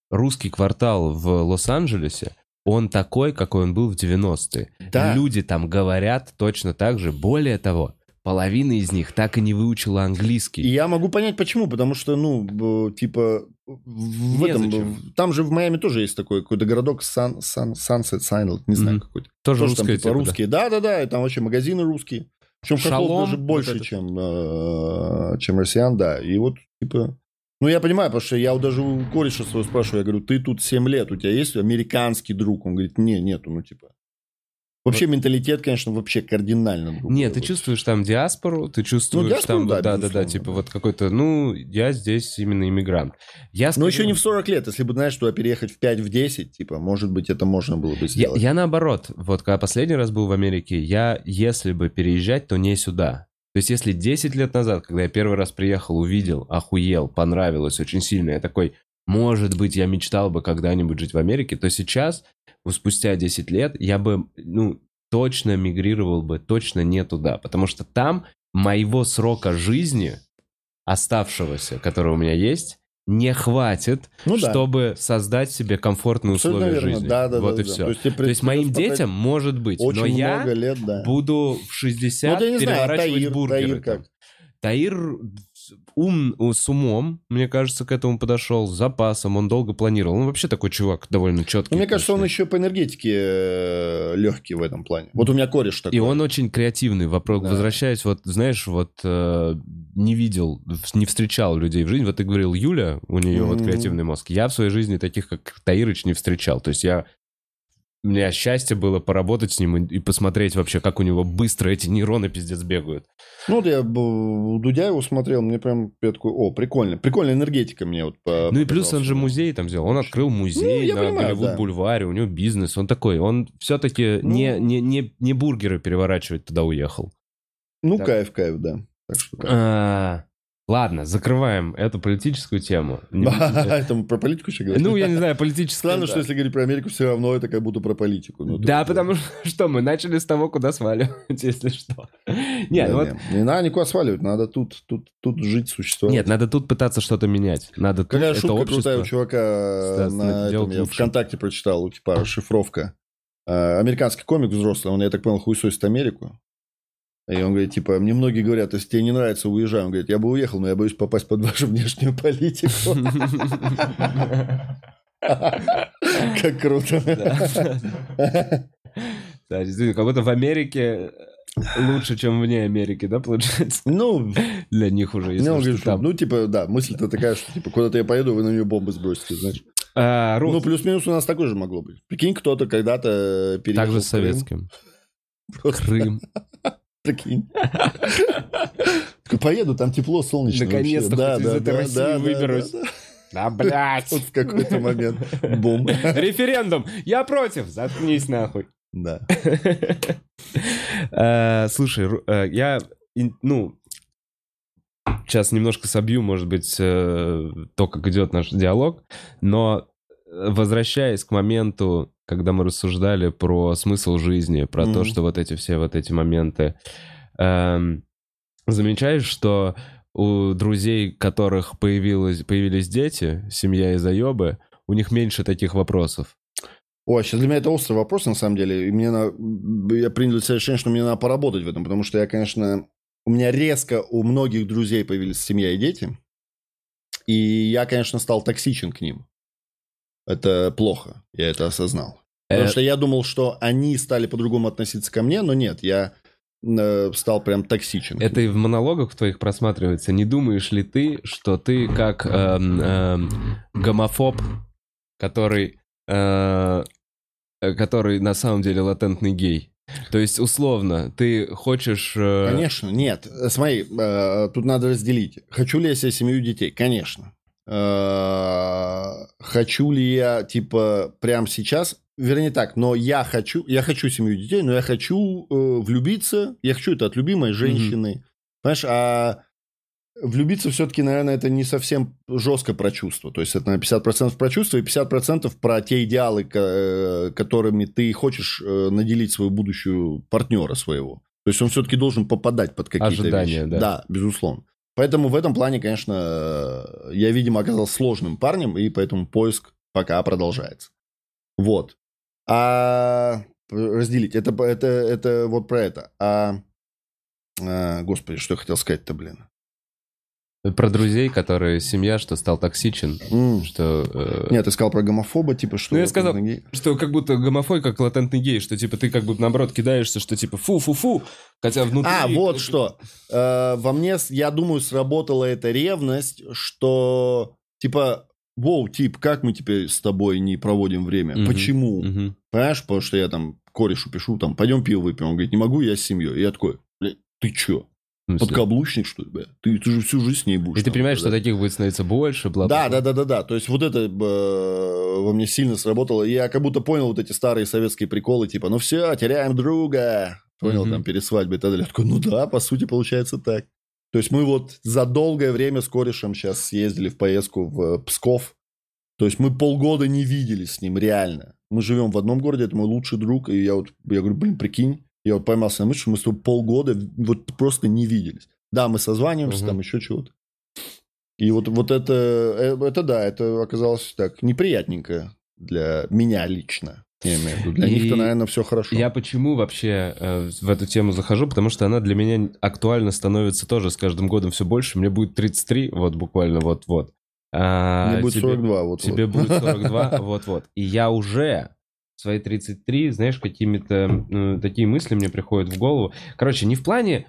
русский квартал в Лос-Анджелесе, он такой, какой он был в 90-е. Да. Люди там говорят точно так же. Более того, половина из них так и не выучила английский. И я могу понять, почему. Потому что, типа, там же в Майами тоже есть такой какой-то городок Sunset Sinai, не знаю, какой-то. Тоже там, русские, типа, русские. Да, и там вообще магазины русские. Причем хохлов даже больше, вот чем россиян, да. И вот, типа... Ну, я понимаю, потому что я вот даже у кореша своего спрашиваю, я говорю, ты тут 7 лет, у тебя есть американский друг? Он говорит, нету, типа... Вообще менталитет, конечно, вообще кардинально другой. Нет, ты чувствуешь там диаспору, ты чувствуешь диаспору, там, да, типа вот какой-то, я здесь именно иммигрант. Но еще не в 40 лет, если бы, знаешь, туда переехать в 5-10, типа, может быть, это можно было бы сделать. Я наоборот, вот когда последний раз был в Америке, если бы переезжать, то не сюда. То есть если 10 лет назад, когда я первый раз приехал, увидел, охуел, понравилось очень сильно, я такой, может быть, я мечтал бы когда-нибудь жить в Америке, то сейчас, спустя 10 лет, я бы, точно мигрировал бы, точно не туда, потому что там моего срока жизни, оставшегося, который у меня есть, не хватит, чтобы создать себе комфортные условия жизни. Да, вот и все. То есть моим детям может быть, но я буду в 60 переворачивать бургеры. Таир с умом, мне кажется, к этому подошел, с запасом, он долго планировал. Он вообще такой чувак довольно четкий. Мне кажется, он еще по энергетике легкий в этом плане. Вот у меня кореш такой. И он очень креативный. Вопрос, возвращаясь, знаешь, не встречал людей в жизни. Вот ты говорил, Юля, у нее креативный мозг. Я в своей жизни таких, как Таирыч, не встречал. То есть у меня счастье было поработать с ним и посмотреть вообще, как у него быстро эти нейроны пиздец бегают. Я у Дудя его смотрел, мне прям я такой, прикольно. Прикольная энергетика мне вот и плюс он же музей там сделал. Он открыл музей на Голливуд-бульваре, у него бизнес. Он такой, он все-таки не бургеры переворачивать туда уехал. Кайф, да. Так что Ладно, закрываем эту политическую тему. Это мы про политику еще говорим? Я не знаю, политическую. Странно, что если говорить про Америку, все равно это как будто про политику. Да, потому что мы начали с того, куда сваливать, если что. Не надо никуда сваливать, надо тут жить, существовать. Нет, надо тут пытаться что-то менять. Какая шутка крутая у чувака я ВКонтакте прочитал, типа шифровка. Американский комик взрослый, он, я так понял, хуесосит Америку. И он говорит, типа, мне многие говорят, если тебе не нравится, уезжай. Он говорит, я бы уехал, но я боюсь попасть под вашу внешнюю политику. Как круто. Да, действительно, как будто в Америке лучше, чем вне Америки, да, получается? Для них уже, если что там. мысль-то такая, что, типа, куда-то я поеду, вы на нее бомбы сбросите, знаешь. Плюс-минус у нас такой же могло быть. Прикинь, кто-то когда-то переехал также с советским. Крым. Прикинь. Поеду, там тепло, солнечно. Наконец-то хоть из этой России выберусь. Да, блядь. Вот в какой-то момент. Бум. Референдум. Я против. Заткнись нахуй. Да. Слушай, я, сейчас немножко собью, может быть, то, как идет наш диалог, но возвращаясь к моменту, когда мы рассуждали про смысл жизни, про то, что вот эти моменты, замечаешь, что у друзей, которых появились дети, семья и заебы, у них меньше таких вопросов. Сейчас для меня это острый вопрос, на самом деле. И я принял решение, что мне надо поработать в этом, потому что у меня резко у многих друзей появились семья и дети. И я, конечно, стал токсичен к ним. Это плохо, я это осознал. Потому что я думал, что они стали по-другому относиться ко мне, но нет, я стал прям токсичен. Это и в монологах твоих просматривается. Не думаешь ли ты, что ты как гомофоб, который на самом деле латентный гей? То есть, условно, ты хочешь... Конечно, нет. Смотри, тут надо разделить. Хочу ли я себе семью детей? Конечно. Хочу ли я, типа, прямо сейчас... Вернее так, но я хочу семью детей, но я хочу влюбиться, я хочу это от любимой женщины. Понимаешь, а влюбиться все-таки, наверное, это не совсем жестко про чувства. То есть это на 50% про чувства и 50% про те идеалы, которыми ты хочешь наделить свою будущую партнера своего. То есть он все-таки должен попадать под какие-то ожидания, вещи. Да. Да, безусловно. Поэтому в этом плане, конечно, я, видимо, оказался сложным парнем, и поэтому поиск пока продолжается. Вот. А разделить. Это вот про это. Господи, что я хотел сказать-то, блин. Про друзей, которые семья, что стал токсичен, что... Нет, ты сказал про гомофоба, типа, что... Ну, я сказал, что как будто гомофой как латентный гей, что, типа, ты как бы, наоборот, кидаешься, что, типа, фу-фу-фу, хотя внутри... вот что. Во мне, я думаю, сработала эта ревность, что, типа, тип, как мы теперь с тобой не проводим время? Почему? Понимаешь, потому что я там корешу пишу, там, пойдем пиво выпьем. Он говорит, не могу, я с семьей. И я такой, блядь, ты чё? Подкаблучник, что ли, бля? Ты же всю жизнь с ней будешь. И ты понимаешь, что таких будет становиться больше, бла-бла. Да. То есть вот это во мне сильно сработало. Я как будто понял вот эти старые советские приколы, типа, ну все, теряем друга. Понял, там, перед свадьбой и так далее. Я такой, ну да, по сути, получается так. То есть мы вот за долгое время с корешем сейчас съездили в поездку в Псков. То есть мы полгода не виделись с ним, реально. Мы живем в одном городе, это мой лучший друг. И я говорю, блин, прикинь. Я вот поймался на мысли, что мы с тобой полгода вот просто не виделись. Да, мы созваниваемся, там еще чего-то. И вот это да, это оказалось так неприятненько для меня лично. Я имею в виду. Для них-то, наверное, все хорошо. Я почему вообще в эту тему захожу? Потому что она для меня актуально становится тоже с каждым годом все больше. Мне будет 33, вот буквально вот-вот. Мне будет 42, вот-вот. Тебе будет 42, вот-вот. И я уже... в свои 33, знаешь, какими-то такие мысли мне приходят в голову. Короче, не в плане...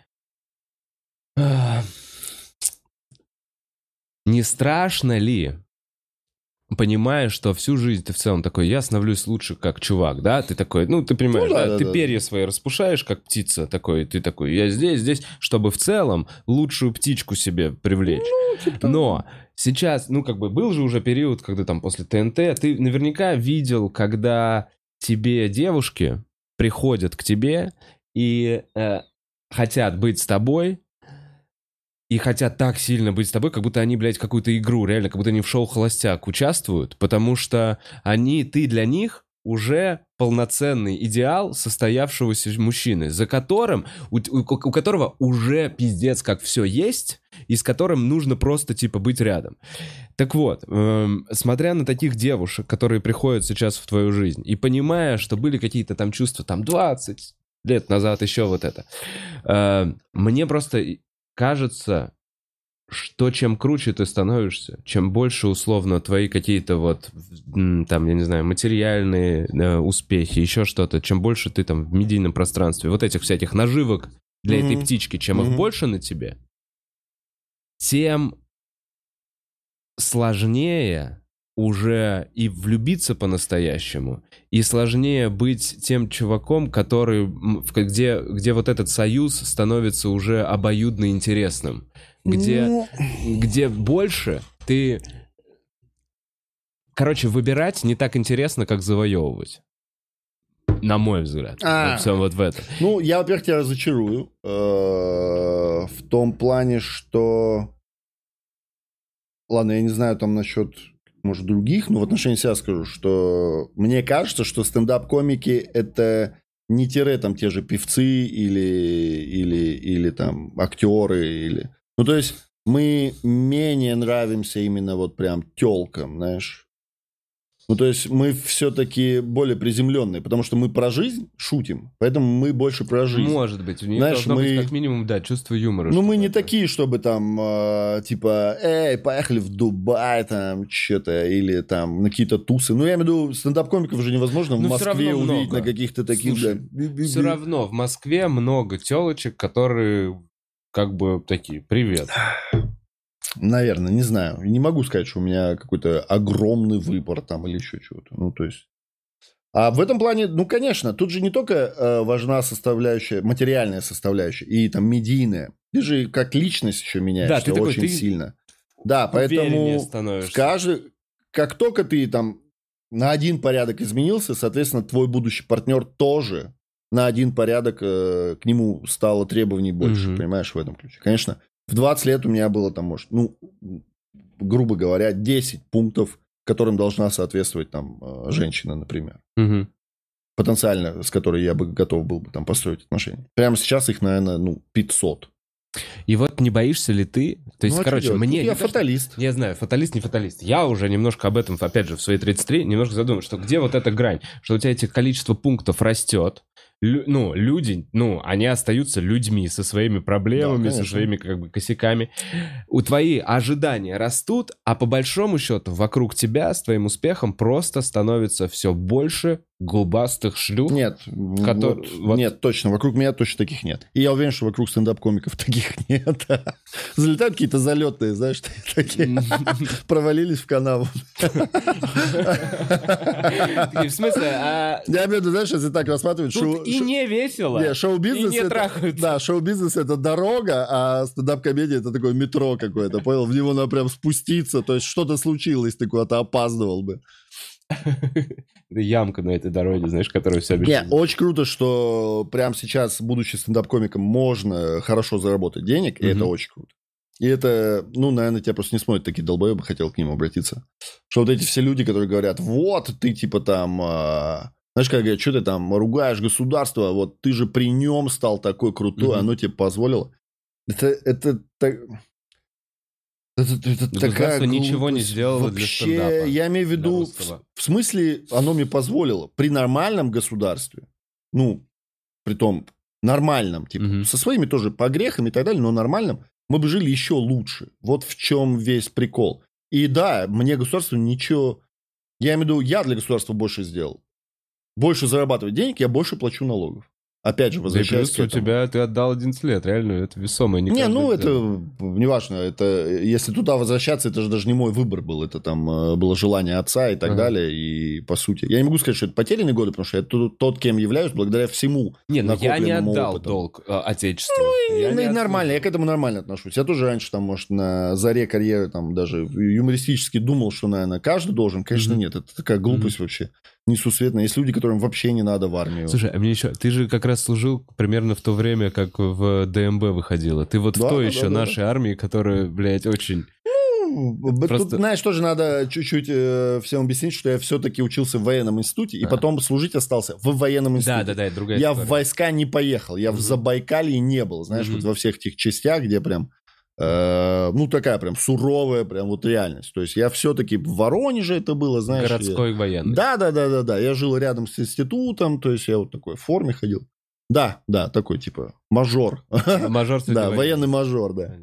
Не страшно ли, понимая, что всю жизнь ты в целом такой, я становлюсь лучше как чувак, да? Ты такой, ты понимаешь, ты перья свои распушаешь, как птица такой, ты такой, я здесь, чтобы в целом лучшую птичку себе привлечь. Но сейчас, был же уже период, когда там после ТНТ, ты наверняка видел, когда... тебе девушки приходят к тебе и хотят быть с тобой, и хотят так сильно быть с тобой, как будто они, блядь, какую-то игру, реально, как будто они в шоу «Холостяк» участвуют, потому что ты для них уже полноценный идеал состоявшегося мужчины, за которым, у которого уже пиздец как все есть, и с которым нужно просто, типа, быть рядом. Так вот, смотря на таких девушек, которые приходят сейчас в твою жизнь, и понимая, что были какие-то там чувства, там, 20 лет назад еще вот это, мне просто кажется, что чем круче ты становишься, чем больше, условно, твои какие-то вот, там, я не знаю, материальные успехи, еще что-то, чем больше ты там в медийном пространстве, вот этих всяких наживок для этой птички, чем их больше на тебе, тем сложнее уже и влюбиться по-настоящему, и сложнее быть тем чуваком, который, где вот этот союз становится уже обоюдно интересным, где больше ты... Короче, выбирать не так интересно, как завоевывать. На мой взгляд. Все вот в этом. Я, во-первых, тебя разочарую. В том плане, что... Ладно, я не знаю там насчет, может, других, но в отношении себя скажу, что мне кажется, что стендап-комики — это не там те же певцы или там актеры, или... то есть мы менее нравимся именно вот прям тёлкам, знаешь. То есть мы все-таки более приземленные, потому что мы про жизнь шутим, поэтому мы больше про жизнь. Может быть, у них должно быть как минимум, чувство юмора. Мы не такие, чтобы там, типа, поехали в Дубай, там, что-то, или там на какие-то тусы. Я имею в виду, стендап-комиков же невозможно в Москве увидеть на каких-то таких... Слушай, все равно в Москве много телочек, которые как бы такие, привет. Наверное, не знаю. Не могу сказать, что у меня какой-то огромный выбор там или еще чего-то. То есть... А в этом плане, конечно, тут же не только важна составляющая, материальная составляющая и там медийная. Ты же как личность еще меняешься, да, ты очень сильно. Да, поэтому как только ты там на один порядок изменился, соответственно, твой будущий партнер тоже на один порядок к нему стало требований больше, понимаешь, в этом ключе. Конечно, в 20 лет у меня было там, может, грубо говоря, 10 пунктов, которым должна соответствовать там женщина, например. Потенциально, с которой я бы готов был бы там построить отношения. Прямо сейчас их, наверное, 500. И вот не боишься ли ты? То есть, Ну, а короче, что делать? мне... Тут я фаталист. Я знаю, фаталист, не фаталист. Я уже немножко об этом, опять же, в свои 33 немножко задумал, что где вот эта грань? Что у тебя этих количество пунктов растет, люди, они остаются людьми со своими проблемами, Да, со конечно. своими как бы косяками. У твои ожидания растут, а по большому счету вокруг тебя с твоим успехом просто становится все больше губастых шлюх. Нет, вот. Нет, точно, вокруг меня точно таких нет. И я уверен, что вокруг стендап-комиков таких нет. Залетают какие-то залетные, знаешь, такие, провалились в канаву. В смысле, Я имею в виду, знаешь, если так рассматривать... тут и не весело, Не, шоу-бизнес и не это... трахаются. Да, шоу-бизнес это дорога, а стендап-комедия это такое метро какое-то, понял? В него надо прям спуститься, то есть что-то случилось, ты куда-то опаздывал бы. Ямка на этой дороге, знаешь, которая вся... Не, очень круто, что прямо сейчас, будучи стендап-комиком, можно хорошо заработать денег, и это очень круто. И это, наверное, тебя просто не смотрят такие долбоебы, хотел к ним обратиться. Что вот эти все люди, которые говорят, вот, ты типа там... Знаешь, как говорят, что ты там ругаешь государство, вот ты же при нем стал такой крутой, оно тебе позволило. Это такая ничего не сделало вообще, для стендапа. Я имею в виду, в смысле, оно мне позволило при нормальном государстве, при том нормальном, типа, со своими тоже погрехами и так далее, но нормальном, мы бы жили еще лучше. Вот в чем весь прикол. И да, мне государство ничего... Я имею в виду, я для государства больше сделал. Больше зарабатывать денег, я больше плачу налогов. Опять же, возвращаясь к этому. у тебя, ты отдал 11 лет, реально, это весомое. Не, это неважно. Это, если туда возвращаться, это же даже не мой выбор был. Это там было желание отца и так далее. И по сути... Я не могу сказать, что это потерянные годы, потому что я тот, кем являюсь, благодаря всему накопленному я не отдал опыту. долг отечеству. Нормально, я к этому нормально отношусь. Я тоже раньше, там, может, на заре карьеры, там, даже юмористически думал, что, наверное, каждый должен. Конечно, нет. Это такая глупость вообще несусветная. Есть люди, которым вообще не надо в армию. Слушай, а мне еще... Ты же как раз служил примерно в то время, как в ДМБ выходила. Ты вот в той еще нашей армии, которая, блядь, очень... Тут, знаешь, тоже надо чуть-чуть всем объяснить, что я все-таки учился в военном институте, и потом служить остался в военном институте. Да, это другая Я история. в войска не поехал, я в Забайкалье не был, знаешь, вот во всех этих частях, где прям, такая прям суровая прям вот реальность. То есть я все-таки в Воронеже это было, знаешь. Городской военный. Да. Я жил рядом с институтом, то есть я вот такой в форме ходил. Да, такой типа мажор. Мажор. Да, военный мажор, да.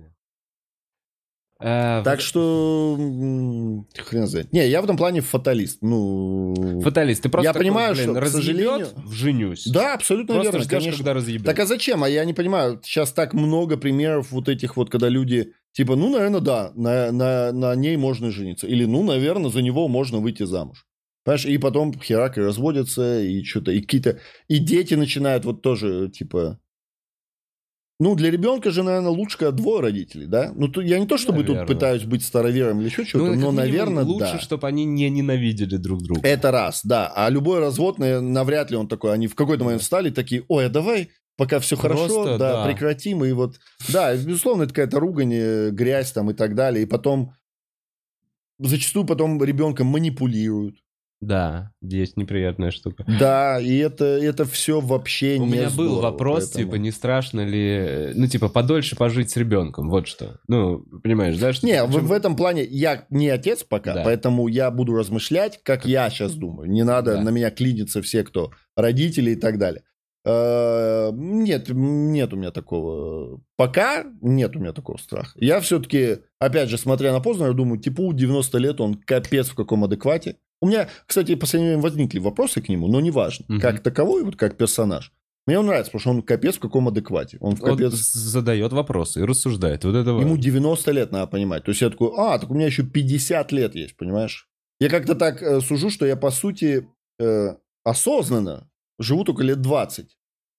Так что хрен знает. Не, я в этом плане фаталист. Фаталист. Ты просто я понимаю, что, к сожалению, женюсь. Да, абсолютно просто верно. ждешь, Конечно. когда разъебет. Так а зачем? А я не понимаю. Сейчас так много примеров вот этих вот, когда люди типа, наверное, да, на ней можно жениться. Или, наверное, за него можно выйти замуж. Понимаешь, и потом херак и разводятся, и что-то, и какие-то... И дети начинают вот тоже, типа... для ребенка же, наверное, лучше, когда двое родителей, да? Я не то, чтобы тут пытаюсь быть старовером или еще что-то, но, наверное, лучше, чтобы они не ненавидели друг друга. Это раз, да. А любой развод, навряд ли он такой. Они в какой-то момент встали такие, ой, а давай, пока все хорошо, да, прекратим. И вот, да, безусловно, это какая-то ругань, грязь там и так далее. И потом, зачастую потом ребенком манипулируют. Да, есть неприятная штука. Да, и это все вообще не меня здорово, был вопрос, поэтому... типа, не страшно ли, подольше пожить с ребенком, вот что. Понимаешь, да? Что не, в этом плане я не отец пока, да. поэтому я буду размышлять, как я сейчас думаю. Не надо на меня клиниться все, кто родители и так далее. Нет у меня такого... Пока нет у меня такого страха. Я все-таки, опять же, смотря на Познера, думаю, типу 90 лет, он капец в каком адеквате. У меня, кстати, в последнее время возникли вопросы к нему, но неважно. Как таковой, вот как персонаж. Мне он нравится, потому что он капец в каком адеквате. Он задает вопросы и рассуждает. Вот это ему 90 лет, надо понимать. То есть я такой, так у меня еще 50 лет есть, понимаешь? Я как-то так сужу, что я, по сути, осознанно живу только лет 20.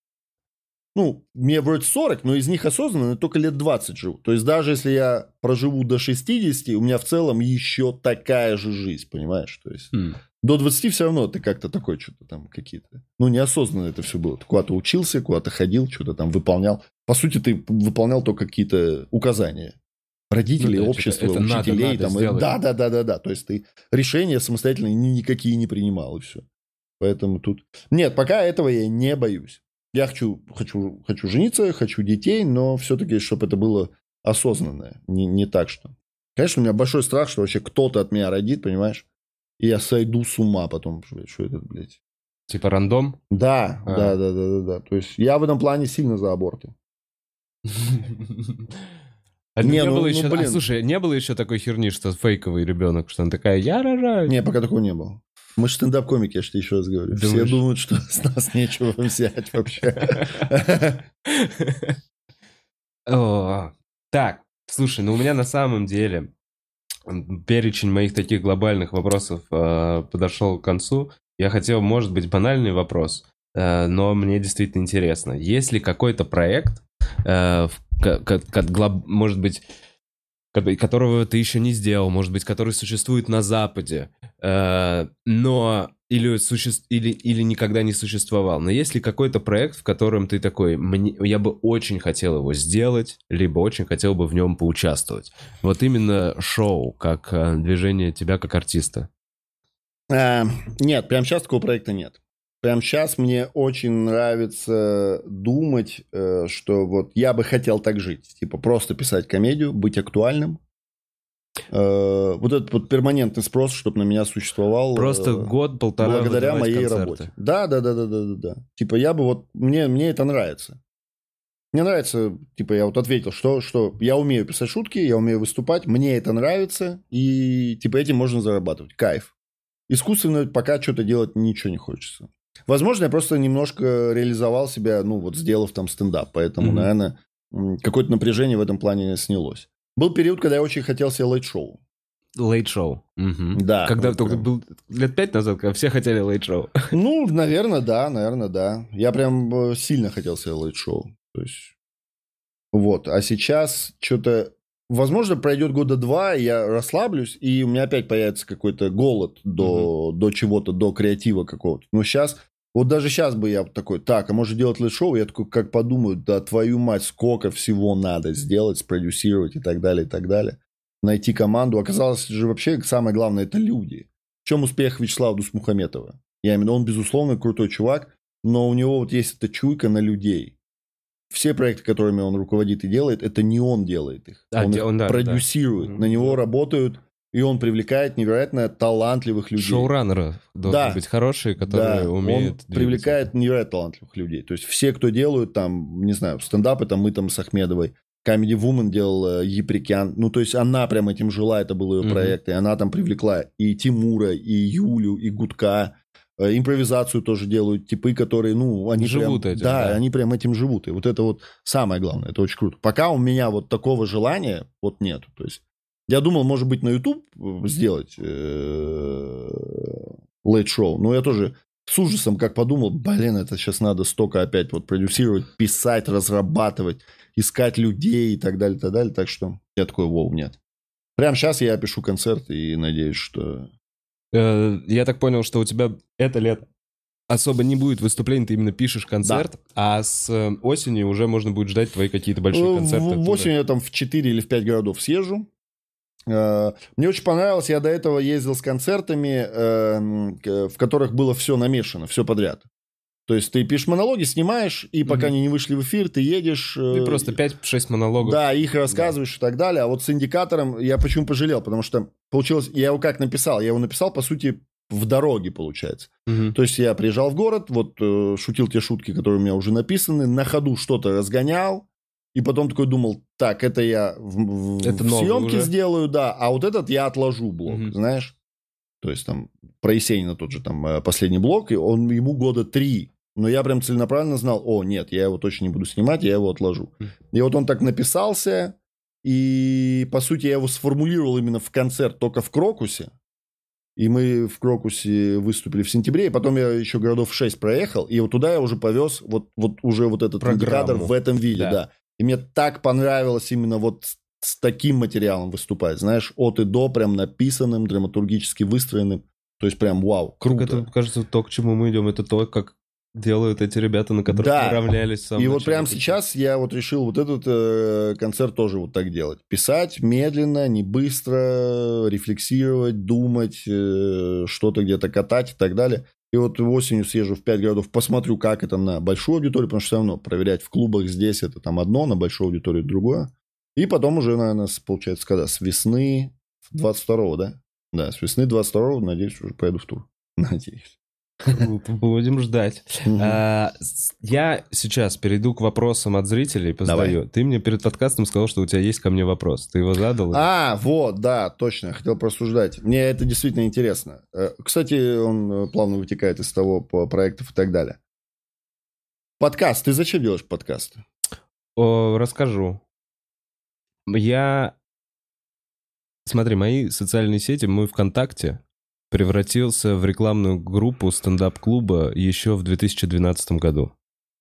Мне вроде 40, но из них осознанно только лет 20 живу. То есть даже если я проживу до 60, у меня в целом еще такая же жизнь, понимаешь? То есть до 20 все равно ты как-то такой что-то там какие-то... неосознанно это все было. Ты куда-то учился, куда-то ходил, что-то там выполнял. По сути, ты выполнял только какие-то указания. Родителей, общества, учителей. Да. То есть ты решения самостоятельно никакие не принимал, и все. Поэтому тут... Нет, пока этого я не боюсь. Я хочу жениться, хочу детей, но все-таки, чтобы это было осознанное. Не так, что... Конечно, у меня большой страх, что вообще кто-то от меня родит, понимаешь? И я сойду с ума потом. Что это, блядь? Типа рандом? Да. То есть я в этом плане сильно за аборты. Слушай, не было еще такой херни, что фейковый ребенок, что она такая, я рожаю. Не, пока такого не было. Мы же стендап-комики, я же тебе еще раз говорю. Все думают, что с нас нечего взять вообще. Так, слушай, у меня на самом деле перечень моих таких глобальных вопросов подошел к концу. Я хотел, может быть, банальный вопрос, но мне действительно интересно. Есть ли какой-то проект, может быть, которого ты еще не сделал, может быть, который существует на Западе, но или никогда не существовал. Но есть ли какой-то проект, в котором ты такой, я бы очень хотел его сделать, либо очень хотел бы в нем поучаствовать? Вот именно шоу, как движение тебя как артиста. Нет, прямо сейчас такого проекта нет. Прямо сейчас мне очень нравится думать, что вот я бы хотел так жить. Типа просто писать комедию, быть актуальным. Вот этот вот перманентный спрос, чтобы на меня существовал. Просто год-полтора благодаря моей концерты. Работе. Да. Типа я бы вот... Мне это нравится. Мне нравится, типа я вот ответил, что я умею писать шутки, я умею выступать, мне это нравится, и типа этим можно зарабатывать. Кайф. Искусственно пока что-то делать ничего не хочется. Возможно, я просто немножко реализовал себя, сделав там стендап. Поэтому, наверное, какое-то напряжение в этом плане снялось. Был период, когда я очень хотел себе лейт-шоу. Лейт-шоу. Да. Когда только был лет 5 назад, когда все хотели лейт-шоу. Наверное, да. Я прям сильно хотел себе лейт-шоу. То есть, вот. А сейчас что-то... Возможно, пройдет года 2, я расслаблюсь, и у меня опять появится какой-то голод до чего-то, до креатива какого-то. Но сейчас, вот даже сейчас бы я такой, а может делать лейт-шоу? Я такой, как подумаю, да твою мать, сколько всего надо сделать, спродюсировать и так далее, и так далее. Найти команду. Оказалось же вообще самое главное – это люди. В чем успех Вячеслава Дусмухаметова? Он, безусловно, крутой чувак, но у него вот есть эта чуйка на людей. Все проекты, которыми он руководит и делает, это не он делает их. Он их продюсирует. Да. На него работают, и он привлекает невероятно талантливых людей. Шоураннеры должны быть хорошие, которые умеют... Он привлекает невероятно талантливых людей. То есть все, кто делают там, не знаю, стендапы, там мы там с Ахмедовой, Comedy Woman делал Еприкян. То есть она прям этим жила, это был ее проект. И она там привлекла и Тимура, и Юлю, и Гудка. Импровизацию тоже делают типы, которые, они живут прям... этим. Да, они прям этим живут. И вот это вот самое главное, это очень круто. Пока у меня вот такого желания вот нет. То есть я думал, может быть, на YouTube сделать лейт-шоу, но я тоже с ужасом как подумал, это сейчас надо столько опять вот продюсировать, писать, разрабатывать, искать людей и так далее, и так далее. Так что я такой, нет. Прямо сейчас я пишу концерт и надеюсь, что... Я так понял, что у тебя это лето особо не будет выступлений, ты именно пишешь концерт, а с осени уже можно будет ждать твои какие-то большие концерты. В осень я там в 4 или в 5 городов съезжу. Мне очень понравилось, я до этого ездил с концертами, в которых было все намешано, все подряд. То есть ты пишешь монологи, снимаешь, и пока они не вышли в эфир, ты едешь... Ты просто 5-6 монологов. Да, их рассказываешь и так далее. А вот с индикатором я почему пожалел? Потому что получилось... Я его как написал? Я его написал, по сути, в дороге, получается. То есть я приезжал в город, вот шутил те шутки, которые у меня уже написаны, на ходу что-то разгонял, и потом такой думал, это я в съемке сделаю, да, а вот этот я отложу блок, знаешь? То есть там про Есенина тот же там последний блок, и ему года 3. Но я прям целенаправленно знал, нет, я его точно не буду снимать, я его отложу. И вот он так написался, и, по сути, я его сформулировал именно в концерт только в Крокусе. И мы в Крокусе выступили в сентябре, и потом я еще городов 6 проехал, и вот туда я уже повез вот уже вот этот индикатор в этом виде, да. И мне так понравилось именно вот с таким материалом выступать, знаешь, от и до, прям написанным, драматургически выстроенным. То есть прям вау, круто. Это, кажется, то, к чему мы идем, это то, как делают эти ребята, на которых мы равнялись. И вот прямо сейчас я вот решил вот этот концерт тоже вот так делать. Писать медленно, не быстро, рефлексировать, думать, что-то где-то катать и так далее. И вот осенью съезжу в 5 городов, посмотрю, как это на большую аудиторию, потому что все равно проверять в клубах здесь это там одно, на большую аудиторию другое. И потом уже, наверное, получается, когда? С весны 22-го, да? Да, с весны 22-го, надеюсь, уже поеду в тур. Надеюсь. Будем ждать. Я сейчас перейду к вопросам от зрителей, позадаю. Давай. Ты мне перед подкастом сказал, что у тебя есть ко мне вопрос. Ты его задал? Вот, да, точно. Я хотел порассуждать. Мне это действительно интересно. Кстати, он плавно вытекает из того по проектов и так далее. Подкаст. Ты зачем делаешь подкаст? Расскажу. Смотри, мои социальные сети, мой ВКонтакте превратился в рекламную группу стендап-клуба еще в 2012 году.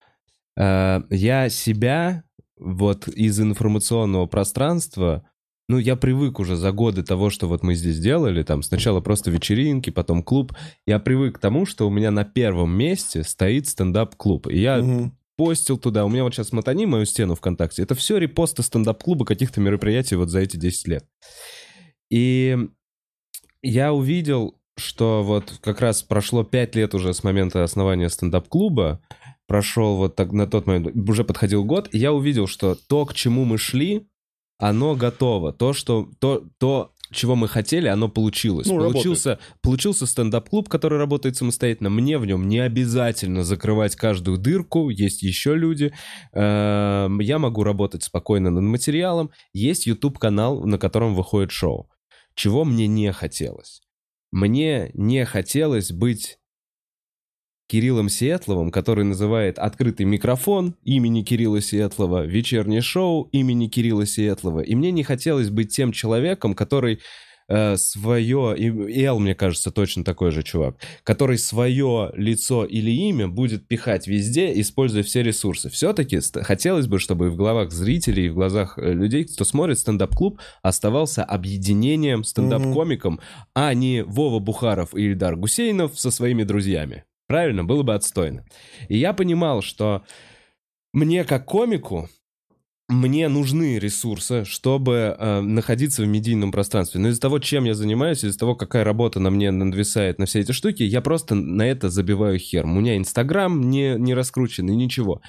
Я себя вот из информационного пространства, я привык уже за годы того, что вот мы здесь делали, там сначала просто вечеринки, потом клуб, я привык к тому, что у меня на первом месте стоит стендап-клуб. И я постил туда, у меня вот сейчас мотани мою стену ВКонтакте, это все репосты стендап-клуба, каких-то мероприятий вот за эти 10 лет. И я увидел, что вот как раз прошло 5 лет уже с момента основания стендап-клуба, прошел вот так, на тот момент, уже подходил год, и я увидел, что то, к чему мы шли, оно готово. То, чего мы хотели, оно получилось. Получился стендап-клуб, который работает самостоятельно. Мне в нем не обязательно закрывать каждую дырку, есть еще люди. Я могу работать спокойно над материалом. Есть YouTube-канал, на котором выходит шоу. Чего мне не хотелось? Мне не хотелось быть Кириллом Сиэтловым, который называет «Открытый микрофон» имени Кирилла Сиэтлова, «Вечернее шоу» имени Кирилла Сиэтлова. И мне не хотелось быть тем человеком, который свое... И Эл, мне кажется, точно такой же чувак, который свое лицо или имя будет пихать везде, используя все ресурсы. Все-таки хотелось бы, чтобы в головах зрителей и в глазах людей, кто смотрит стендап-клуб, оставался объединением стендап-комиком, а не Вова Бухаров и Ильдар Гусейнов со своими друзьями. Правильно? Было бы отстойно. И я понимал, что мне как комику мне нужны ресурсы, чтобы находиться в медийном пространстве. Но из-за того, чем я занимаюсь, из-за того, какая работа на мне надвисает на все эти штуки, я просто на это забиваю хер. У меня Инстаграм не раскрученный, ничего.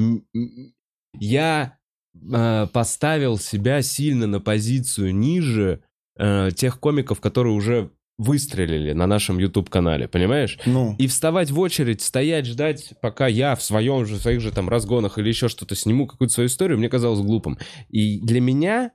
Я поставил себя сильно на позицию ниже тех комиков, которые уже выстрелили на нашем YouTube-канале, понимаешь? И вставать в очередь, стоять, ждать, пока я в своих же там разгонах или еще что-то сниму, какую-то свою историю, мне казалось глупым. И для меня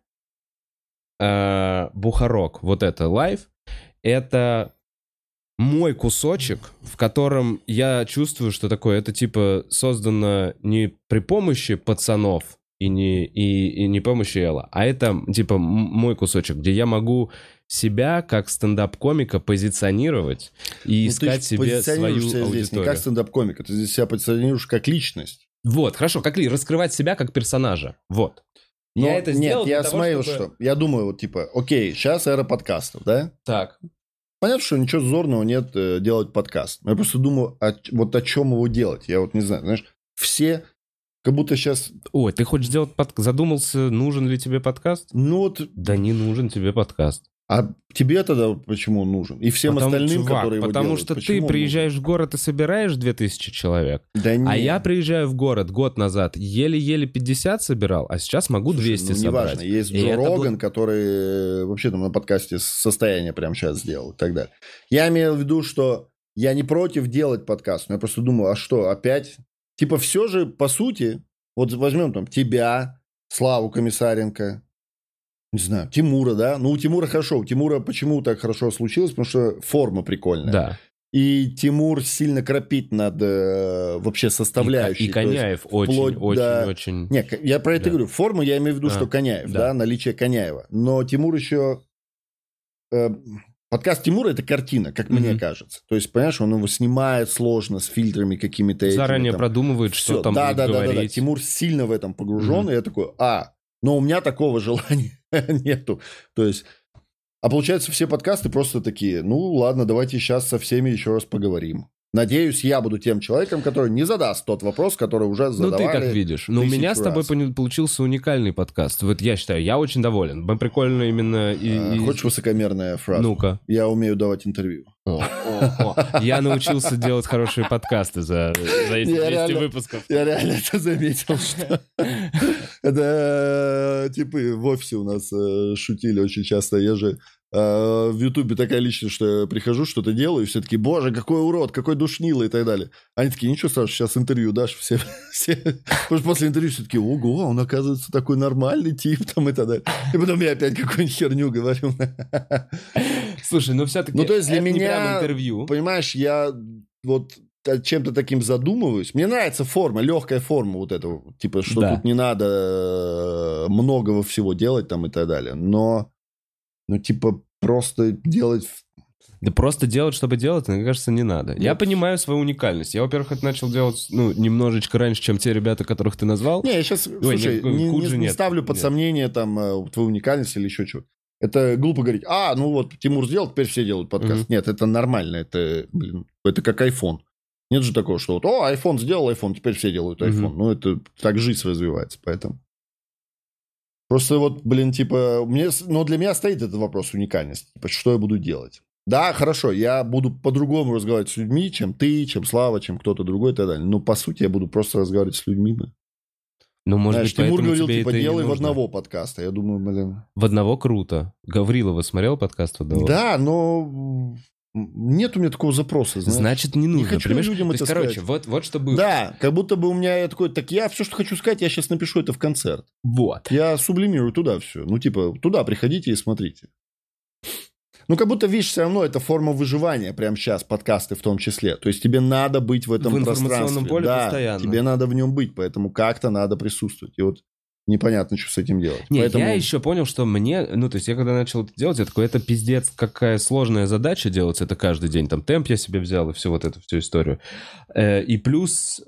Бухарок, вот это лайв, это мой кусочек, в котором я чувствую, что такое, это типа создано не при помощи пацанов, и не помощи Элла, а это типа мой кусочек, где я могу себя как стендап-комика позиционировать и искать себе свою аудиторию. Здесь не как стендап-комика, ты здесь себя позиционируешь как личность. Вот, хорошо, раскрывать себя как персонажа, вот. Но я это сделал я смотрел, что... Я думаю, вот типа, окей, сейчас эра подкастов, да? Так. Понятно, что ничего зазорного нет делать подкаст. Но я просто думаю, вот о чем его делать. Я вот не знаю, знаешь, все... Как будто сейчас... Ой, ты хочешь сделать подкаст? Задумался, нужен ли тебе подкаст? Да не нужен тебе подкаст. А тебе тогда почему он нужен? И всем остальным, которые его делают. Потому что ты приезжаешь в город и собираешь 2000 человек. Да нет. А я приезжаю в город год назад, еле-еле 50 собирал, а сейчас могу 200 собрать. Неважно, есть Джо Роган, который вообще там на подкасте состояние прямо сейчас сделал и так далее. Я имею в виду, что я не против делать подкаст, но я просто думаю, а что, опять... Типа все же, по сути, вот возьмем там тебя, Славу Комиссаренко, не знаю, Тимура, да? Ну, у Тимура хорошо. У Тимура почему так хорошо случилось? Потому что форма прикольная. Да. И Тимур сильно крапит над вообще составляющей. И Коняев очень... Нет, я про это говорю. Форму я имею в виду, что Коняев, да, наличие Коняева. Но Тимур еще... Подкаст Тимура — это картина, как мне кажется. То есть, понимаешь, он его снимает сложно, с фильтрами какими-то. Заранее продумывает, что там будет говорить. Да. Тимур сильно в этом погружен, и я такой, но у меня такого желания нету. То есть, а получается, все подкасты просто такие, ну ладно, давайте сейчас со всеми еще раз поговорим. Надеюсь, я буду тем человеком, который не задаст тот вопрос, который уже задавали. Ну, ты как видишь. Но у меня с тобой получился уникальный подкаст. Вот я считаю, я очень доволен. Мы прикольно именно... Хочешь высокомерная фраза? Ну-ка. Я умею давать интервью. Я научился делать хорошие подкасты за эти 200 выпусков. Я реально это заметил, что... Это типа в офисе у нас шутили очень часто. Я же в Ютубе такая личность, что я прихожу, что-то делаю, и все такие, боже, какой урод, какой душнило и так далее. Они такие, ничего страшного, сейчас интервью дашь. Все... Потому что после интервью все такие, ого, он оказывается такой нормальный тип там и так далее. И потом я опять какую-нибудь херню говорю. Слушай, ну все-таки ну, то есть для это меня, не прям интервью. Понимаешь, я вот чем-то таким задумываюсь. Мне нравится форма, легкая форма вот этого. Типа, что тут не надо многого всего делать там и так далее. Но, ну, типа, просто делать... Да просто делать, чтобы делать, мне кажется, не надо. Я понимаю свою уникальность. Я, во-первых, это начал делать, ну, немножечко раньше, чем те ребята, которых ты назвал. Не, я сейчас, слушай, не ставлю под сомнение там твою уникальность или еще чего. Это глупо говорить, ну вот, Тимур сделал, теперь все делают подкаст. Нет, это нормально, это, это как iPhone. Нет же такого, что вот, iPhone сделал iPhone, теперь все делают iPhone. Ну, это так жизнь развивается, поэтому. Просто вот, типа, но для меня стоит этот вопрос уникальности. Типа, что я буду делать? Да, хорошо, я буду по-другому разговаривать с людьми, чем ты, чем Слава, чем кто-то другой и так далее. Но, по сути, я буду просто разговаривать с людьми. Ну, может быть, Тимур говорил, тебе типа, это делай в одного подкаста. Я думаю, В одного круто. Гаврилова смотрел подкаст в одного? Да, но... Нет у меня такого запроса, знаешь. Значит, не нужно. Не хочу людям это сказать. Короче, вот что было. Да, как будто бы у меня я такой, так я все, что хочу сказать, я сейчас напишу это в концерт. Вот. Я сублимирую туда все. Ну, типа, туда приходите и смотрите. Ну, как будто, видишь, все равно это форма выживания прямо сейчас, подкасты в том числе. То есть тебе надо быть в этом пространстве. В информационном поле постоянно. Тебе надо в нем быть, поэтому как-то надо присутствовать. И вот непонятно, что с этим делать. Не, поэтому... я еще понял, что мне... Ну, то есть я когда начал это делать, я такой, это пиздец, какая сложная задача делать это каждый день. Там темп я себе взял и всю вот эту всю историю. И плюс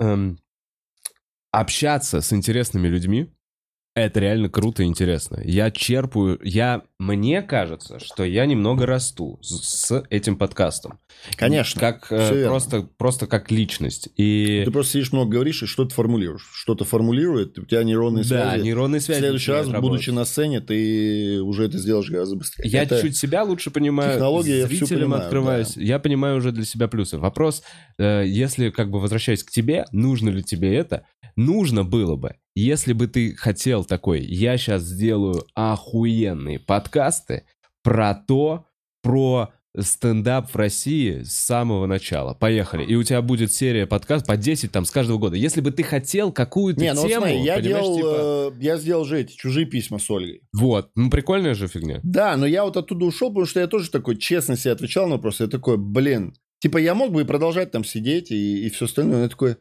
общаться с интересными людьми, это реально круто и интересно. Я черпаю... Мне кажется, что я немного расту с этим подкастом. Конечно. Как, просто как личность. И... Ты просто сидишь, много говоришь, и что-то формулируешь. Что-то формулирует, у тебя нейронные связи. Да, нейронные связи. В следующий раз, будучи на сцене, ты уже это сделаешь гораздо быстрее. Я чуть себя лучше понимаю. Технология, зрителям открываюсь. Да. Я понимаю уже для себя плюсы. Вопрос, если, как бы, возвращаясь к тебе, нужно ли тебе это? Нужно было бы. Если бы ты хотел такой, я сейчас сделаю охуенные подкасты про стендап в России с самого начала. Поехали. И у тебя будет серия подкастов по 10 там с каждого года. Если бы ты хотел какую-то тему... Смотри, я сделал же эти чужие письма с Ольгой. Вот. Ну, прикольная же фигня. Да, но я вот оттуда ушел, потому что я тоже такой честно себе отвечал на вопрос. Я такой, типа я мог бы и продолжать там сидеть и все остальное. Но я такой,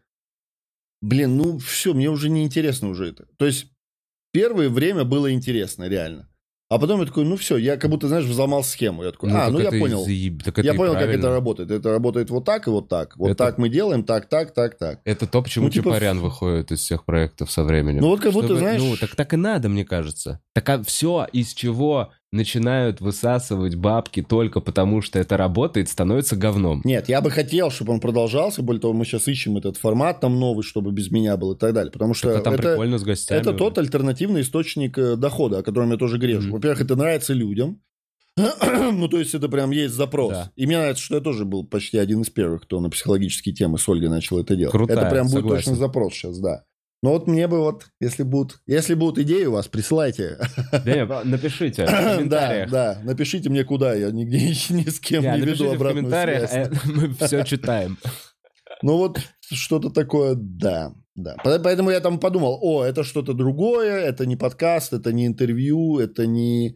ну все, мне уже не интересно уже это. То есть первое время было интересно, реально. А потом я такой, ну все, я как будто, знаешь, взломал схему. Я такой, я понял. Я понял, как это работает. Это работает вот так и вот так. Вот так мы делаем, так. Это то, почему Чапарян выходит из всех проектов со временем. Ну вот как будто, знаешь... Ну, так и надо, мне кажется. Так все, из чего начинают высасывать бабки только потому, что это работает, становится говном. Нет, я бы хотел, чтобы он продолжался. Более того, мы сейчас ищем этот формат там новый, чтобы без меня был и так далее. Потому что там прикольно с гостями. Это тот альтернативный источник дохода, о котором я тоже грежу. Во-первых, это нравится людям. Ну, то есть это прям есть запрос. Да. И мне нравится, что я тоже был почти один из первых, кто на психологические темы с Ольгой начал это делать. Крутая, это прям согласен. Будет точно запрос сейчас, да. Но вот мне бы вот, если будут идеи у вас, присылайте. Да, напишите в комментариях. Да, напишите мне куда, я нигде ни с кем не веду обратную связь. В комментариях, мы все читаем. Ну вот что-то такое, да. Поэтому я там подумал, это что-то другое, это не подкаст, это не интервью, это не...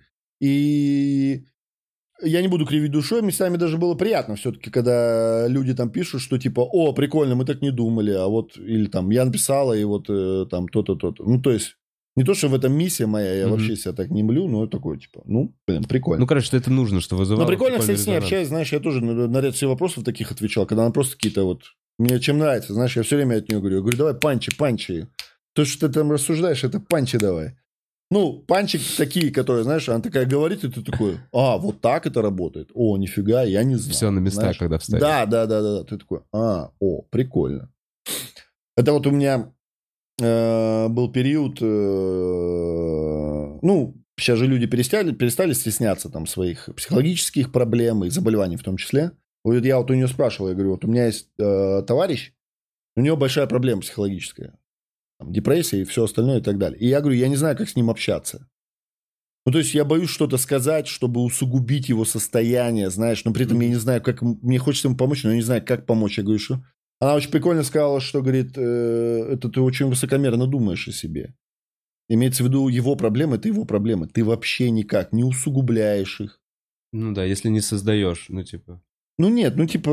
И я не буду кривить душой, местами даже было приятно все-таки, когда люди там пишут, что типа, прикольно, мы так не думали, а вот, или там, я написала, и вот там то-то. Ну, то есть, не то, что в этом миссия моя, я вообще себя так не млю, но такое, типа, прикольно. Ну, короче, это нужно, что вызывало. Но прикольно, кстати, с ней общаюсь, знаешь, я тоже на ряд всех вопросов таких отвечал, когда она просто какие-то вот, мне чем нравится, знаешь, я все время от нее говорю, давай панчи. То, что ты там рассуждаешь, это панчи давай. Ну, панчик такие, которые, знаешь, она такая говорит, и ты такой, вот так это работает. О, нифига, я не знаю. Все на места, знаешь? когда вставишь. Да. Ты такой, прикольно. Это вот у меня был период, сейчас же люди перестали стесняться там своих психологических проблем и заболеваний в том числе. Вот я вот у нее спрашивал, я говорю, вот у меня есть товарищ, у него большая проблема психологическая. Там, депрессия и все остальное и так далее. И я говорю, я не знаю, как с ним общаться. Ну, то есть я боюсь что-то сказать, чтобы усугубить его состояние, знаешь, но при этом я не знаю, как... Мне хочется ему помочь, но я не знаю, как помочь. Я говорю, что... Она очень прикольно сказала, что, говорит, это ты очень высокомерно думаешь о себе. Имеется в виду его проблемы, это его проблемы. Ты вообще никак не усугубляешь их. Ну да, если не создаешь, типа... Ну нет,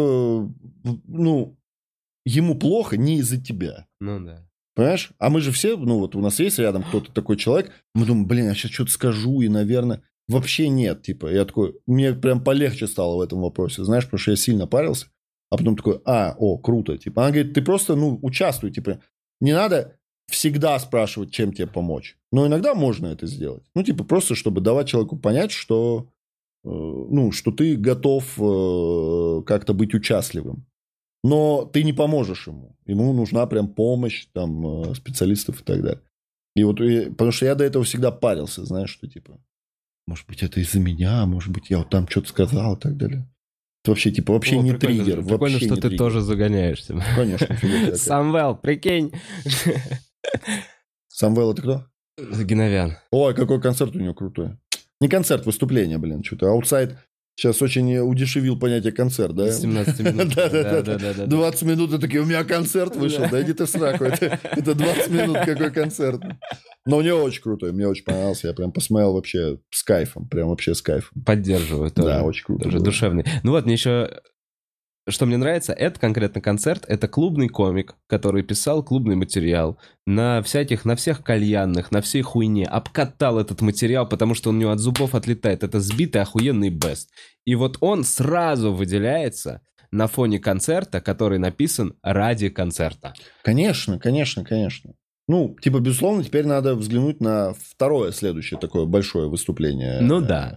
ему плохо не из-за тебя. Ну да. Понимаешь? А мы же все, вот у нас есть рядом кто-то такой человек, мы думаем, я сейчас что-то скажу, и, наверное, вообще нет, типа, я такой, мне прям полегче стало в этом вопросе, знаешь, потому что я сильно парился, а потом такой, круто, типа, она говорит, ты просто, участвуй, типа, не надо всегда спрашивать, чем тебе помочь, но иногда можно это сделать, просто, чтобы давать человеку понять, что, что ты готов как-то быть участливым. Но ты не поможешь ему. Ему нужна прям помощь там, специалистов и так далее. Потому что я до этого всегда парился, знаешь, что типа, может быть, это из-за меня, может быть, я вот там что-то сказал и так далее. Это вообще, типа, вообще не триггер. Прикольно, что ты тоже загоняешься. Конечно. Самвел, прикинь. Самвел это кто? Геновян. Ой, какой концерт у него крутой. Не концерт, выступление, что-то. Аутсайд сейчас очень удешевил понятие концерт, да? 17 минут. Да. 20 минут, и такие, у меня концерт вышел. Да иди ты в сраку. Это 20 минут, какой концерт. Но у него очень крутой, мне очень понравился. Я прям посмотрел вообще с кайфом. Прям вообще с кайфом. Поддерживаю тоже. Да, очень круто. Тоже душевный. Мне еще... Что мне нравится, это конкретно концерт, это клубный комик, который писал клубный материал на всех кальянных, на всей хуйне, обкатал этот материал, потому что он у него от зубов отлетает. Это сбитый охуенный бест. И вот он сразу выделяется на фоне концерта, который написан ради концерта. Конечно. Безусловно, теперь надо взглянуть на второе следующее такое большое выступление. Ну да.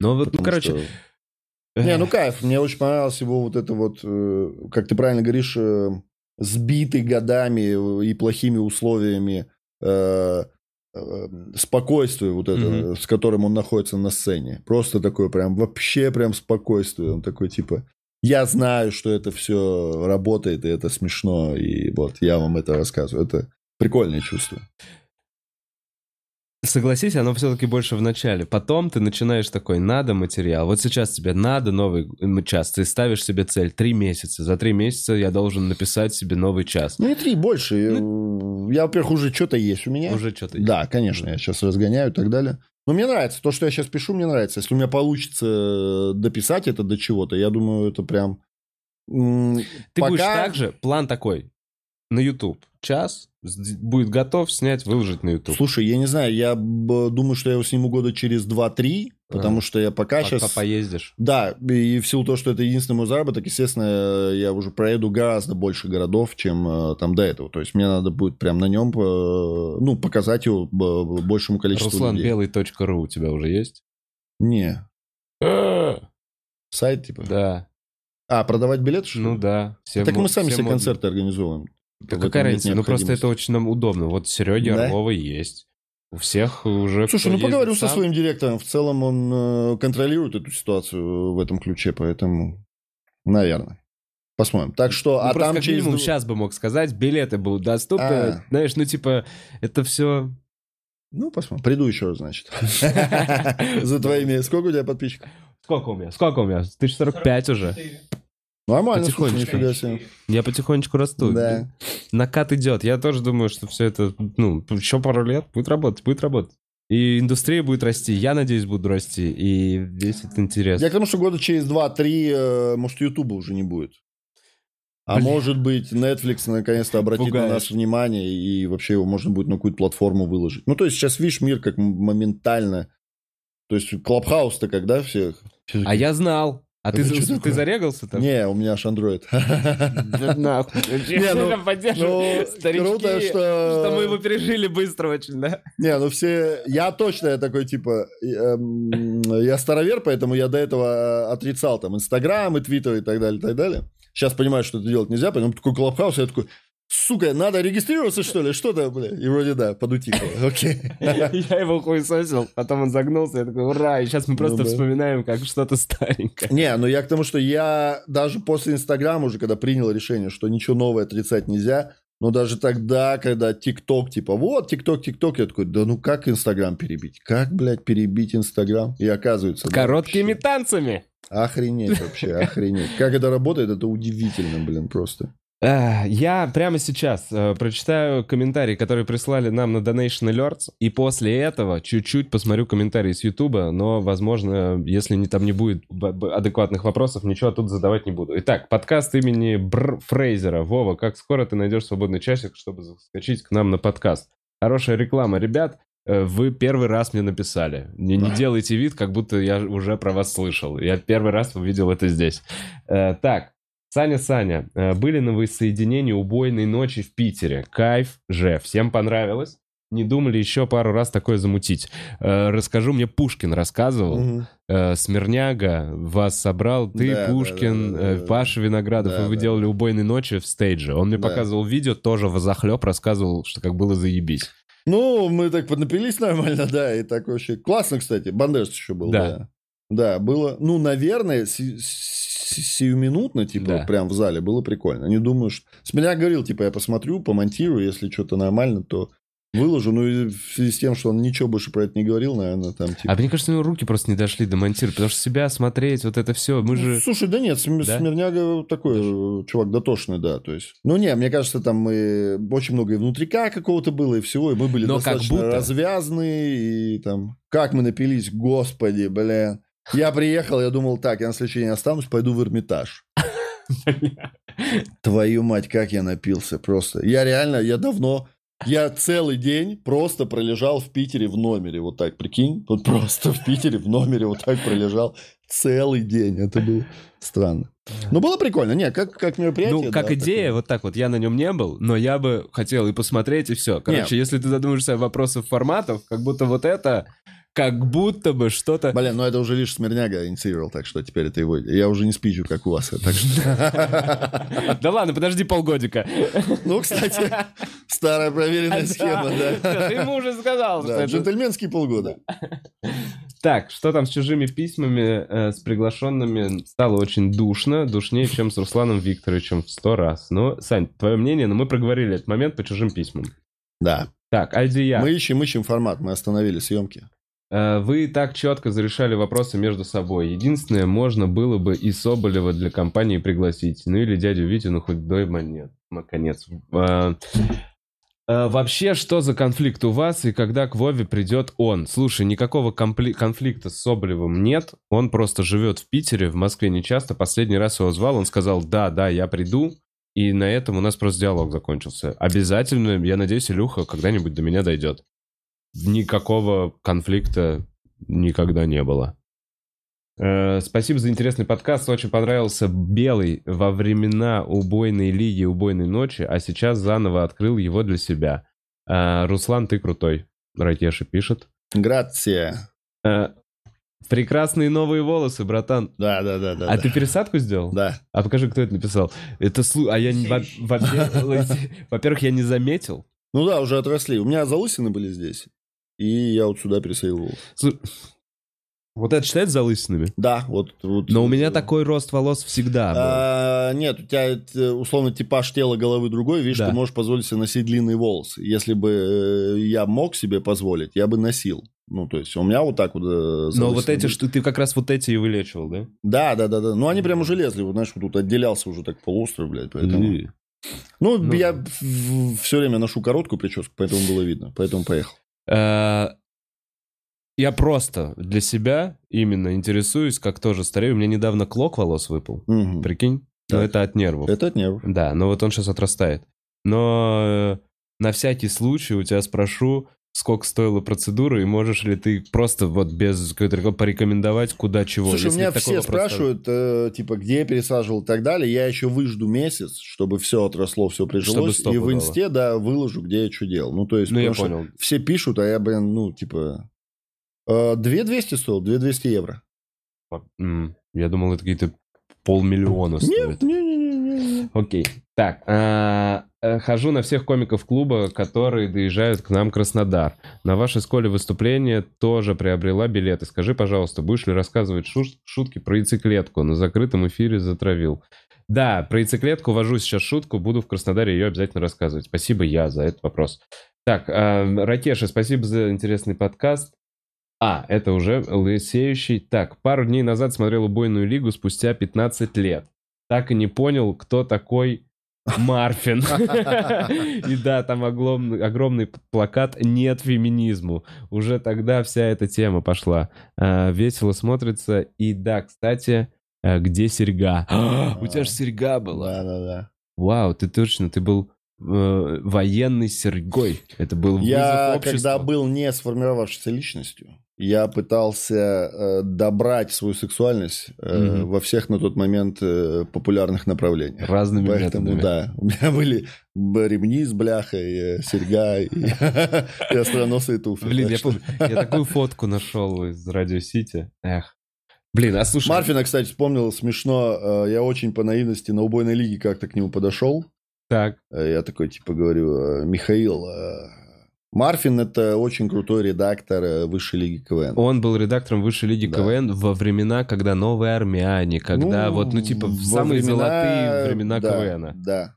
Кайф. Мне очень понравилось его вот это вот, как ты правильно говоришь, сбитый годами и плохими условиями спокойствие вот это, с которым он находится на сцене. Просто такое вообще спокойствие. Он такой типа, я знаю, что это все работает, и это смешно, и вот я вам это рассказываю. Это прикольное чувство. Согласись, оно все-таки больше в начале. Потом ты начинаешь такой, надо материал. Вот сейчас тебе надо новый час. Ты ставишь себе цель 3 месяца. За 3 месяца я должен написать себе новый час. Не 3, больше. Я, во-первых, уже что-то есть у меня. Уже что-то есть. Да, конечно, я сейчас разгоняю и так далее. Но мне нравится. То, что я сейчас пишу, мне нравится. Если у меня получится дописать это до чего-то, я думаю, это прям... Ты будешь также, план такой, на YouTube. Час, будет готов снять, выложить на YouTube. Слушай, я не знаю, я думаю, что я его сниму года через 2-3, потому что я пока сейчас... Поездишь. Да, и в силу того, что это единственный мой заработок, естественно, я уже проеду гораздо больше городов, чем там до этого. То есть мне надо будет прям на нем, показать его большему количеству людей. RuslanBelый.ru у тебя уже есть? Не. Сайт типа? Да. Продавать билеты, что ли? Ну да. Так мы сами себе концерты организуем. Да какая разница? Просто это очень нам удобно. Вот Сереги Орлова есть. У всех уже... Слушай, поговорю со своим директором. В целом он контролирует эту ситуацию в этом ключе, поэтому, наверное. Посмотрим. Так что... просто там как минимум сейчас бы мог сказать, билеты будут доступны. Знаешь, это все... Посмотрим. Приду еще раз, значит. За твоими... Сколько у тебя подписчиков? Сколько у меня? 1045 уже. Нормально, слушай, нифига себе. Я потихонечку расту. Да. Накат идет. Я тоже думаю, что все это, еще пару лет будет работать. И индустрия будет расти, я надеюсь, буду расти, и весь этот интерес. Я к тому, что года через 2-3, может, Ютуба уже не будет. Может быть, Netflix наконец-то обратит на нас внимание, и вообще его можно будет на какую-то платформу выложить. То есть сейчас, видишь, мир как моментально... То есть Клабхаус-то когда всех... А я знал. А ты зарегался там? Не, у меня аж Android. Да нахуй. Круто, что мы его пережили быстро очень, да? Не, ну все... Я точно, я такой, типа... Я старовер, поэтому я до этого отрицал там Инстаграм и Твиттер и так далее, и так далее. Сейчас понимаю, что это делать нельзя, поэтому такой Клабхаус, я такой... Сука, надо регистрироваться, что ли? Что-то, бля. И вроде да, подутихло. Окей. Я его хуесосил, потом он загнулся, я такой, ура, и сейчас мы просто вспоминаем, как что-то старенькое. Не, ну я к тому, что я даже после Инстаграма уже, когда принял решение, что ничего нового отрицать нельзя, но даже тогда, когда ТикТок, типа, вот, ТикТок, я такой, да ну как Инстаграм перебить? Как, блядь, перебить Инстаграм? И оказывается... Короткими танцами. Охренеть вообще, охренеть. Как это работает, это удивительно, блин, просто. Я прямо сейчас прочитаю комментарии, которые прислали нам на Donation Alerts, и после этого чуть-чуть посмотрю комментарии с Ютуба, но, возможно, если там не будет адекватных вопросов, ничего тут задавать не буду. Итак, подкаст имени Фрейзера. Вова, как скоро ты найдешь свободный часик, чтобы заскочить к нам на подкаст? Хорошая реклама, ребят. Вы первый раз мне написали. Не делайте вид, как будто я уже про вас слышал. Я первый раз увидел это здесь. Так. Саня, были на воссоединении убойной ночи в Питере. Кайф же, всем понравилось. Не думали еще пару раз такое замутить. Расскажу, мне Пушкин рассказывал. Смирняга вас собрал, ты, Пушкин, Паша Виноградов, и вы делали убойные ночи в стейдже. Он мне показывал видео, тоже возохлеб, рассказывал, что как было заебись. Ну, мы так поднапились нормально, да, и так вообще... Классно, кстати, Бандерс еще был, да. Да, было, ну, наверное, сиюминутно, типа, прям в зале было прикольно. Не думаю, что... Смирняк говорил, типа, я посмотрю, помонтирую, если что-то нормально, то выложу. Ну, и в связи с тем, что он ничего больше про это не говорил, наверное, там, типа... А мне кажется, у него руки просто не дошли до монтирования, потому что себя смотреть, вот это все, мы же... Слушай, да нет, Смирняга такой чувак дотошный, да, то есть... Ну, не, мне кажется, там мы очень много и внутрика какого-то было, и всего, и мы были достаточно развязаны, и там... Как мы напились, господи, блин... Я приехал, я думал, так, я на следующий день останусь, пойду в Эрмитаж. Твою мать, как я напился просто. Я целый день просто пролежал в Питере в номере, вот так, прикинь. Вот просто в Питере в номере вот так пролежал целый день. Это было странно. Ну, было прикольно. Не, как мероприятие. Ну, как идея, вот так вот, я на нем не был, но я бы хотел и посмотреть, и все. Короче, если ты задумаешься о вопросах форматов, как будто вот это... Как будто бы что-то... Блин, ну это уже лишь Смирняга инициировал, так что теперь это его... Я уже не спичу, как у вас. Да ладно, подожди полгодика. Ну, кстати, старая проверенная схема, да. Ты ему уже сказал. Джентльменские полгода. Так, что там с чужими письмами, с приглашенными стало очень душно, душнее, чем с Русланом Викторовичем в 100 раз. Ну, Сань, твое мнение, но мы проговорили этот момент по чужим письмам. Да. Так, Альдия. Мы ищем формат, мы остановили съемки. Вы так четко зарешали вопросы между собой. Единственное, можно было бы и Соболева для компании пригласить. Ну или дядю Витю на худой монет. Наконец. Вообще, что за конфликт у вас и когда к Вове придет он? Слушай, никакого конфликта с Соболевым нет. Он просто живет в Питере, в Москве не часто. Последний раз его звал, он сказал, да, я приду. И на этом у нас просто диалог закончился. Обязательно, я надеюсь, Илюха когда-нибудь до меня дойдет. Никакого конфликта никогда не было. Спасибо за интересный подкаст. Очень понравился Белый во времена убойной лиги, убойной ночи, а сейчас заново открыл его для себя. Руслан, ты крутой. Ракеша пишет. Грация. Прекрасные новые волосы, братан. Да. А ты пересадку сделал? Да. А покажи, кто это написал. Это во-первых, я не заметил. Ну да, уже отросли. У меня залысины были здесь. И я вот сюда пересадил волосы. Вот это считается залысинами? Да, вот. Но у меня такой рост волос всегда был. Нет, у тебя, условно, типаж тела головы другой. Видишь, ты можешь позволить себе носить длинные волосы. Если бы я мог себе позволить, я бы носил. Ну, то есть, у меня вот так вот... Но вот эти, что ты как раз вот эти и вылечивал, да? Да. Ну, они прям уже лезли. Вот, знаешь, вот тут отделялся уже так полуострый, блядь, поэтому... Ну, я все время ношу короткую прическу, поэтому было видно. Поэтому поехал. Я просто для себя именно интересуюсь, как тоже старею. У меня недавно клок волос выпал. Прикинь? Но это от нервов. Это от нервов. Да, но вот он сейчас отрастает. Но на всякий случай у тебя спрошу, сколько стоила процедура, и можешь ли ты просто вот без какой-то порекомендовать, куда чего? Слушай, меня все спрашивают, типа, где я пересаживал и так далее. Я еще выжду месяц, чтобы все отросло, все прижилось. И в инсте, да, выложу, где я что делал. Ну, то есть, я понял. Все пишут, а я, блин, ну, типа... 2200 стоил, 2200 евро. Я думал, это какие-то 500 000 стоит. Не. Окей. Так, хожу на всех комиков клуба, которые доезжают к нам в Краснодар. На вашей школе выступления тоже приобрела билеты. Скажи, пожалуйста, будешь ли рассказывать шутки про яйцеклетку? На закрытом эфире затравил. Да, про яйцеклетку вожу сейчас шутку, буду в Краснодаре ее обязательно рассказывать. Спасибо я за этот вопрос. Так, Ракеша, спасибо за интересный подкаст. Это уже лысеющий. Так, пару дней назад смотрел «Убойную лигу» спустя 15 лет. Так и не понял, кто такой Марфин. И да, там огромный плакат «Нет феминизму». Уже тогда вся эта тема пошла. Весело смотрится. И да, кстати, где серьга? У тебя же серьга была. Да. Вау, ты был военной серьгой. Это был вызов обществу. Когда был не сформировавшейся личностью, я пытался добрать свою сексуальность во всех на тот момент популярных направлениях. Разными методами. Да, у меня были ремни с бляхой, серьга и остроносые туфли. Блин, я помню, я такую фотку нашел из Радио Сити. Блин, слушай... Марфина, кстати, вспомнил, смешно. Я очень по наивности на убойной лиге как-то к нему подошел. Так. Я такой, типа, говорю, Михаил... Марфин — это очень крутой редактор Высшей лиги КВН. Он был редактором Высшей лиги КВН во времена, когда «Новые армяне», когда в самые золотые времена КВН. Да.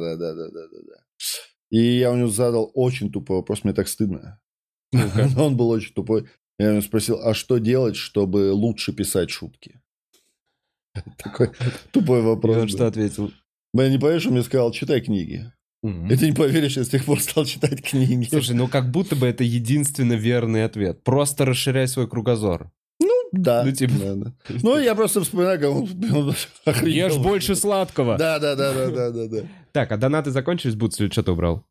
И я у него задал очень тупой вопрос, мне так стыдно. Он был очень тупой. Я у него спросил, а что делать, чтобы лучше писать шутки? Такой тупой вопрос. И он что ответил? Я не поверишь, он мне сказал, читай книги. И ты не поверишь, я с тех пор стал читать книги. Слушай, как будто бы это единственно верный ответ. Просто расширяй свой кругозор. Да. Ну, я просто вспоминаю, как он охренел. Ешь больше сладкого. Да. Так, а донаты закончились, Бутс, или что ты убрал?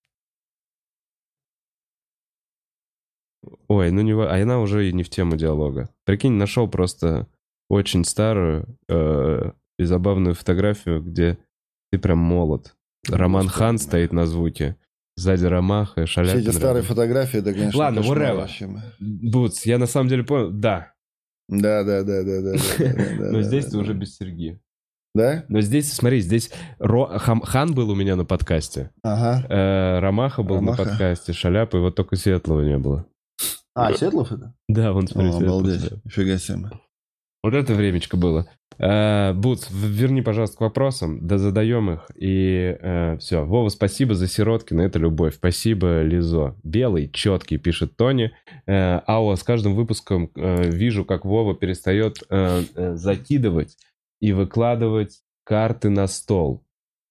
Ой, она уже и не в тему диалога. Прикинь, нашел просто очень старую и забавную фотографию, где ты прям молод. Роман Хан стоит на звуке. Сзади Ромаха, Шаляпин. Все эти старые фотографии, это, конечно, ладно, whatever. Бутс, я на самом деле понял, да. Да. Но здесь ты уже без серьги. Да? Но здесь, смотри, здесь Хан был у меня на подкасте. Ага. Ромаха был на подкасте, Шаляпа, и вот только Светлого не было. Светлов это? Да, вон, смотри. Обалдеть, нифига себе. Вот это времечко было. Бутс, верни, пожалуйста, к вопросам, да задаем их, и все. Вова, спасибо за Сироткина, это любовь. Спасибо, Лизо. Белый, четкий, пишет Тони. С каждым выпуском вижу, как Вова перестает закидывать и выкладывать карты на стол.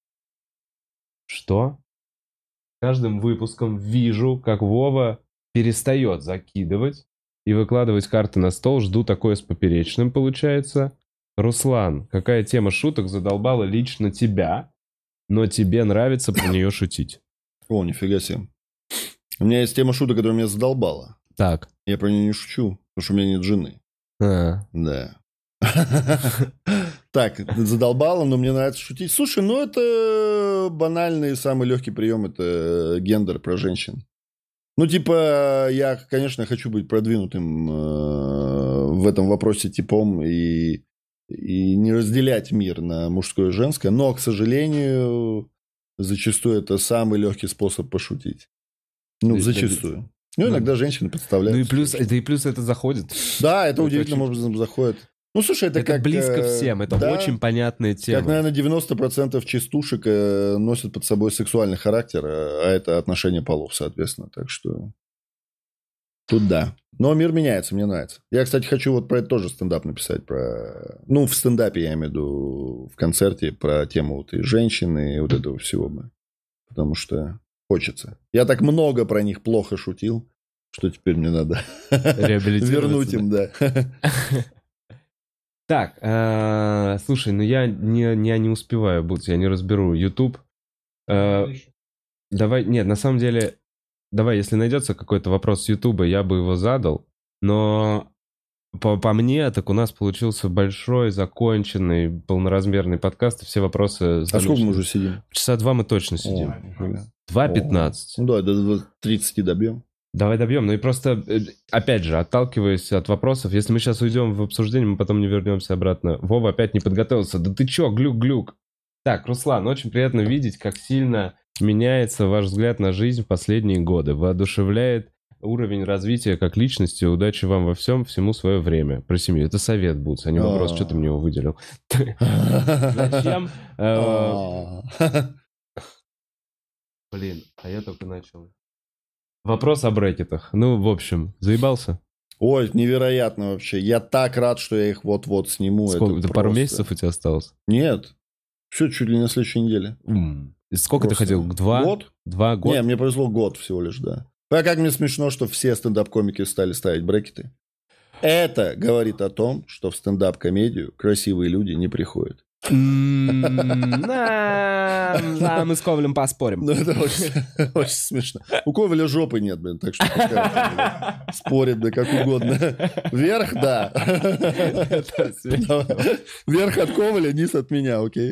Что? С каждым выпуском вижу, как Вова перестает закидывать и выкладывать карты на стол. Жду такое с поперечным, получается. Руслан, какая тема шуток задолбала лично тебя, но тебе нравится про нее шутить? О, нифига себе. У меня есть тема шуток, которая меня задолбала. Так. Я про нее не шучу, потому что у меня нет жены. Да. Так, задолбало, но мне нравится шутить. Слушай, это банальный, самый легкий прием, это гендер про женщин. Я, конечно, хочу быть продвинутым в этом вопросе типом и не разделять мир на мужское и женское, но, к сожалению, зачастую это самый легкий способ пошутить. Зачастую. Иногда женщины подставляют. И плюс это заходит. Да, это удивительным образом заходит. Слушай, это как... близко всем, это очень понятная тема. Как, наверное, 90% частушек носят под собой сексуальный характер, а это отношение полов, соответственно. Так что тут да. Но мир меняется, мне нравится. Я, кстати, хочу про это тоже стендап написать. В стендапе, я имею в виду, в концерте, про тему и женщины, и вот этого всего. Потому что хочется. Я так много про них плохо шутил, что теперь мне надо вернуть им, да. Так, слушай, я не успеваю, Бутс, я не разберу YouTube. Давай, нет, на самом деле, давай, если найдется какой-то вопрос с Ютуба, я бы его задал, но по мне, так у нас получился большой, законченный, полноразмерный подкаст, и все вопросы... А сколько мы уже сидим? Часа 2 мы точно сидим. 2:15. Ну да, до 30 добьем. Давай добьем. Ну и просто, опять же, отталкиваясь от вопросов, если мы сейчас уйдем в обсуждение, мы потом не вернемся обратно. Вова опять не подготовился. Да ты чё, глюк-глюк? Так, Руслан, очень приятно видеть, как сильно меняется ваш взгляд на жизнь в последние годы. Воодушевляет уровень развития как личности. Удачи вам во всем, всему свое время. Про семью. Это совет, Буц, а не вопрос, что ты мне его выделил. Зачем? Блин, а я только начал. Вопрос о брекетах. Ну, в общем, заебался? Ой, невероятно вообще. Я так рад, что я их вот-вот сниму. Сколько? Это пару месяцев у тебя осталось? Нет. Все чуть ли не на следующей неделе. Сколько ты ходил? 2? Год? 2 года? Не, мне повезло год всего лишь, да. А как мне смешно, что все стендап-комики стали ставить брекеты. Это говорит о том, что в стендап-комедию красивые люди не приходят. Да, мы с Ковалем поспорим. Ну, это очень смешно. У Коваля жопы нет, блин, так что спорит, да, как угодно. Вверх, да. Вверх от Коваля, низ от меня, окей?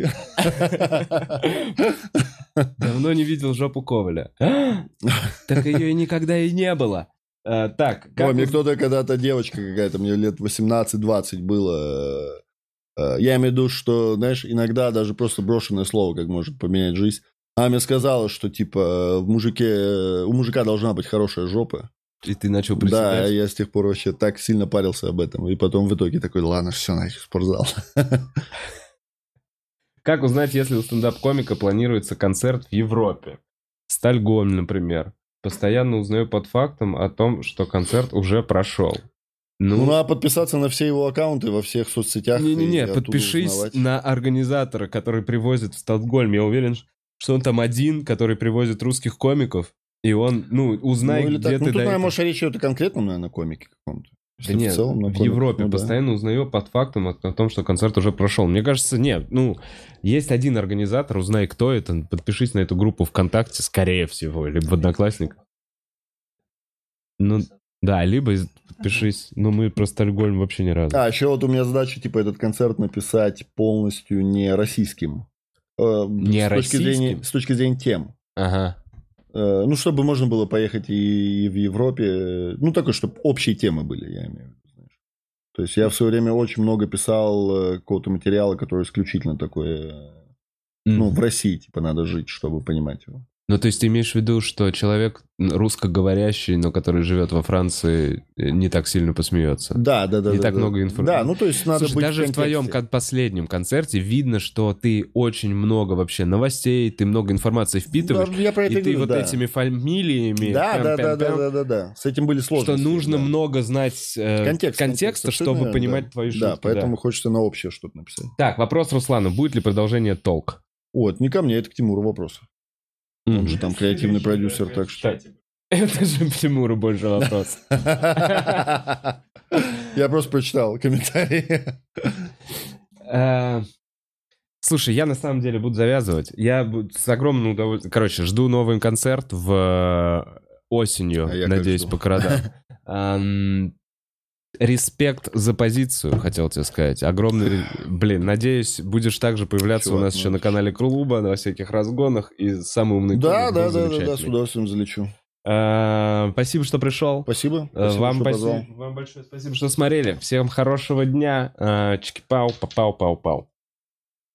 Давно не видел жопу Коваля. Так ее и никогда и не было. Так, ой, мне кто-то когда-то, девочка какая-то, мне лет 18-20 было... Я имею в виду, что, знаешь, иногда даже просто брошенное слово как может поменять жизнь. Она мне сказала, что, типа, у мужика должна быть хорошая жопа. И ты начал приседать? Да, я с тех пор вообще так сильно парился об этом. И потом в итоге такой, ладно, все, нафиг, спортзал. Как узнать, если у стендап-комика планируется концерт в Европе? Стальгольм, например. Постоянно узнаю под фактом о том, что концерт уже прошел. Ну, надо подписаться на все его аккаунты во всех соцсетях. Не-не-не, подпишись на организатора, который привозит в Стокгольм. Я уверен, что он там один, который привозит русских комиков. И он, узнай, где ты... Ну, тут, наверное, может, речь идет о конкретном, наверное, комике каком-то. Да нет, в Европе постоянно узнаю под фактом о том, что концерт уже прошел. Мне кажется, нет, есть один организатор, узнай, кто это, подпишись на эту группу ВКонтакте, скорее всего, либо в Одноклассниках. Да, либо подпишись. Но мы про Стокгольм вообще ни разу. А, еще вот у меня задача, типа, этот концерт написать полностью не российским. Не российским? С точки зрения тем. Ага. Чтобы можно было поехать и в Европе. Такое, чтобы общие темы были, я имею в виду. Знаешь. То есть я в свое время очень много писал какого-то материала, который исключительно такой... в России, типа, надо жить, чтобы понимать его. Ну, то есть ты имеешь в виду, что человек русскоговорящий, но который живет во Франции, не так сильно посмеется? Да. Не так много информации. Да, то есть надо Слушай, быть даже в твоем последнем концерте видно, что ты очень много вообще новостей, ты много информации впитываешь, я про это и ты вот этими фамилиями... Да. С этим были сложности. Что нужно много знать контекста, чтобы понимать твои шутки. Да, поэтому хочется на общее что-то написать. Так, вопрос Руслану. Будет ли продолжение толк? Это не ко мне, это к Тимуру вопрос. Он же там креативный продюсер, так что... Это же к Тимуру больше вопрос. Я просто прочитал комментарии. Слушай, я на самом деле буду завязывать. Я с огромным удовольствием... Короче, жду новый концерт осенью, надеюсь, по городам. Респект за позицию, хотел тебе сказать. Огромный... надеюсь, будешь также появляться у нас еще на канале Клуба, на всяких разгонах, и самый умный... Да, с удовольствием залечу. Спасибо, что пришел. Спасибо. Вам большое спасибо, что смотрели. Всем хорошего дня. Чики-пау, пау-пау-пау.